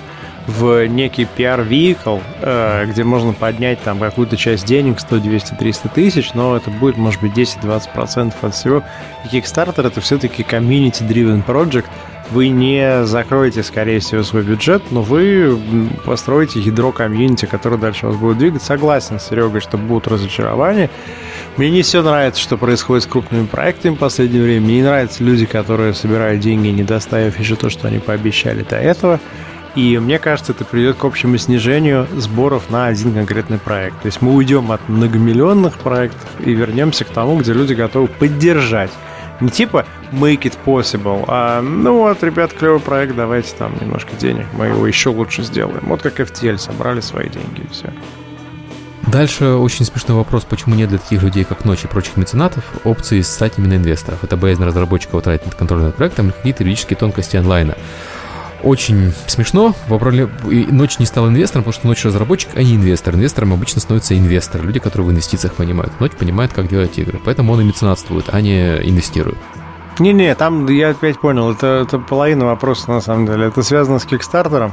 в некий PR-vehicle, где можно поднять там какую-то часть денег, 100, 200, 300 тысяч, но это будет, может быть, 10-20% от всего. И Kickstarter — это все-таки community-driven project. Вы не закроете, скорее всего, свой бюджет, но вы построите ядро комьюнити, которое дальше вас будет двигать. Согласен с Серегой, что будут разочарования. Мне не все нравится, что происходит с крупными проектами в последнее время. Мне не нравятся люди, которые собирают деньги, не доставив еще то, что они пообещали до этого. И мне кажется, это приведет к общему снижению сборов на один конкретный проект. То есть мы уйдем от многомиллионных проектов и вернемся к тому, где люди готовы поддержать. Не типа make it possible, а ну вот, ребят, клевый проект, давайте там немножко денег, мы его еще лучше сделаем. Вот как FTL, собрали свои деньги и все. Дальше очень смешной вопрос, почему нет для таких людей, как Ночь и прочих меценатов, опции стать именно инвесторов. Это боязнь разработчика утратить контроль над проектом или какие-то юридические тонкости онлайна. Очень смешно. Ночь не стал инвестором, потому что Ночь разработчик, а не инвестор. Инвестором обычно становятся инвесторы, люди, которые в инвестициях понимают. Ночь понимает, как делать игры. Поэтому он и меценатствует, а не инвестирует. Не-не, там я опять понял, это половина вопроса на самом деле. Это связано с Kickstarter.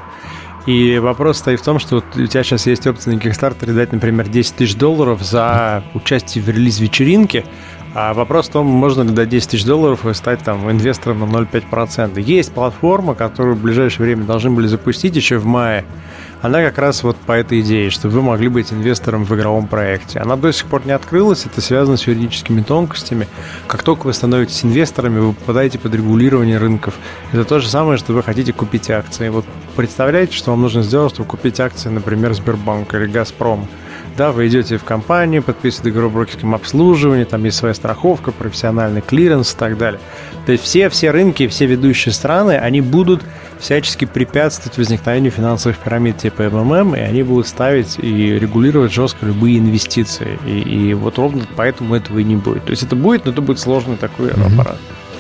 И вопрос стоит в том, что вот у тебя сейчас есть опция на Kickstarter дать, например, $10 тысяч за участие в релиз-вечеринке. А вопрос в том, можно ли дать $10 тысяч и стать там инвестором на 0,5%. Есть платформа, которую в ближайшее время должны были запустить еще в мае. Она как раз вот по этой идее, что вы могли быть инвестором в игровом проекте. Она до сих пор не открылась, это связано с юридическими тонкостями. Как только вы становитесь инвесторами, вы попадаете под регулирование рынков. Это то же самое, что вы хотите купить акции. Вот представляете, что вам нужно сделать, чтобы купить акции, например, Сбербанка или Газпрома. Да, вы идете в компанию, подписываете договор о брокерском обслуживании, там есть своя страховка, профессиональный клиренс и так далее. То есть все рынки, все ведущие страны, они будут всячески препятствовать возникновению финансовых пирамид типа МММ, и они будут ставить и регулировать жестко любые инвестиции. И вот ровно поэтому этого и не будет. То есть это будет, но это будет сложный такой аппарат.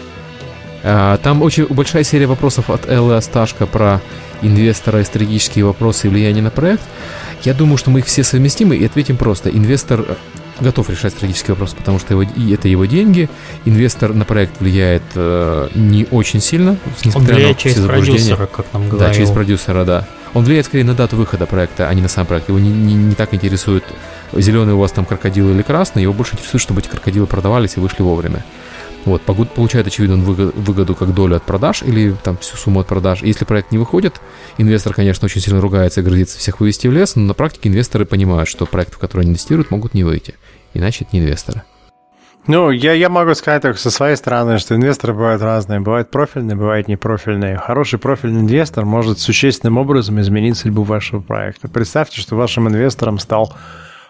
Там очень большая серия вопросов от Эллы Осташко про инвестора и стратегические вопросы и влияние на проект. Я думаю, что мы их все совместим и ответим просто. Инвестор готов решать стратегические вопросы, потому что это его деньги. Инвестор на проект влияет не очень сильно, несмотря на все через продюсера, как нам говорил. Да, через продюсера, да. Он влияет скорее на дату выхода проекта, а не на сам проект. Его не так интересует, зеленый у вас там крокодил или красный, его больше интересует, чтобы эти крокодилы продавались и вышли вовремя. Вот, получает, очевидно, выгоду как долю от продаж или там всю сумму от продаж. Если проект не выходит, инвестор, конечно, очень сильно ругается и грозится всех вывести в лес, но на практике инвесторы понимают, что проекты, в которые они инвестируют, могут не выйти. Иначе это не инвесторы. Ну, я могу сказать только со своей стороны, что инвесторы бывают разные. Бывают профильные, бывают непрофильные. Хороший профильный инвестор может существенным образом изменить судьбу вашего проекта. Представьте, что вашим инвестором стал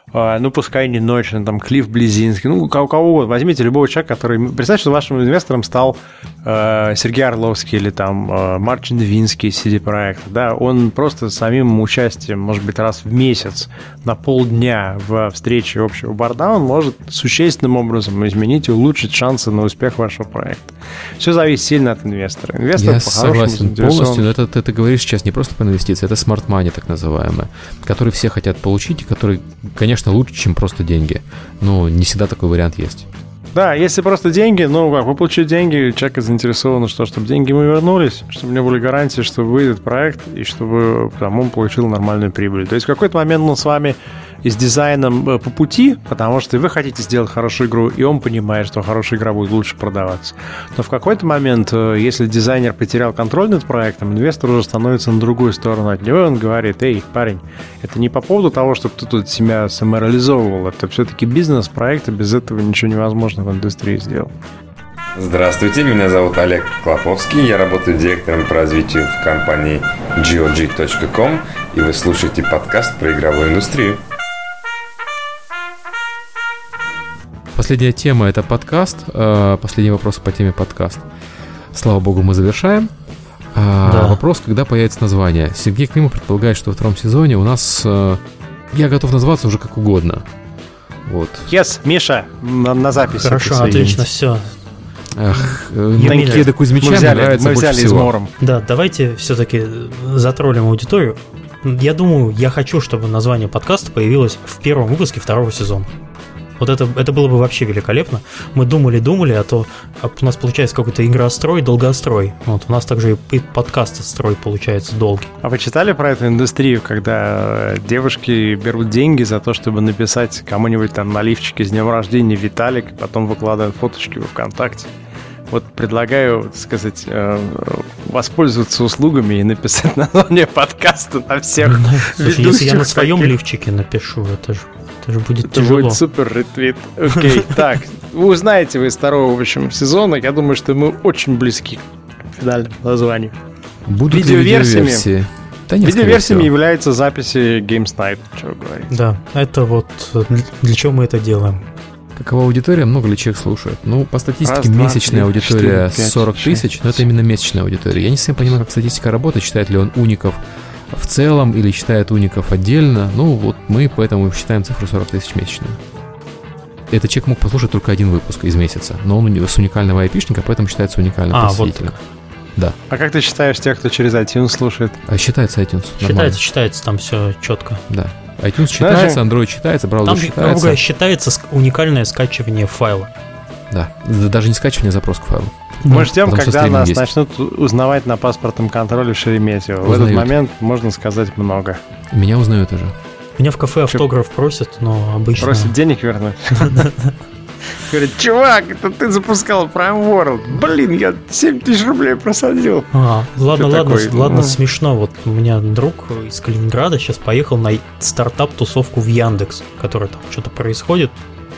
ну, пускай не Ночь, там, Клифф Близинский, ну, у кого угодно. Возьмите любого человека, который... Представьте, что вашим инвестором стал Сергей Орловский или там Марчин Новинский из CD Projekt. Да, он просто самим участием, может быть, раз в месяц на полдня в встрече общего борда, он может существенным образом изменить и улучшить шансы на успех вашего проекта. Все зависит сильно от инвестора. Инвестор Я согласен полностью, но это ты говоришь сейчас не просто по инвестиции, это smart money, так называемое, который все хотят получить и который, конечно, лучше, чем просто деньги. Но не всегда такой вариант есть. Да, если просто деньги, ну как, вы получили деньги, человек заинтересован, чтобы деньги ему вернулись, чтобы у него были гарантии, что выйдет проект и чтобы там, он получил нормальную прибыль. То есть в какой-то момент он с вами и с дизайном по пути, потому что вы хотите сделать хорошую игру, и он понимает, что хорошая игра будет лучше продаваться. Но в какой-то момент, если дизайнер потерял контроль над проектом, инвестор уже становится на другую сторону от него, и он говорит: эй, парень, это не по поводу того, чтобы ты тут себя самореализовывал, это все-таки бизнес-проект, и без этого ничего невозможно в индустрии сделать. Здравствуйте, меня зовут Олег Клоповский, я работаю директором по развитию в компании GOG.com, и вы слушаете подкаст про игровую индустрию. Последняя тема – это подкаст. Последний вопрос по теме подкаст. Слава богу, мы завершаем. Да. Вопрос, когда появится название. Сергей Климов предполагает, что во втором сезоне у нас... Я готов назваться уже как угодно. Вот. Yes, Миша, на записи. Хорошо, отлично, все. Никита Кузьмича мне нравится больше всего. Да, давайте все-таки затроллим аудиторию. Я думаю, я хочу, чтобы название подкаста появилось в первом выпуске второго сезона. Вот это было бы вообще великолепно. Мы думали, а то у нас получается какой-то игрострой, долгострой. Вот у нас также и подкаст-строй получается долгий. А вы читали про эту индустрию, когда девушки берут деньги за то, чтобы написать кому-нибудь там на лифчике с днем рождения Виталик, потом выкладывают фоточки во ВКонтакте? Вот предлагаю, так сказать, воспользоваться услугами и написать название подкаста на всех ведущих. Если я на своем лифчике напишу, это же будет тяжело. Это будет супер ретвит. Окей, так, вы узнаете из второго, в общем, сезона. Я думаю, что мы очень близки к финальному названию. Будут видеоверсии? Да нет, видеоверсиями являются записи Games Night, что вы говорите. Да, это вот для чего мы это делаем. Какова аудитория? Много ли человек слушает? Ну, по статистике месячная аудитория 40 тысяч, но это именно месячная аудитория. Я не совсем понимаю, как статистика работает, считает ли он уников в целом или считает уников отдельно. Ну, вот мы поэтому считаем цифру 40 тысяч месячную. Этот человек мог послушать только один выпуск из месяца, но он с уникального айпишника, поэтому считается уникальным посетителем. Вот. Да. А как ты считаешь тех, кто через iTunes слушает? Считается iTunes. Считается, там все четко. Да. iTunes считается, Android считается, браузер считается. Там считается уникальное скачивание файла. Да, даже не скачивание, а запрос к файлу. Мы ждем, когда нас начнут узнавать на паспортном контроле в Шереметьево. В этот момент можно сказать много. Меня узнают уже. Меня в кафе автограф просят, но обычно... Просят денег вернуть. Говорит: чувак, это ты запускал Prime World. Блин, я 7 тысяч рублей просадил. Ладно, смешно. Вот у меня друг из Калининграда сейчас поехал на стартап-тусовку в Яндекс, которая там что-то происходит.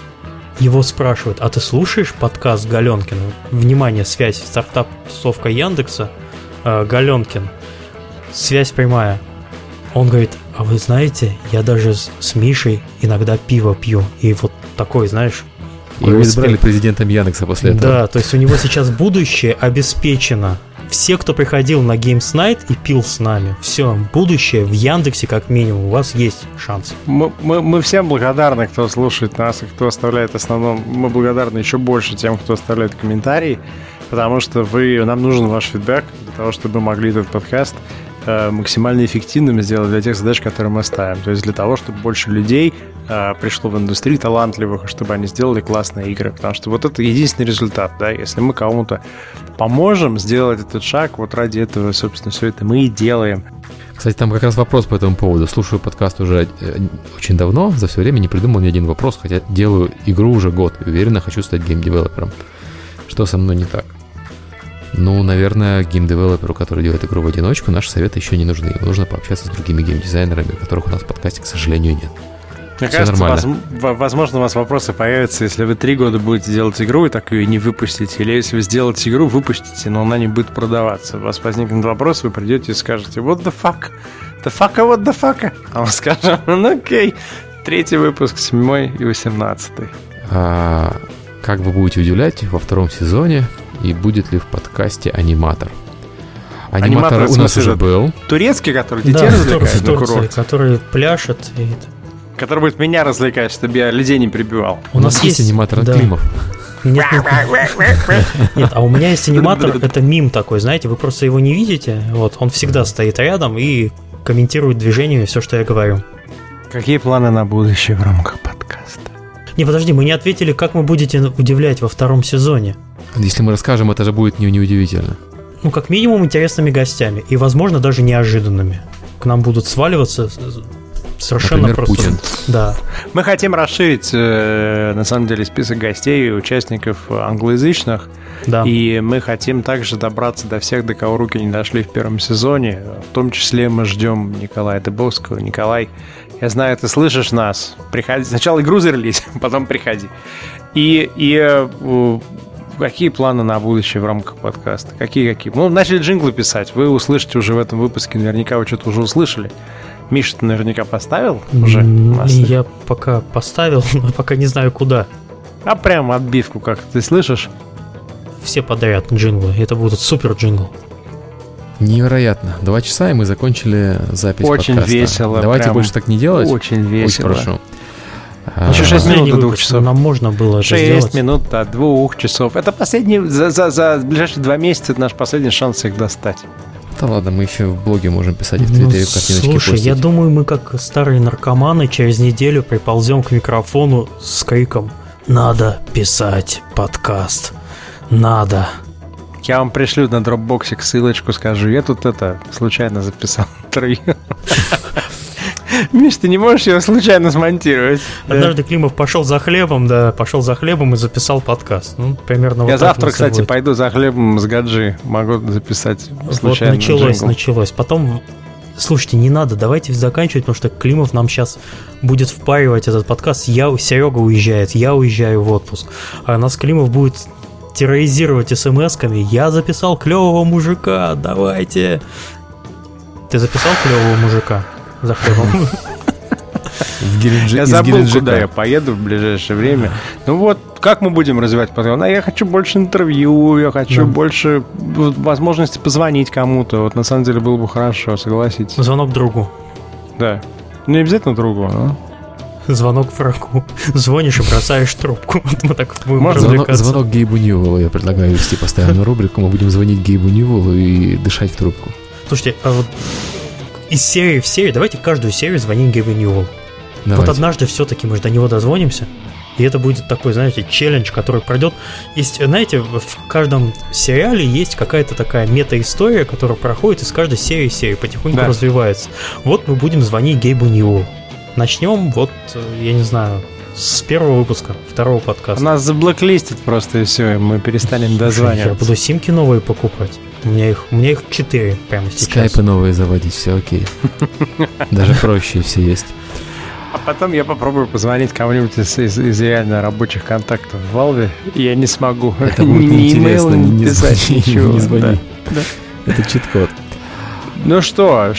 Его спрашивают: а ты слушаешь подкаст Галенкина? Внимание, связь, стартап-тусовка Яндекса, Галенкин, связь прямая. Он говорит: а вы знаете, я даже с Мишей иногда пиво пью. И вот такой, знаешь... Его избрали президентом Яндекса после этого. Да, то есть у него сейчас будущее обеспечено. Все, кто приходил на Games Night и пил с нами, все, будущее в Яндексе как минимум, у вас есть шанс. Мы всем благодарны, кто слушает нас и кто оставляет основном. Мы благодарны еще больше тем, кто оставляет комментарии, потому что нам нужен ваш фидбэк для того, чтобы мы могли этот подкаст максимально эффективным сделать для тех задач, которые мы ставим. То есть для того, чтобы больше людей пришло в индустрию талантливых, чтобы они сделали классные игры. Потому что вот это единственный результат, да, если мы кому-то поможем сделать этот шаг, вот ради этого, собственно, все это мы и делаем. Кстати, там как раз вопрос по этому поводу. Слушаю подкаст уже очень давно, за все время не придумал ни один вопрос, хотя делаю игру уже год и уверенно хочу стать геймдевелопером. Что со мной не так? Ну, наверное, геймдевелоперу, который делает игру в одиночку, наши советы еще не нужны. Ему нужно пообщаться с другими геймдизайнерами, которых у нас в подкасте, к сожалению, нет. Мне кажется, возможно, у вас вопросы появятся, если вы 3 года будете делать игру и так ее не выпустите, или если вы сделаете игру, выпустите, но она не будет продаваться. У вас возникнет вопрос, вы придете и скажете: what the fuck? The fuck, what the fuck? А мы скажем: ну окей, 3-й выпуск, 7-й и 18-й. Как вы будете удивлять во 2-м сезоне, и будет ли в подкасте аниматор? Аниматор у нас уже был. Турецкий, который детей развлекает на курорте. Который пляшет. Который будет меня развлекать, чтобы я людей не прибивал. У нас есть аниматор от Климов. Нет, а у меня есть аниматор, это мим такой, знаете, вы просто его не видите, вот, он всегда стоит рядом и комментирует движениями все, что я говорю. Какие планы на будущее в рамках подкаста? Не, подожди, мы не ответили, как вы будете удивлять во 2-м сезоне. Если мы расскажем, это же будет неудивительно. Ну, как минимум, интересными гостями, и, возможно, даже неожиданными. К нам будут сваливаться совершенно, например, просто... Путин. Да. Мы хотим расширить, на самом деле, список гостей и участников англоязычных. Да. И мы хотим также добраться до всех, до кого руки не дошли в 1-м сезоне. В том числе мы ждем Николая Дыбовского. Николай, я знаю, ты слышишь нас. Приходи. Сначала игру зарелись, потом приходи. И какие планы на будущее в рамках подкаста? Какие? Ну, начали джинглы писать. Вы услышите уже в этом выпуске. Наверняка вы что-то уже услышали. Миша, ты наверняка поставил уже? Я пока поставил, но пока не знаю куда. А прям отбивку как ты слышишь? Все подряд джинглы. Это будут супер джинглы. Невероятно. 2 часа, и мы закончили запись очень подкаста. Очень весело. Давайте больше так не делать. Очень весело. Очень прошу. Еще 6 минут до 2 часов. Нам можно было 6 минут до 2 часов. Это последний, за ближайшие 2 месяца это наш последний шанс их достать. Да ладно, мы еще в блоге можем писать, и в Твиттере картиночки слушай, постить. Я думаю, мы как старые наркоманы через неделю приползем к микрофону с криком: «Надо писать подкаст! Надо!» Я вам пришлю на дропбоксик ссылочку, скажу. Я тут случайно записал интервью. Миш, ты не можешь его случайно смонтировать. Однажды Климов пошел за хлебом и записал подкаст. Ну, примерно вот. Я завтра, кстати, пойду за хлебом с Гаджи. Могу записать случайно. Вот началось. Потом, слушайте, не надо, давайте заканчивать, потому что Климов нам сейчас будет впаривать этот подкаст. Серега уезжает, я уезжаю в отпуск. А нас Климов будет терроризировать смс-ками. Я записал клевого мужика, давайте. Ты записал клевого мужика? За хлебом. Я забыл, куда я поеду в ближайшее время. Ну вот, как мы будем развивать подкаст? Я хочу больше интервью, я хочу больше возможности позвонить кому-то. Вот на самом деле было бы хорошо, согласитесь. Звонок другу. Да. Не обязательно другу, но... Звонок врагу. Звонишь и бросаешь трубку. Мы так будем звонок Гейбу Ньюэллу. Я предлагаю вести постоянную рубрику. Мы будем звонить Гейбу Ньюэллу и дышать в трубку. Слушайте, а вот из серии в серию, давайте каждую серию звонить Гейбу Ньюэллу. Вот однажды все-таки мы же до него дозвонимся, и это будет такой, знаете, челлендж, который пройдет. Есть, знаете, в каждом сериале есть какая-то такая мета-история, которая проходит из каждой серии потихоньку развивается. Вот мы будем звонить Гейбу Ньюэллу. Начнем, вот, я не знаю, с 1-го выпуска, 2-го подкаста. Нас заблоклистят просто, и все, и мы перестанем дозваниваться. Я буду симки новые покупать. У меня их 4 прямо сейчас. Скайпы новые заводить, все окей. Даже проще все есть. А потом я попробую позвонить кому-нибудь из реально рабочих контактов в Valve, и я не смогу. Это будет неинтересно, не писать ничего. Не звони. Это чит-код. Ну что?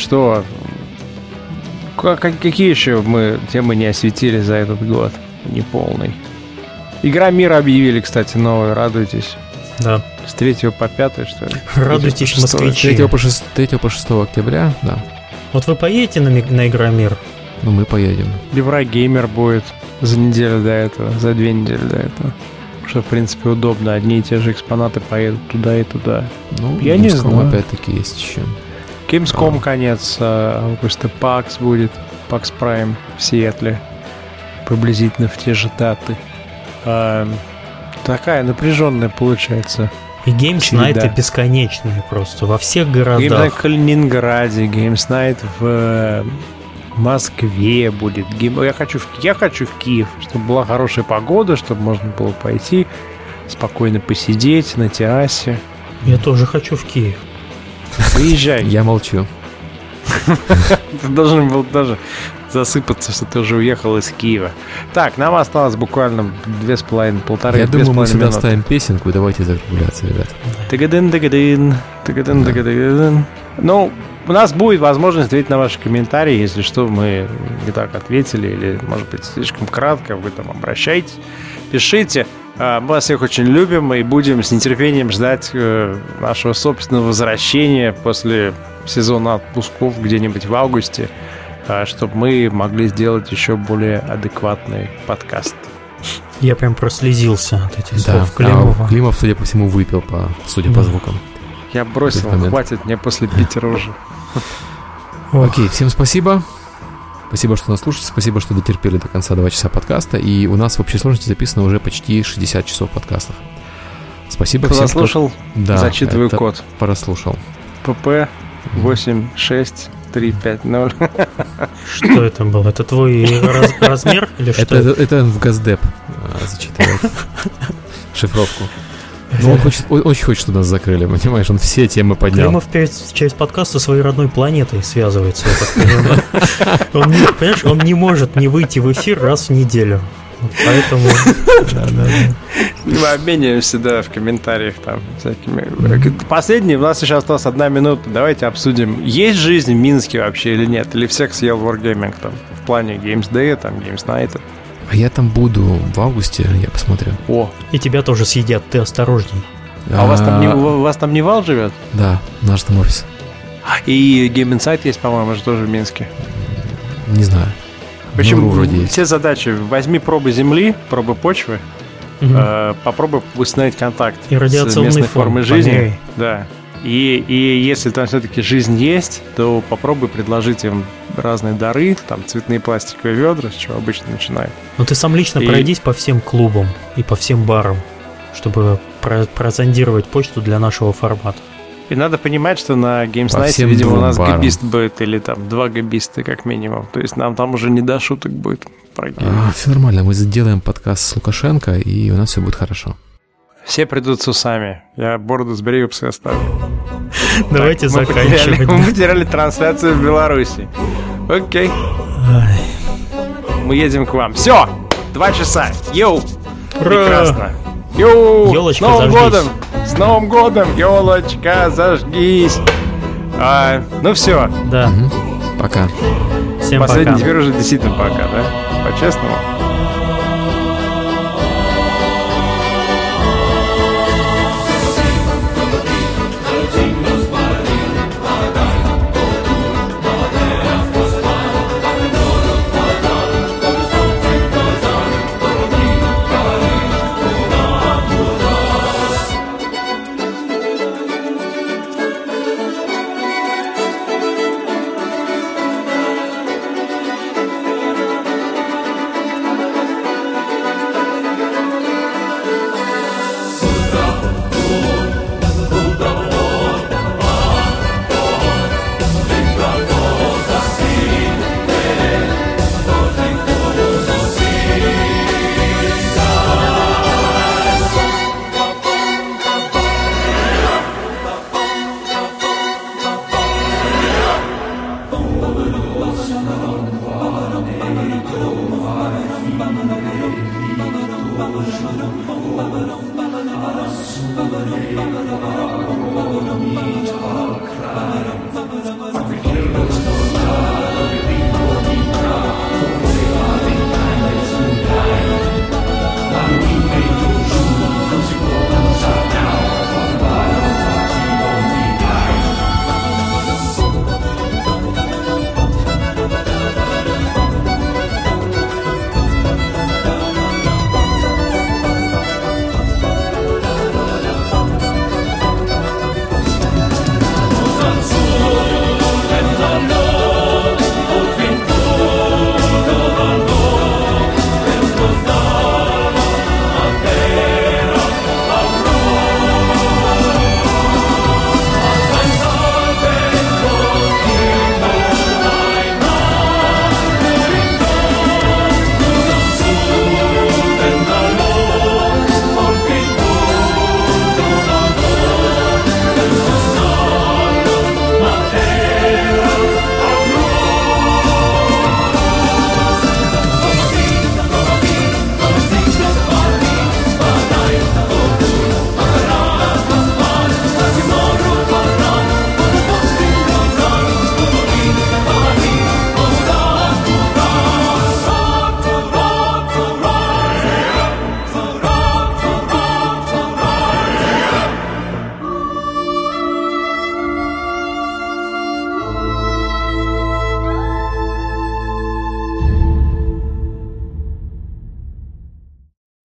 Какие еще мы темы не осветили за этот год? Неполный. Игра мира объявили, кстати, новую. Радуйтесь. Да. С 3 по 5, что ли? Радуйтесь, москвичи. 3 по 6 октября, да. Вот вы поедете на Игромир? Ну, мы поедем. Еврогеймер будет за неделю до этого, за 2 недели до этого. Что, в принципе, удобно. Одни и те же экспонаты поедут туда и туда. Ну, я не знаю. Опять-таки есть еще. Gamescom конец августа, PAX будет, PAX Prime в Сиэтле, приблизительно в те же даты. Такая напряженная получается. И Games Night бесконечные просто во всех городах. Games Night в Калининграде, Games Night в Москве будет. Я хочу в Киев, чтобы была хорошая погода, чтобы можно было пойти спокойно посидеть на террасе. Я тоже хочу в Киев. Приезжай. Я молчу. Ты должен был даже засыпаться, что ты уже уехал из Киева. Так, нам осталось буквально 2,5-1,5 Я думаю, мы сюда ставим песенку, и давайте закругляться, ребят. Ну, У нас будет возможность ответить на ваши комментарии. Если что, мы не так ответили или, может быть, слишком кратко, вы там обращайтесь, пишите. Мы вас всех очень любим и будем с нетерпением ждать нашего собственного возвращения после сезона отпусков где-нибудь в августе, чтобы мы могли сделать еще более адекватный подкаст. Я прям прослезился от этих слов Климова. Климов, судя по всему, выпил, судя по звукам. Я бросил, хватит мне после Питера уже. Окей, всем спасибо. Спасибо, что нас слушаете. Спасибо, что дотерпели до конца 2 часа подкаста. И у нас в общей сложности записано уже почти 60 часов подкастов. Спасибо кто всем, заслушал, кто... зачитываю код. Прослушал. ПП 86350. Что это было? Это твой размер или что? Это в Газдеп зачитывает шифровку. Ну, он очень хочет, чтобы нас закрыли, понимаешь? Он все темы поднял. Климов через подкаст со своей родной планетой связывается. Он не может не выйти в эфир раз в неделю. Поэтому... Мы обмениваемся, да, в комментариях там всякими. Последний, у нас сейчас осталась 1 минута. Давайте обсудим, есть жизнь в Минске вообще или нет? Или всех съел Wargaming там в плане Games Day, там Games Night? А я там буду в августе, я посмотрю. О, и тебя тоже съедят, ты осторожней. А у вас там не Вал живет? Да, наш там офис. И Game Insight есть, по-моему, же тоже в Минске. Не знаю. Почему все задачи: возьми пробы земли, пробы почвы, попробуй установить контакт и с местной формой жизни. Да. И если там все-таки жизнь есть, то попробуй предложить им разные дары, там цветные пластиковые ведра, с чего обычно начинают. Ну ты сам лично пройдись по всем клубам и по всем барам, чтобы прозондировать почту для нашего формата. И надо понимать, что на Games Night, видимо, у нас габист будет, или там 2 габиста как минимум. То есть нам там уже не до шуток будет про гейм. Все нормально, мы сделаем подкаст с Лукашенко, и у нас все будет хорошо. Все придут с усами. Я бороду с Бериопса оставлю. Давайте заканчивать. Мы потеряли трансляцию в Беларуси. Окей. Мы едем к вам. Все! 2 часа. Йоу! Прекрасно. Йоу! С Новым годом! С Новым годом! Елочка, зажгись! Ну все. Да. Пока. Всем последний, пока. Теперь уже действительно пока, да? По-честному. Somebody